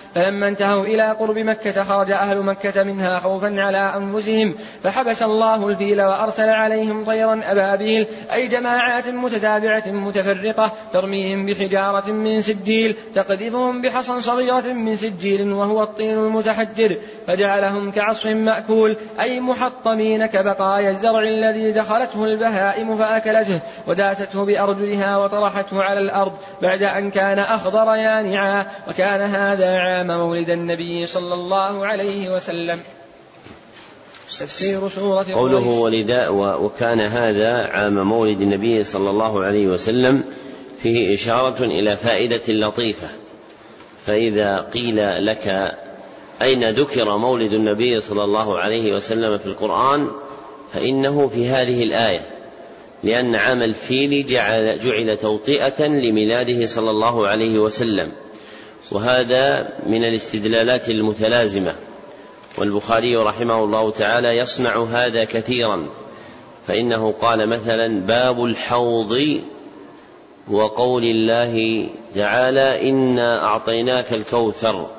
فلما انتهوا إلى قرب مكة خرج أهل مكة منها خوفا على أنفسهم، فحبس الله الفيل وأرسل عليهم طيرا أبابيل، أي جماعات متتابعة متفرقة ترميهم بحجارة من سجيل تقذفهم بحصى صغيرة من سجيل وهو الطين المتحجر، فجعلهم كعصف مأكول، أي محطمين كبقايا الزرع الذي دخلته البهائم فأكلته وداسته بأرجلها وطرحته على الأرض بعد أن كان أخضر يانعا. وكان هذا عام مولد النبي صلى الله عليه وسلم. تفسير سورة قوله ولداء وكان هذا عام مولد النبي صلى الله عليه وسلم فيه إشارة إلى فائدة لطيفة. فإذا قيل لك أين ذكر مولد النبي صلى الله عليه وسلم في القرآن فإنه في هذه الآية، لأن عام الفيل جعل, جعل توطئة لميلاده صلى الله عليه وسلم، وهذا من الاستدلالات المتلازمة، والبخاري رحمه الله تعالى يصنع هذا كثيرا، فإنه قال مثلا باب الحوض وقول الله تعالى إنا أعطيناك الكوثر.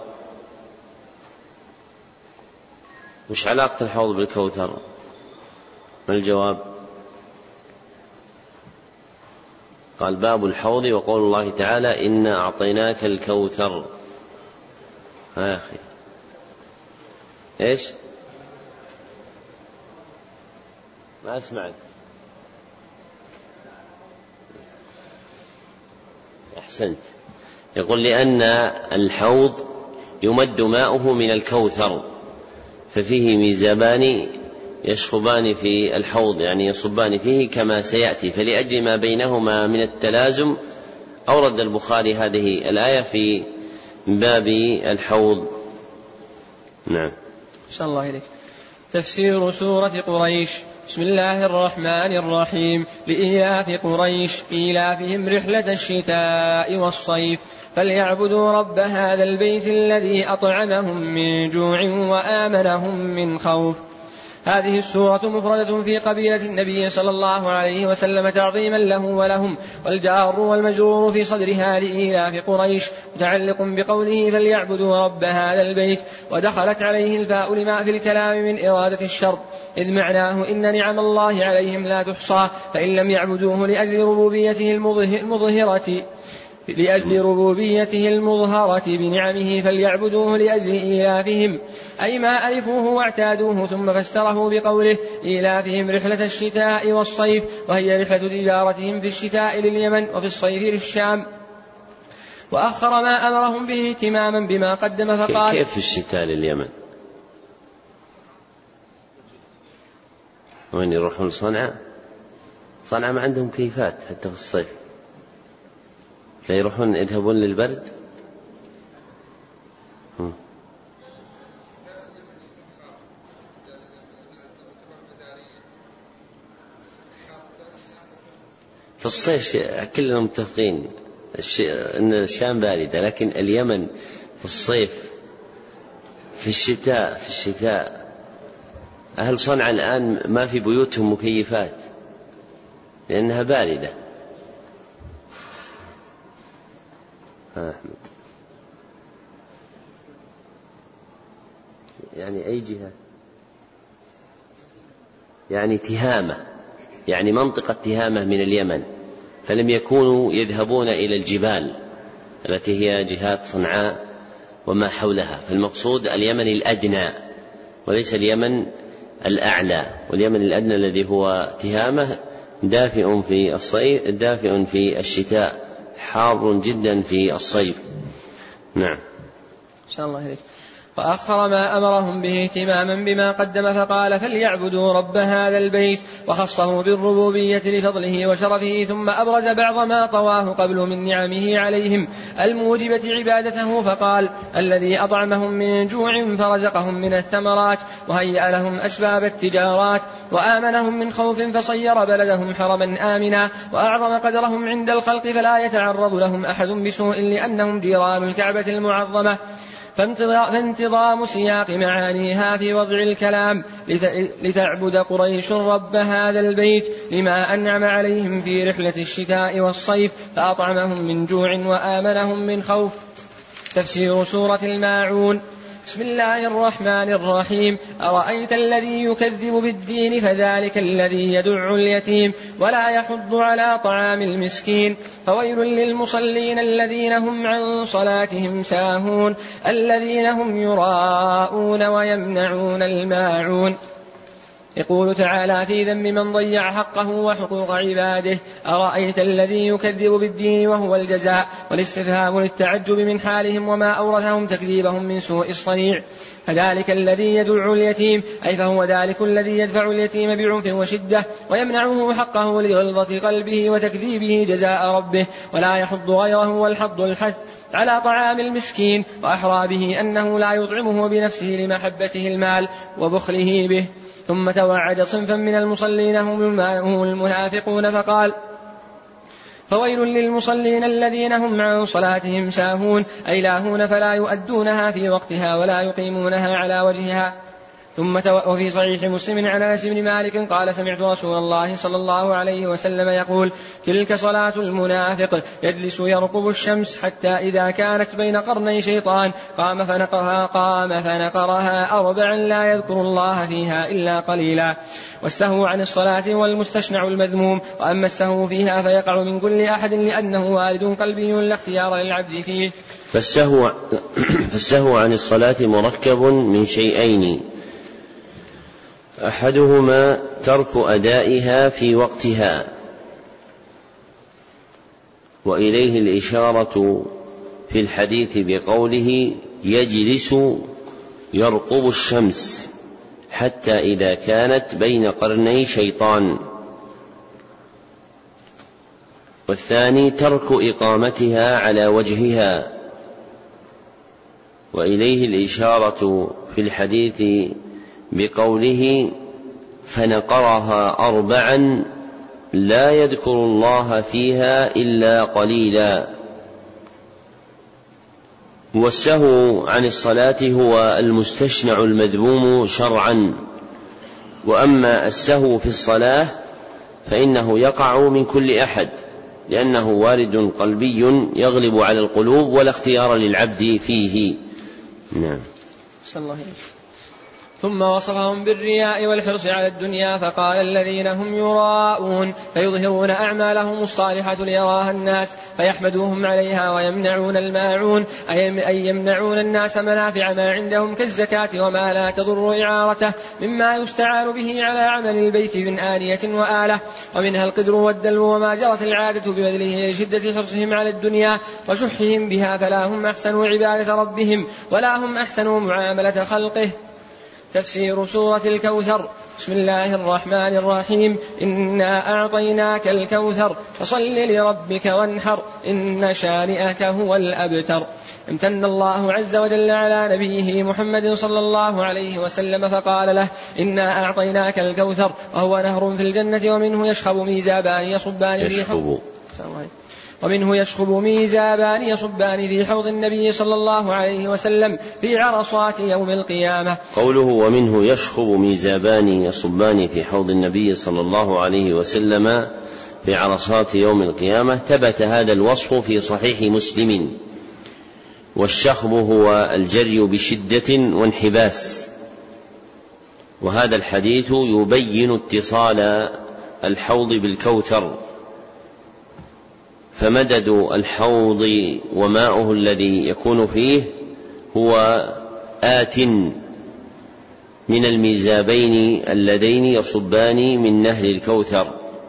وش علاقة الحوض بالكوثر؟ ما الجواب؟ قال باب الحوض وقول الله تعالى إنا أعطيناك الكوثر. ها يا أخي إيش؟ ما أسمعك. أحسنت. يقول لأن الحوض يمد ماؤه من الكوثر، ففيه ميزابان يشخبان في الحوض، يعني يصبان فيه كما سيأتي، فلأجل ما بينهما من التلازم أورد البخاري هذه الآية في باب الحوض. نعم. إن الله إليك. تفسير سورة قريش. بسم الله الرحمن الرحيم. لإيلاف قريش إيلافهم رحلة الشتاء والصيف فليعبدوا رب هذا البيت الذي أطعمهم من جوع وآمنهم من خوف. هذه السورة مفردة في قبيلة النبي صلى الله عليه وسلم تعظيما له ولهم، والجار والمجرور في صدرها لإيلاف قريش متعلق بقوله فليعبدوا رب هذا البيت، ودخلت عليه الفاء لما في الكلام من إرادة الشر، إذ معناه إن نعم الله عليهم لا تحصى، فإن لم يعبدوه لأجل ربوبيته المظهرة لأجل ربوبيته المظهرة بنعمه فليعبدوه لأجل إيلافهم، أي ما ألفوه واعتادوه. ثم فسره بقوله إيلافهم رحلة الشتاء والصيف، وهي رحلة تجارتهم في الشتاء لليمن وفي الصيف للشام. وأخر ما أمرهم به اهتماما بما قدم فقال كيف في الشتاء لليمن؟ وين يروحون صنعاء؟ صنعاء ما عندهم كيفات حتى في الصيف، فيروحون يذهبون للبرد. هم. في الصيف كلنا متفقين أن الشام باردة، لكن اليمن في الصيف في الشتاء في الشتاء أهل صنعاء الآن ما في بيوتهم مكيفات لأنها باردة. أحمد يعني أي جهة؟ يعني تهامة، يعني منطقة تهامة من اليمن، فلم يكونوا يذهبون إلى الجبال التي هي جهات صنعاء وما حولها، فالمقصود اليمن الأدنى وليس اليمن الأعلى، واليمن الأدنى الذي هو تهامة دافئ في الصيف دافئ في الشتاء، حار جدا في الصيف. نعم. إن شاء الله إليك. وأخر ما أمرهم به اهتماما بما قدم فقال فليعبدوا رب هذا البيت، وخصه بالربوبية لفضله وشرفه، ثم أبرز بعض ما طواه قبل من نعمه عليهم الموجبة عبادته، فقال الذي أطعمهم من جوع فرزقهم من الثمرات وهيأ لهم أسباب التجارات وآمنهم من خوف فصير بلدهم حرما آمنا وأعظم قدرهم عند الخلق فلا يتعرض لهم أحد بسوء لأنهم جيران الكعبة المعظمة. فانتظام سياق معانيها في وضع الكلام لتعبد قريش رب هذا البيت لما أنعم عليهم في رحلة الشتاء والصيف فأطعمهم من جوع وآمنهم من خوف. تفسير سورة الماعون. بسم الله الرحمن الرحيم. أرأيت الذي يكذب بالدين فذلك الذي يدع اليتيم ولا يحض على طعام المسكين فويل للمصلين الذين هم عن صلاتهم ساهون الذين هم يراءون ويمنعون الماعون. يقول تعالى في ذم من ضيع حقه وحقوق عباده: أرأيت الذي يكذب بالدين وهو الجزاء، والاستفهام للتعجب من حالهم وما أورثهم تكذيبهم من سوء الصنيع. فذلك الذي يدع اليتيم أي فهو ذلك الذي يدفع اليتيم بعنف وشدة ويمنعه حقه لغلظة قلبه وتكذيبه جزاء ربه، ولا يحض غيره والحض الحث على طعام المسكين، وأحرى به أنه لا يطعمه بنفسه لمحبته المال وبخله به. ثم توعد صنفا من المصلين هم المنافقون فقال: فويل للمصلين الذين هم عن صلاتهم ساهون أي لاهون فلا يؤدونها في وقتها ولا يقيمونها على وجهها. ثم وفي صحيح مسلم عن أنس بن مالك قال: سمعت رسول الله صلى الله عليه وسلم يقول: تلك صلاة المنافق يجلس يرقب الشمس حتى إذا كانت بين قرني شيطان قام فنقرها قام فنقرها أربعا لا يذكر الله فيها إلا قليلا. والسهو عن الصلاة والمستشنع المذموم، وأما السهو فيها فيقع من كل أحد لأنه وارد قلبي لا اختيار للعبد فيه. فالسهو, فالسهو عن الصلاة مركب من شيئين: أحدهما ترك أدائها في وقتها، وإليه الإشارة في الحديث بقوله: يجلس يرقب الشمس حتى إذا كانت بين قرني شيطان. والثاني ترك إقامتها على وجهها، وإليه الإشارة في الحديث بقوله: فنقرها أربعا لا يذكر الله فيها إلا قليلا. والسهو عن الصلاة هو المستشنع المذموم شرعا، وأما السهو في الصلاة فإنه يقع من كل أحد لأنه وارد قلبي يغلب على القلوب ولا اختيار للعبد فيه. نعم. صلى الله عليه وسلم. ثم وصفهم بالرياء والحرص على الدنيا فقال: الذين هم يراءون فيظهرون أعمالهم الصالحة ليراها الناس فيحمدوهم عليها ويمنعون الماعون أي يمنعون الناس منافع ما عندهم كالزكاة وما لا تضر إعارته مما يستعان به على عمل البيت من آنية وآلة، ومنها القدر والدلو وما جرت العادة ببذله لشدة حرصهم على الدنيا وشحهم بها، فلا هم أحسنوا عبادة ربهم ولا هم أحسنوا معاملة خلقه. تفسير سورة الكوثر. بسم الله الرحمن الرحيم. إنا أعطيناك الكوثر فصل لربك وانحر إن شانئك هو الأبتر. امتن الله عز وجل على نبيه محمد صلى الله عليه وسلم فقال له: إنا أعطيناك الكوثر، وهو نهر في الجنة ومنه يشخب ميزابان يصبان في حوض ومنه يشخب ميزابان يصبان في حوض النبي صلى الله عليه وسلم في عرصات يوم القيامة. قوله ومنه يشخب ميزابان يصبان في حوض النبي صلى الله عليه وسلم في عرصات يوم القيامة، ثبت هذا الوصف في صحيح مسلم. والشخب هو الجري بشدة وانحباس، وهذا الحديث يبين اتصال الحوض بالكوثر، فمدد الحوض وماؤه الذي يكون فيه هو آت من الميزابين اللذين يصبان من نهر الكوثر.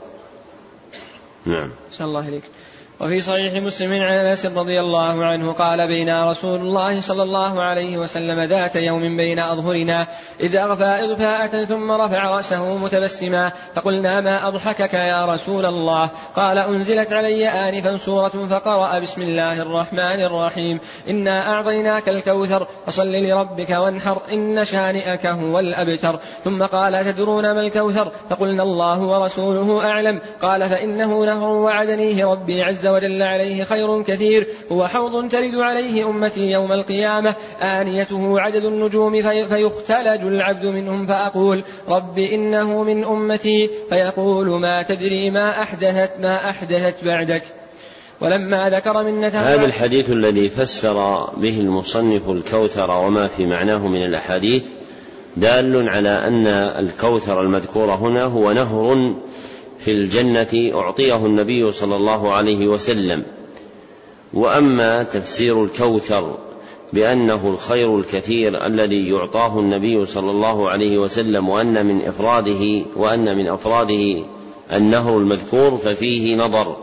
نعم. صلى الله عليك. وفي صحيح مسلم عن أنس رضي الله عنه قال: بينا رسول الله صلى الله عليه وسلم ذات يوم بين أظهرنا إذ أغفى إغفاءة ثم رفع رأسه متبسما فقلنا: ما أضحكك يا رسول الله؟ قال: أنزلت علي آنفا سورة فقرأ بسم الله الرحمن الرحيم إنا أعطيناك الكوثر فصل لربك وانحر إن شانئك هو الأبتر. ثم قال: تدرون ما الكوثر؟ فقلنا: الله ورسوله أعلم. قال: فإنه نهر وعدنيه ربي عز وجل عليه خير كثير، هو حوض ترد عليه أمتي يوم القيامة آنيته عدد النجوم في فيختلج العبد منهم فأقول: رب إنه من أمتي، فيقول: ما تدري ما أحدثت ما أحدثت بعدك. ولما ذكر منته هذا الحديث الذي فسر به المصنف الكوثر وما في معناه من الأحاديث دال على أن الكوثر المذكور هنا هو نهر في الجنة أعطيه النبي صلى الله عليه وسلم. وأما تفسير الكوثر بأنه الخير الكثير الذي يعطاه النبي صلى الله عليه وسلم وأن من إفراده وأن من أفراده النهر المذكور ففيه نظر.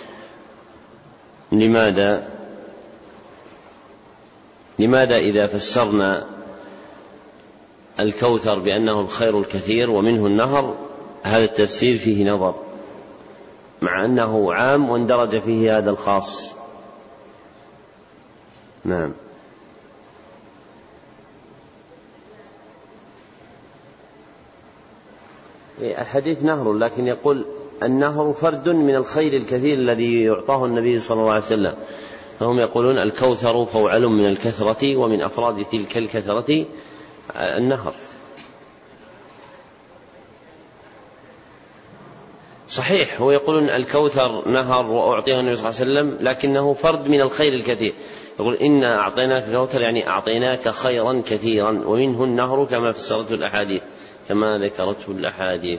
لماذا؟ لماذا إذا فسرنا الكوثر بأنه الخير الكثير ومنه النهر هذا التفسير فيه نظر مع أنه عام واندرج فيه هذا الخاص؟ نعم. الحديث نهر، لكن يقول النهر فرد من الخير الكثير الذي يعطاه النبي صلى الله عليه وسلم، فهم يقولون الكوثر فوعل من الكثرة ومن أفراد تلك الكثرة النهر. صحيح، هو يقولون الكوثر نهر وأعطيه النبي صلى الله عليه وسلم لكنه فرد من الخير الكثير. يقول إنا أعطيناك كوثر يعني أعطيناك خيرا كثيرا ومنه النهر كما فسرته الأحاديث كما ذكرته الأحاديث.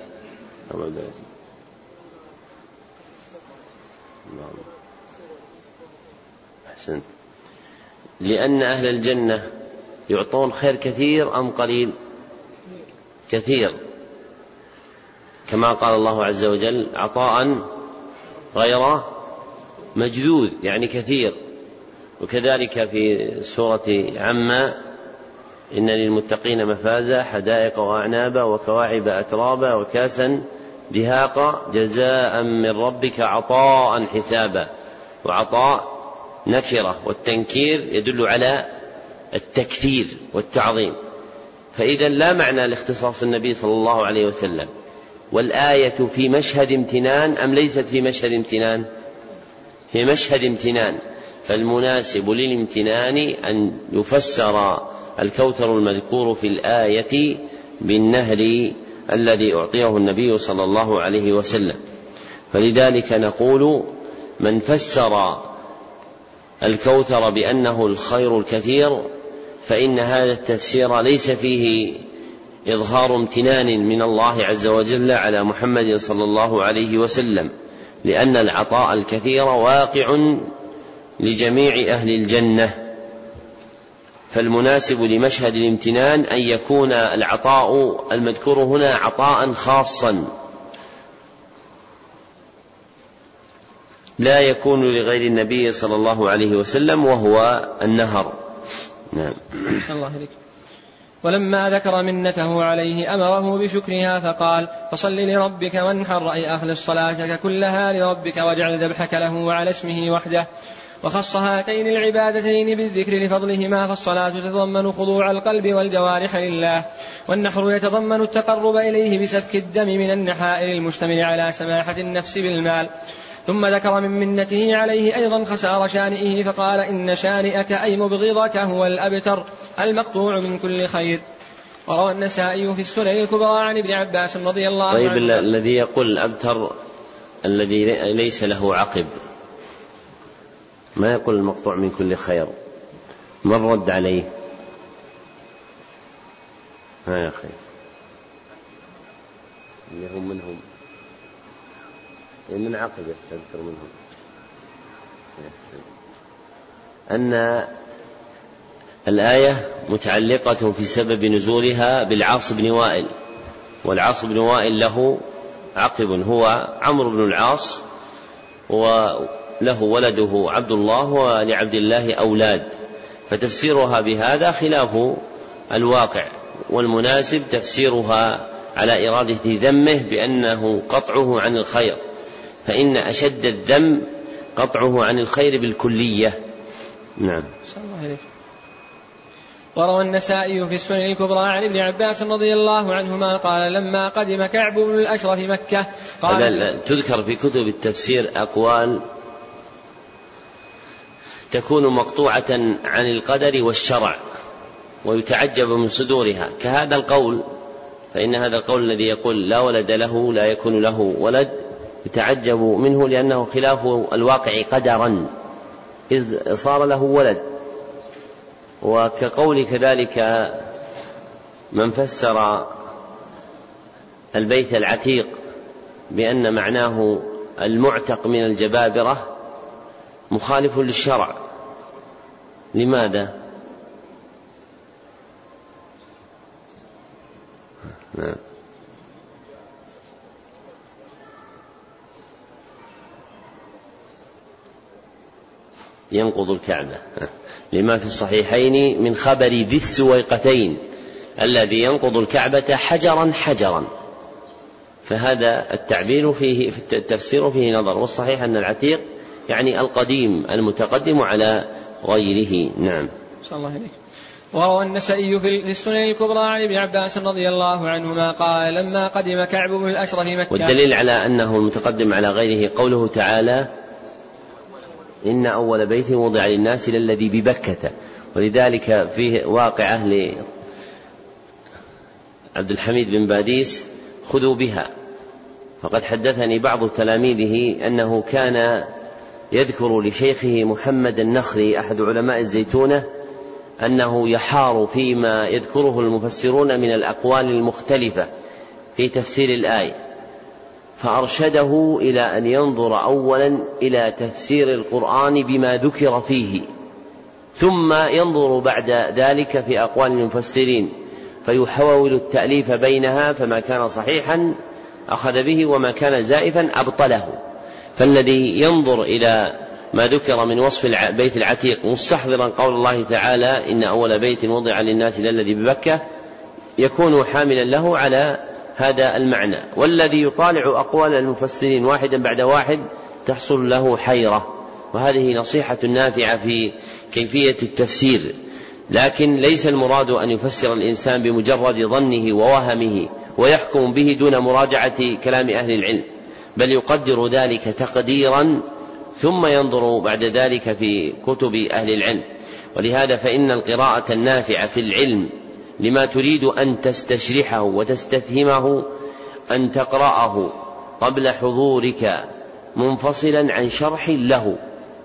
أحسنت. لأن أهل الجنة يعطون خير كثير أم قليل؟ كثير، كما قال الله عز وجل عطاء غير مجذوذ يعني كثير. وكذلك في سورة عما إن للمتقين مفازا حدائق وأعنابا وكواعب أترابا وكاسا دهاقا جزاء من ربك عطاء حسابا. وعطاء نكرة والتنكير يدل على التكثير والتعظيم، فإذا لا معنى لاختصاص النبي صلى الله عليه وسلم. والآية في مشهد امتنان أم ليست في مشهد امتنان؟ في مشهد امتنان، فالمناسب للامتنان أن يفسر الكوثر المذكور في الآية بالنهر الذي أعطيه النبي صلى الله عليه وسلم. فلذلك نقول من فسر الكوثر بأنه الخير الكثير فإن هذا التفسير ليس فيه إظهار امتنان من الله عز وجل على محمد صلى الله عليه وسلم، لأن العطاء الكثير واقع لجميع أهل الجنة. فالمناسب لمشهد الامتنان أن يكون العطاء المذكور هنا عطاء خاصا لا يكون لغير النبي صلى الله عليه وسلم وهو النهر. نعم. الله عليك. ولما ذكر منته عليه أمره بشكرها فقال فصل لربك وانحر أي أخلص صلاتك كلها لربك واجعل ذبحك له وعلى اسمه وحده. وخص هاتين العبادتين بالذكر لفضلهما، فالصلاة تتضمن خضوع القلب والجوارح لله، والنحر يتضمن التقرب إليه بسفك الدم من النحائر المشتمل على سماحة النفس بالمال. ثم ذكر من منته عليه أيضا خسار شانئه فقال إن شانئك أي مبغضك هو الأبتر المقطوع من كل خير. وروى النسائي في السنن الكبرى عن ابن عباس رضي الله عنه. طيب الذي يقول الأبتر الذي ليس له عقب ما يقول المقطوع من كل خير، من رد عليه؟ ها يا أخي اللي هم منهم من عقبه تذكر منهم أن الآية متعلقة في سبب نزولها بالعاص بن وائل، والعاص بن وائل له عقب هو عمرو بن العاص وله ولده عبد الله ولعبد الله أولاد، فتفسيرها بهذا خلاف الواقع، والمناسب تفسيرها على إرادة ذمه بأنه قطعه عن الخير، فإن أشد الذم قطعه عن الخير بالكلية. نعم. وروى النسائي في السنن الكبرى عن ابن عباس رضي الله عنهما قال لما قدم كعب بن الأشرف مكة قال تذكر في كتب التفسير أقوال تكون مقطوعة عن القدر والشرع ويتعجب من صدورها، كهذا القول، فإن هذا القول الذي يقول لا ولد له لا يكون له ولد يتعجب منه لأنه خلاف الواقع قدرا إذ صار له ولد. وكقول كذلك من فسر البيت العتيق بأن معناه المعتق من الجبابرة مخالف للشرع. لماذا؟ نعم. ينقض الكعبة لما في الصحيحين من خبر ذي السويقتين الذي ينقض الكعبة حجرا حجرا، فهذا التعبير فيه في التفسير فيه نظر، والصحيح أن العتيق يعني القديم المتقدم على غيره. نعم. صلى الله عليه. وروى النسائي في السنن الكبرى عن ابن عباس رضي الله عنهما قال لما قدم كعب بن الأشرف مكة. والدليل على أنه المتقدم على غيره قوله تعالى إن أول بيت وضع للناس للذي ببكة، ولذلك فيه واقعة لعبد الحميد بن باديس خذوا بها، فقد حدثني بعض تلاميذه أنه كان يذكر لشيخه محمد النخري أحد علماء الزيتونة أنه يحار فيما يذكره المفسرون من الأقوال المختلفة في تفسير الآية، فأرشده إلى أن ينظر أولا إلى تفسير القرآن بما ذكر فيه، ثم ينظر بعد ذلك في أقوال المفسرين فيحاول التأليف بينها، فما كان صحيحا أخذ به وما كان زائفا أبطله. فالذي ينظر إلى ما ذكر من وصف البيت العتيق مستحضرا قول الله تعالى إن أول بيت وضع للناس للذي ببكة يكون حاملا له على هذا المعنى، والذي يطالع أقوال المفسرين واحدا بعد واحد تحصل له حيرة، وهذه نصيحة نافعة في كيفية التفسير. لكن ليس المراد أن يفسر الإنسان بمجرد ظنه ووهمه ويحكم به دون مراجعة كلام أهل العلم، بل يقدر ذلك تقديرا ثم ينظر بعد ذلك في كتب أهل العلم. ولهذا فإن القراءة النافعة في العلم لما تريد أن تستشرحه وتستفهمه أن تقرأه قبل حضورك منفصلا عن شرح له،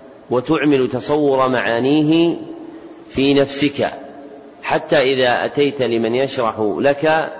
وتعمل تصور معانيه في نفسك، حتى إذا أتيت لمن يشرح لك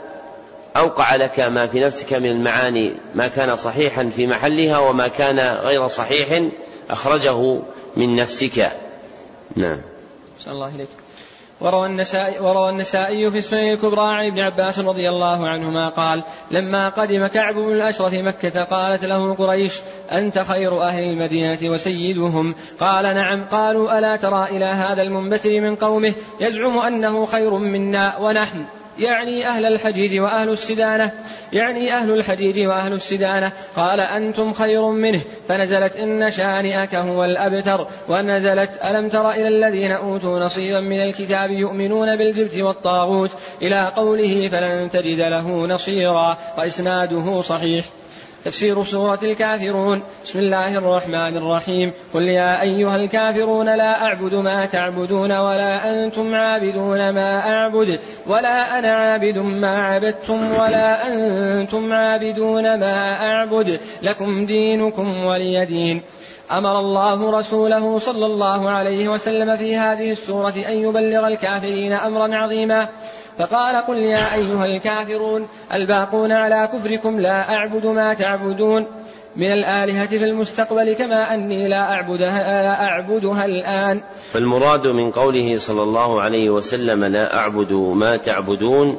أوقع لك ما في نفسك من المعاني ما كان صحيحا في محلها وما كان غير صحيح أخرجه من نفسك. نعم. صلى الله عليك. وروى النسائي, وروى النسائي في السنن الكبرى عن ابن عباس رضي الله عنهما قال لما قدم كعب بن الأشرف مكة قالت له قريش أنت خير أهل المدينة وسيدهم؟ قال نعم. قالوا ألا ترى إلى هذا المنبتر من قومه يزعم أنه خير منا ونحن يعني أهل الحجيج وأهل السدانة يعني أهل الحجيج وأهل السدانة. قال أنتم خير منه. فنزلت إن شانئك هو الأبتر، ونزلت ألم تر إلى الذين أوتوا نصيبا من الكتاب يؤمنون بالجبت والطاغوت إلى قوله فلن تجد له نصيرا، وإسناده صحيح. تفسير سورة الكافرون. بسم الله الرحمن الرحيم. قل يا أيها الكافرون لا أعبد ما تعبدون ولا أنتم عابدون ما أعبد ولا أنا عابد ما عبدتم ولا أنتم عابدون ما أعبد لكم دينكم ولي دين. أمر الله رسوله صلى الله عليه وسلم في هذه السورة أن يبلغ الكافرين أمرا عظيما، فقال قل يا أيها الكافرون الباقون على كفركم لا أعبد ما تعبدون من الآلهة في المستقبل كما أني لا أعبدها, لا أعبدها الآن. فالمراد من قوله صلى الله عليه وسلم لا أعبد ما تعبدون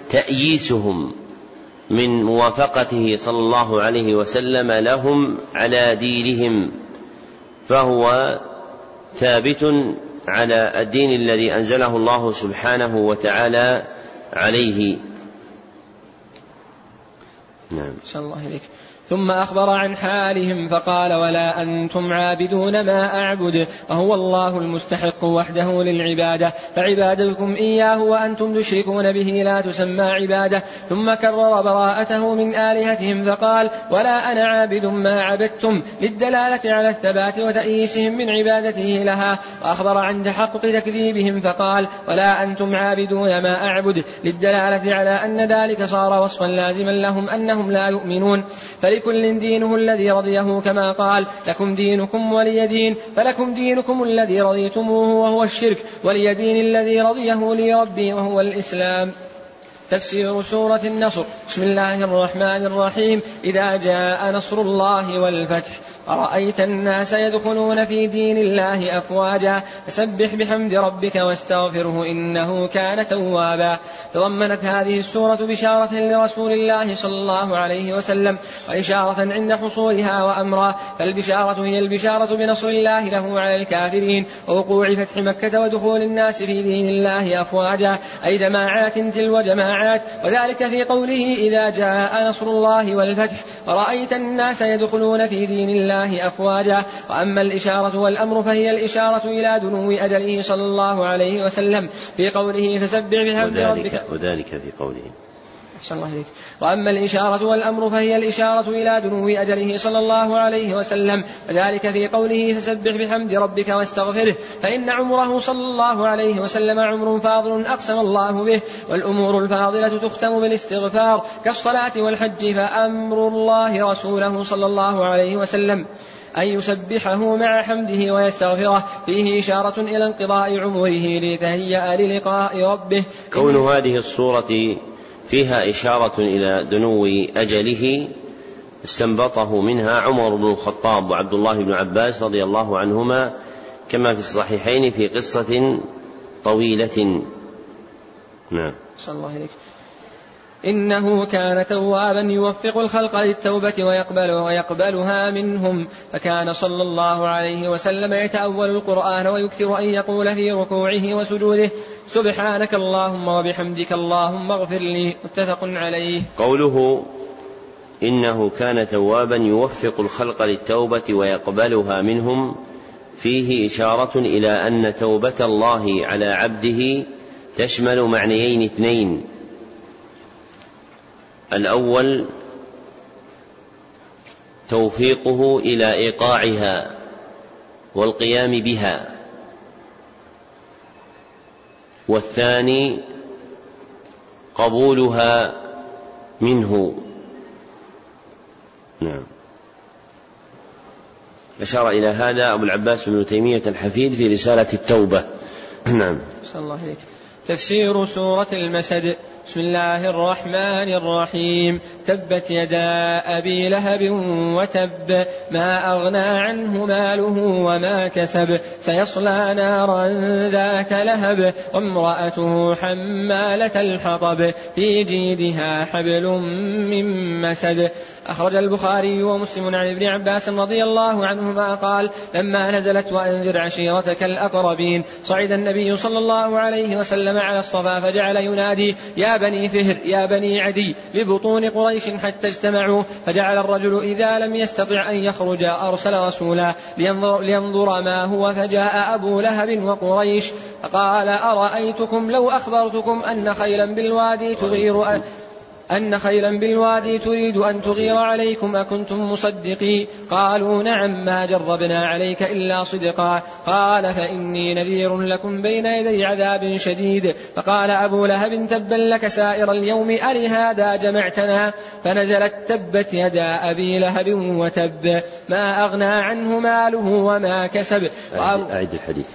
تأييسهم من موافقته صلى الله عليه وسلم لهم على دينهم، فهو ثابت على الدين الذي أنزله الله سبحانه وتعالى عليه. نعم. صلى الله عليك. ثم أخبر عن حالهم فقال ولا أنتم عابدون ما أعبد وهو الله المستحق وحده للعبادة، فعبادتكم إياه وأنتم تشركون به لا تسمى عبادة. ثم كرر براءته من آلهتهم فقال ولا أنا عابد ما عبدتم للدلالة على الثبات وتأييسهم من عبادته لها. وأخبر عن تحقق تكذيبهم فقال ولا أنتم عابدون ما أعبد للدلالة على أن ذلك صار وصفا لازما لهم أنهم لا يؤمنون. ولكل دينه الذي رضيه كما قال لكم دينكم ولي دين. فلكم دينكم الذي رضيتموه وهو الشرك، ولي دين الذي رضيه لي ربي وهو الإسلام. تفسير سورة النصر. بسم الله الرحمن الرحيم. إذا جاء نصر الله والفتح أرأيت الناس يدخلون في دين الله أفواجا فسبح بحمد ربك واستغفره إنه كان توابا. تضمنت هذه السورة بشارة لرسول الله صلى الله عليه وسلم وإشارة عند حصولها وأمرا. فالبشارة هي البشارة بنصر الله له على الكافرين ووقوع فتح مكة ودخول الناس في دين الله أفواجا أي جماعات تلو جماعات، وذلك في قوله إذا جاء نصر الله والفتح ورأيت الناس يدخلون في دين الله أفواجا. وأما الإشارة والأمر فهي الإشارة إلى دنو أجله صلى الله عليه وسلم في قوله فسبح بحمد ربك وذلك في قوله. وأما الإشارة والأمر فهي الإشارة إلى دنو أجله صلى الله عليه وسلم وذلك في قوله فسبح بحمد ربك واستغفره، فإن عمره صلى الله عليه وسلم عمر فاضل أقسم الله به، والأمور الفاضلة تختم بالاستغفار كالصلاة والحج. فأمر الله رسوله صلى الله عليه وسلم أن يسبحه مع حمده ويستغفره فيه إشارة إلى انقضاء عمره ليتهيأ للقاء ربه. كون هذه الصورة فيها إشارة إلى دنو أجله استنبطه منها عمر بن الخطاب وعبد الله بن عباس رضي الله عنهما كما في الصحيحين في قصة طويلة. نعم. صلى الله عليه. إنه كان توابا يوفق الخلق للتوبة ويقبل ويقبلها منهم. فكان صلى الله عليه وسلم يتأول القرآن ويكثر أن يقول في ركوعه وسجوده سبحانك اللهم وبحمدك اللهم اغفر لي. متفق عليه. قوله إنه كان توابا يوفق الخلق للتوبة ويقبلها منهم فيه إشارة إلى أن توبة الله على عبده تشمل معنيين اثنين: الأول توفيقه إلى إيقاعها والقيام بها، والثاني قبولها منه. نعم. أشار إلى هذا أبو العباس بن تيمية الحفيد في رسالة التوبة. نعم. صلى الله عليك. تفسير سورة المسد. بسم الله الرحمن الرحيم. تبت يدا أبي لهب وتب ما أغنى عنه ماله وما كسب سيصلى نارا ذات لهب وامرأته حمالة الحطب في جيدها حبل من مسد. أخرج البخاري ومسلم عن ابن عباس رضي الله عنهما قال لما نزلت وأنذر عشيرتك الأقربين صعد النبي صلى الله عليه وسلم على الصفا فجعل ينادي يا بني فهر يا بني عدي ببطون قريش حتى اجتمعوا، فجعل الرجل إذا لم يستطع أن يخرج أرسل رسولا لينظر, لينظر ما هو، فجاء أبو لهب وقريش فقال أرأيتكم لو أخبرتكم أن خيلا بالوادي تغير أن خيلا بالوادي تريد أن تغير عليكم أكنتم مصدقي؟ قالوا نعم ما جربنا عليك إلا صدقا. قال فإني نذير لكم بين يدي عذاب شديد. فقال أبو لهب تبا لك سائر اليوم ألهذا جمعتنا؟ فنزلت تبت يدا أبي لهب وتب ما أغنى عنه ماله وما كسب. أعد الحديث.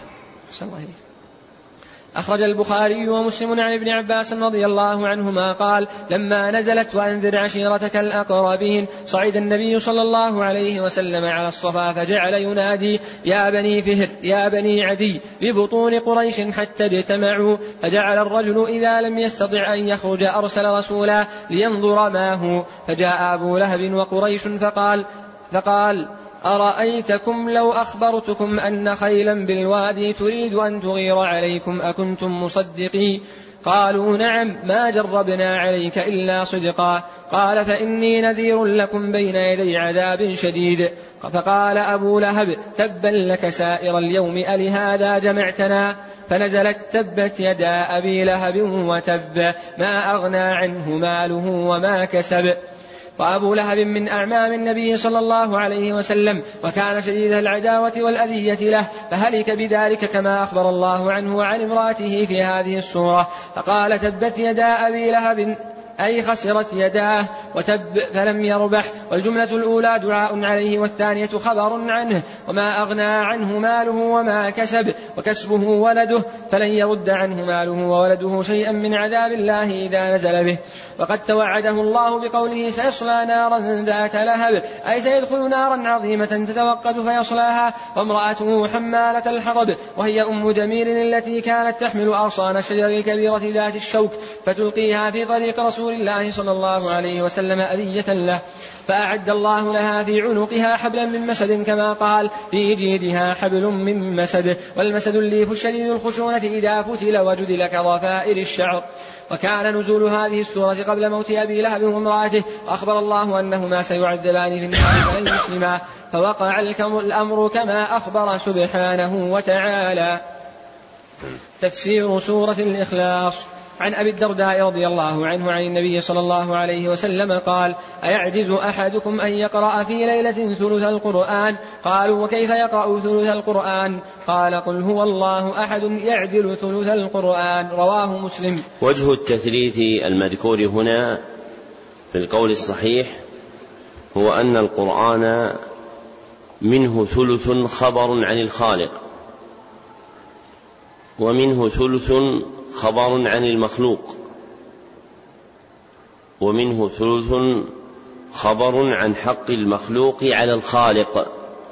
أخرج البخاري ومسلم عن ابن عباس رضي الله عنهما قال لما نزلت وأنذر عشيرتك الأقربين صعد النبي صلى الله عليه وسلم على الصفا فجعل ينادي يا بني فهر يا بني عدي ببطون قريش حتى اجتمعوا، فجعل الرجل إذا لم يستطع أن يخرج أرسل رسولا لينظر ما هو، فجاء أبو لهب وقريش فقال فقال أرأيتكم لو أخبرتكم أن خيلا بالوادي تريد أن تغير عليكم أكنتم مصدقي؟ قالوا نعم ما جربنا عليك إلا صدقا. قال فإني نذير لكم بين يدي عذاب شديد. فقال أبو لهب تبا لك سائر اليوم ألهذا جمعتنا؟ فنزلت تبت يدا أبي لهب وتب ما أغنى عنه ماله وما كسب. وأبو لهب من أعمام النبي صلى الله عليه وسلم وكان شديد العداوة والأذية له، فهلك بذلك كما أخبر الله عنه وعن امرأته في هذه السورة. فقال تبت يدا أبي لهب أي خسرت يداه وتب فلم يربح. والجملة الأولى دعاء عليه والثانية خبر عنه وما أغنى عنه ماله وما كسب وكسبه ولده فلن يرد عنه ماله وولده شيئا من عذاب الله إذا نزل به. وقد توعده الله بقوله سيصلى نارا ذات لهب أي سيدخل نارا عظيمة تتوقد فيصلاها وامرأته حمالة الحطب وهي أم جميل التي كانت تحمل أغصان الشجر الكبيرة ذات الشوك فتلقيها في طريق رسول الله صلى الله عليه وسلم أذية له فأعد الله لها في عنقها حبلا من مسد كما قال في جيدها حبل من مسد. والمسد الليف الشديد الخشونة إذا فتل وجدل كضفائر الشعر. وكان نزول هذه السورة قبل موت أبي لهب وامرأته وأخبر الله أنهما سيعذبان في النار فلن يسلما فوقع الأمر كما أخبر سبحانه وتعالى. تفسير سورة الإخلاص. عن أبي الدرداء رضي الله عنه عن النبي صلى الله عليه وسلم قال أيعجز أحدكم أن يقرأ في ليلة ثلث القرآن؟ قالوا وكيف يقرأ ثلث القرآن؟ قال قل هو الله أحد يعدل ثلث القرآن. رواه مسلم. وجه التثليث المذكور هنا في القول الصحيح هو أن القرآن منه ثلث خبر عن الخالق ومنه ثلث خبر عن المخلوق ومنه ثلث خبر عن حق المخلوق على الخالق.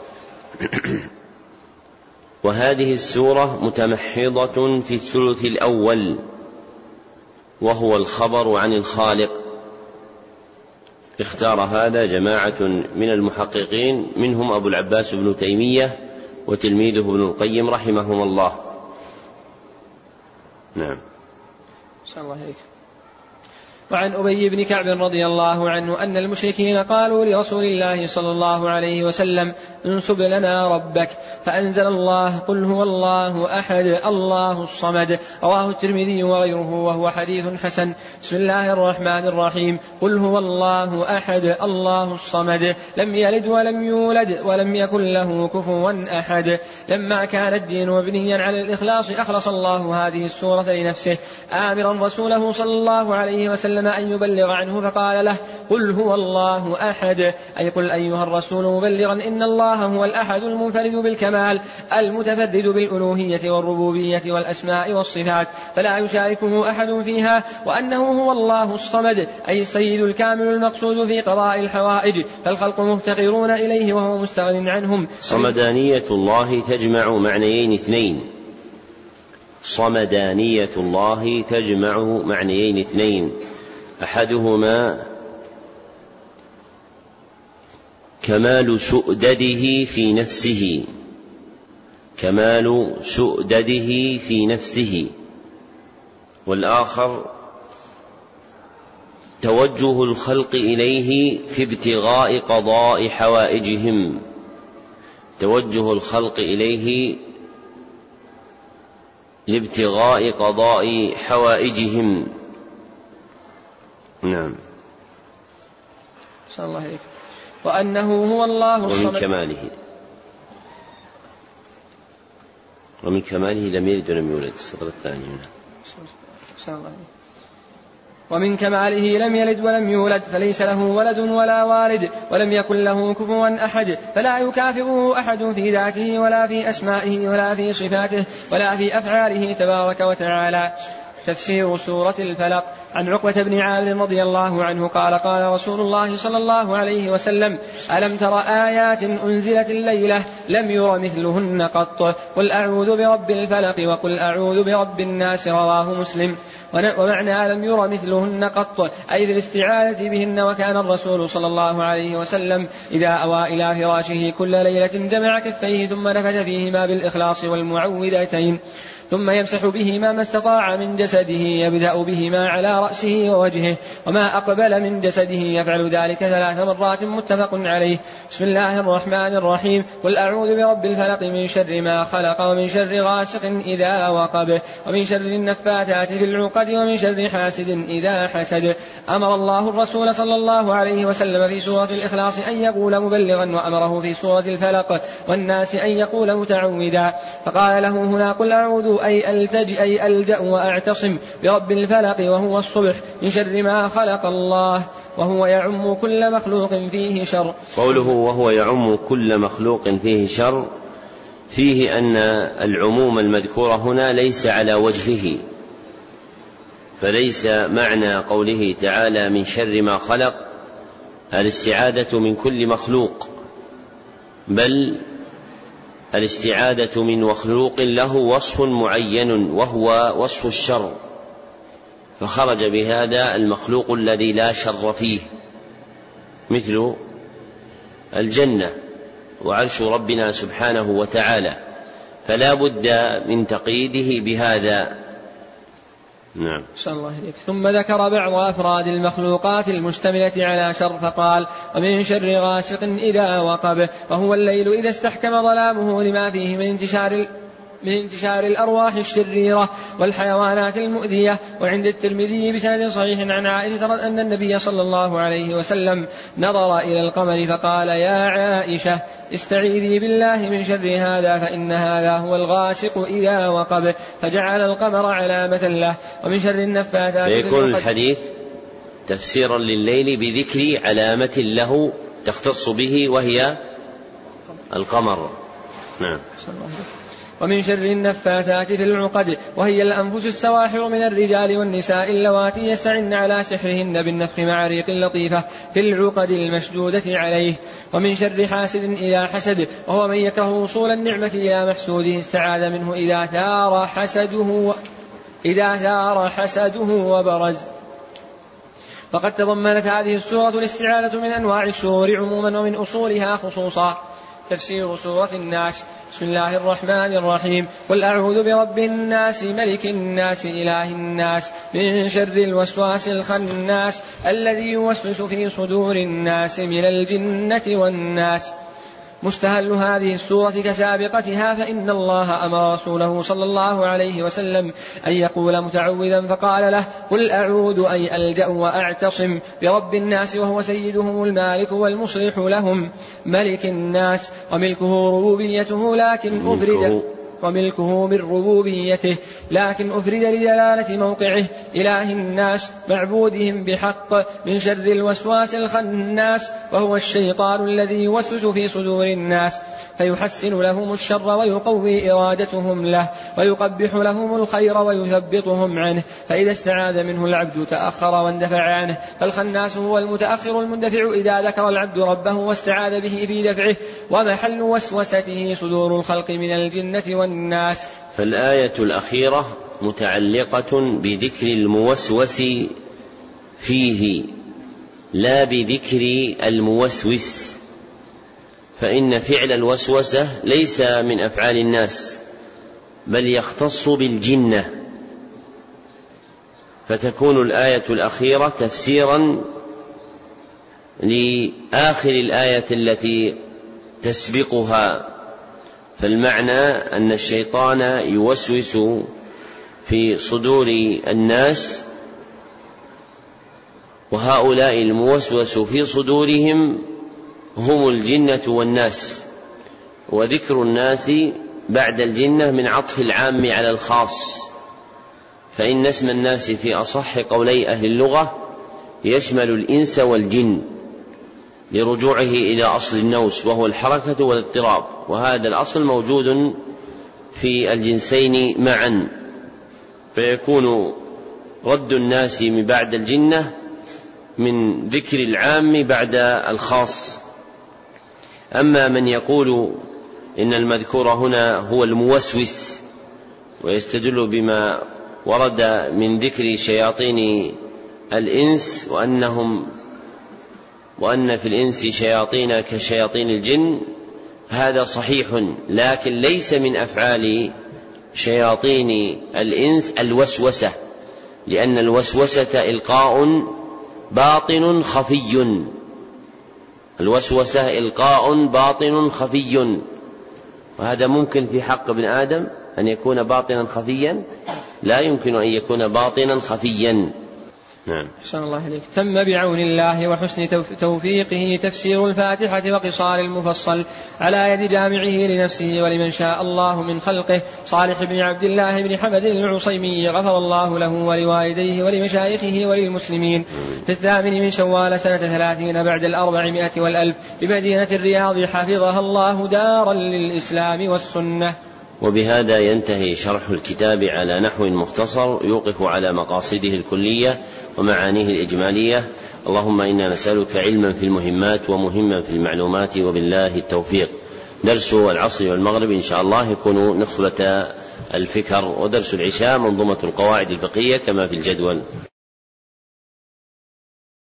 وهذه السورة متمحضة في الثلث الأول وهو الخبر عن الخالق. اختار هذا جماعة من المحققين منهم أبو العباس بن تيمية وتلميذه ابن القيم رحمهم الله. نعم. صلى الله عليه. وعن أبي بن كعب رضي الله عنه أن المشركين قالوا لرسول الله صلى الله عليه وسلم انصب لنا ربك فأنزل الله قل هو الله أحد الله الصمد. رواه الترمذي وغيره وهو حديث حسن. بسم الله الرحمن الرحيم. قل هو الله أحد الله الصمد لم يلد ولم يولد ولم يكن له كفوا أحد. لما كان الدين مبنيا على الإخلاص أخلص الله هذه السورة لنفسه آمرا رسوله صلى الله عليه وسلم أن يبلغ عنه فقال له قل هو الله أحد أي قل أيها الرسول مبلغا إن الله هو الأحد المنفرد بالكمال المتفرد بالألوهية والربوبية والأسماء والصفات فلا يشاركه أحد فيها وأنه هو الله الصمد أي السيد الكامل المقصود في قضاء الحوائج فالخلق مفتقرون إليه وهو مستغن عنهم. صمدانية الله تجمع معنيين اثنين. صمدانية الله تجمع معنيين اثنين أحدهما كمال سؤدده في نفسه كمال سؤدده في نفسه والآخر توجه الخلق إليه في ابتغاء قضاء حوائجهم توجه الخلق إليه لابتغاء قضاء حوائجهم. نعم. صلى الله عليه. وأنه هو الله الصمد. ومن كماله ومن كماله لم يلد ولم يولد. السطر الثاني. صلى الله عليه. ومن كماله لم يلد ولم يولد فليس له ولد ولا والد ولم يكن له كفوا أحد فلا يكافئه أحد في ذاته ولا في أسمائه ولا في صفاته ولا في أفعاله تبارك وتعالى. تفسير سورة الفلق. عن عقبة بن عامر رضي الله عنه قال قال رسول الله صلى الله عليه وسلم ألم تر آيات أنزلت الليلة لم ير مثلهن قط قل أعوذ برب الفلق وقل أعوذ برب الناس. رواه مسلم. ومعنى لم ير مثلهن قط أي في الاستعاذة بهن. وكان الرسول صلى الله عليه وسلم إذا أوى إلى فراشه كل ليلة جمع كفيه ثم نفث فيهما بالإخلاص والمعوذتين ثم يمسح بهما ما استطاع من جسده يبدأ بهما على رأسه ووجهه وما أقبل من جسده يفعل ذلك ثلاث مرات متفق عليه. بسم الله الرحمن الرحيم قل أعوذ برب الفلق من شر ما خلق ومن شر غاسق إذا وقب ومن شر النفاثات في العقد ومن شر حاسد إذا حسد. أمر الله الرسول صلى الله عليه وسلم في سورة الإخلاص أن يقول مبلغا، وأمره في سورة الفلق والناس أن يقول متعوذا، فقال له هنا قل أعوذ أي ألتجئ أي ألجأ وأعتصم برب الفلق وهو الصبح من شر ما خلق الله، وهو يعم كل مخلوق فيه شر. قوله وهو يعم كل مخلوق فيه شر فيه أن العموم المذكور هنا ليس على وجهه، فليس معنى قوله تعالى من شر ما خلق الاستعادة من كل مخلوق، بل الاستعادة من مخلوق له وصف معين وهو وصف الشر، فخرج بهذا المخلوق الذي لا شر فيه، مثل الجنة وعرش ربنا سبحانه وتعالى، فلا بد من تقييده بهذا. نعم. الله إليك. ثم ذكر بعض أفراد المخلوقات المشتملة على شر فقال ومن شر غاسق إذا وقب، وهو الليل إذا استحكم ظلامه لما فيه من انتشار من انتشار الأرواح الشريرة والحيوانات المؤذية. وعند الترمذي بسند صحيح عن عائشة أن النبي صلى الله عليه وسلم نظر إلى القمر فقال يا عائشة استعيذي بالله من شر هذا فإن هذا هو الغاسق إذا وقب، فجعل القمر علامة له. ومن شر النفاثات فيكون الحديث تفسيرا لليل بذكر علامة له تختص به وهي القمر. نعم. ومن شر النفاثات في العقد، وهي الأنفس السواحر من الرجال والنساء اللواتي يستعن على سحرهن بالنفخ مع ريق لطيفة في العقد المشدودة عليه. ومن شر حاسد إذا حسد، وهو من يكره وصول النعمة إلى محسوده استعاذ منه إذا ثار حسده إذا ثار حسده وبرز. فقد تضمنت هذه السورة الاستعاذة من أنواع الشرور عموما ومن أصولها خصوصا. تفسير سورة الناس. بسم الله الرحمن الرحيم قل أعوذ برب الناس ملك الناس إله الناس من شر الوسواس الخناس الذي يوسوس في صدور الناس من الجنة والناس. مستهل هذه السورة كسابقتها، فإن الله أمر رسوله صلى الله عليه وسلم أن يقول متعوذا فقال له قل أعوذ أي ألجأ وأعتصم برب الناس وهو سيدهم المالك والمصلح لهم ملك الناس، وملكه ربوبيته لكن أفرد وملكه من ربوبيته لكن أفرد لدلالة موقعه إله الناس معبودهم بحق من شر الوسواس الخناس، وهو الشيطان الذي يوسوس في صدور الناس فيحسن لهم الشر ويقوي إرادتهم له ويقبح لهم الخير ويثبطهم عنه، فإذا استعاذ منه العبد تأخر واندفع عنه. فالخناس هو المتأخر المندفع إذا ذكر العبد ربه واستعاذ به في دفعه، ومحل وسوسته صدور الخلق من الجنة والناس. فالآية الأخيرة متعلقة بذكر الموسوس فيه لا بذكر الموسوس، فإن فعل الوسوسة ليس من أفعال الناس بل يختص بالجنة، فتكون الآية الأخيرة تفسيرا لآخر الآية التي تسبقها. فالمعنى أن الشيطان يوسوس في صدور الناس، وهؤلاء الموسوس في صدورهم هم الجنة والناس، وذكر الناس بعد الجنة من عطف العام على الخاص، فإن اسم الناس في أصح قولي أهل اللغة يشمل الإنس والجن لرجوعه إلى أصل النوس وهو الحركة والاضطراب، وهذا الأصل موجود في الجنسين معا، فيكون رد الناس من بعد الجنة من ذكر العام بعد الخاص. أما من يقول إن المذكور هنا هو الموسوس ويستدل بما ورد من ذكر شياطين الإنس وأنهم وأن في الإنس شياطين كشياطين الجن، هذا صحيح، لكن ليس من أفعال شياطين الإنس الوسوسة، لأن الوسوسة إلقاء باطن خفي، الوسوسة إلقاء باطن خفي، وهذا ممكن في حق ابن آدم أن يكون باطنا خفيا؟ لا يمكن أن يكون باطنا خفيا. نعم. أحسن الله إليك. تم بعون الله وحسن توفيقه تفسير الفاتحة وقصار المفصل على يد جامعه لنفسه ولمن شاء الله من خلقه صالح بن عبد الله بن حمد العصيمي غفر الله له ولوالديه ولمشايخه وللمسلمين في الثامن من شوال سنة ثلاثين بعد الأربعمائة والألف بمدينة الرياض حفظها الله دارا للإسلام والسنة. وبهذا ينتهي شرح الكتاب على نحو مختصر يوقف على مقاصده الكلية ومعانيه الإجمالية. اللهم إنا نسألك علما في المهمات ومهما في المعلومات، وبالله التوفيق. درس العصر والمغرب إن شاء الله يكون نخبة الفكر، ودرس العشاء منظومة القواعد الفقهية كما في الجدول.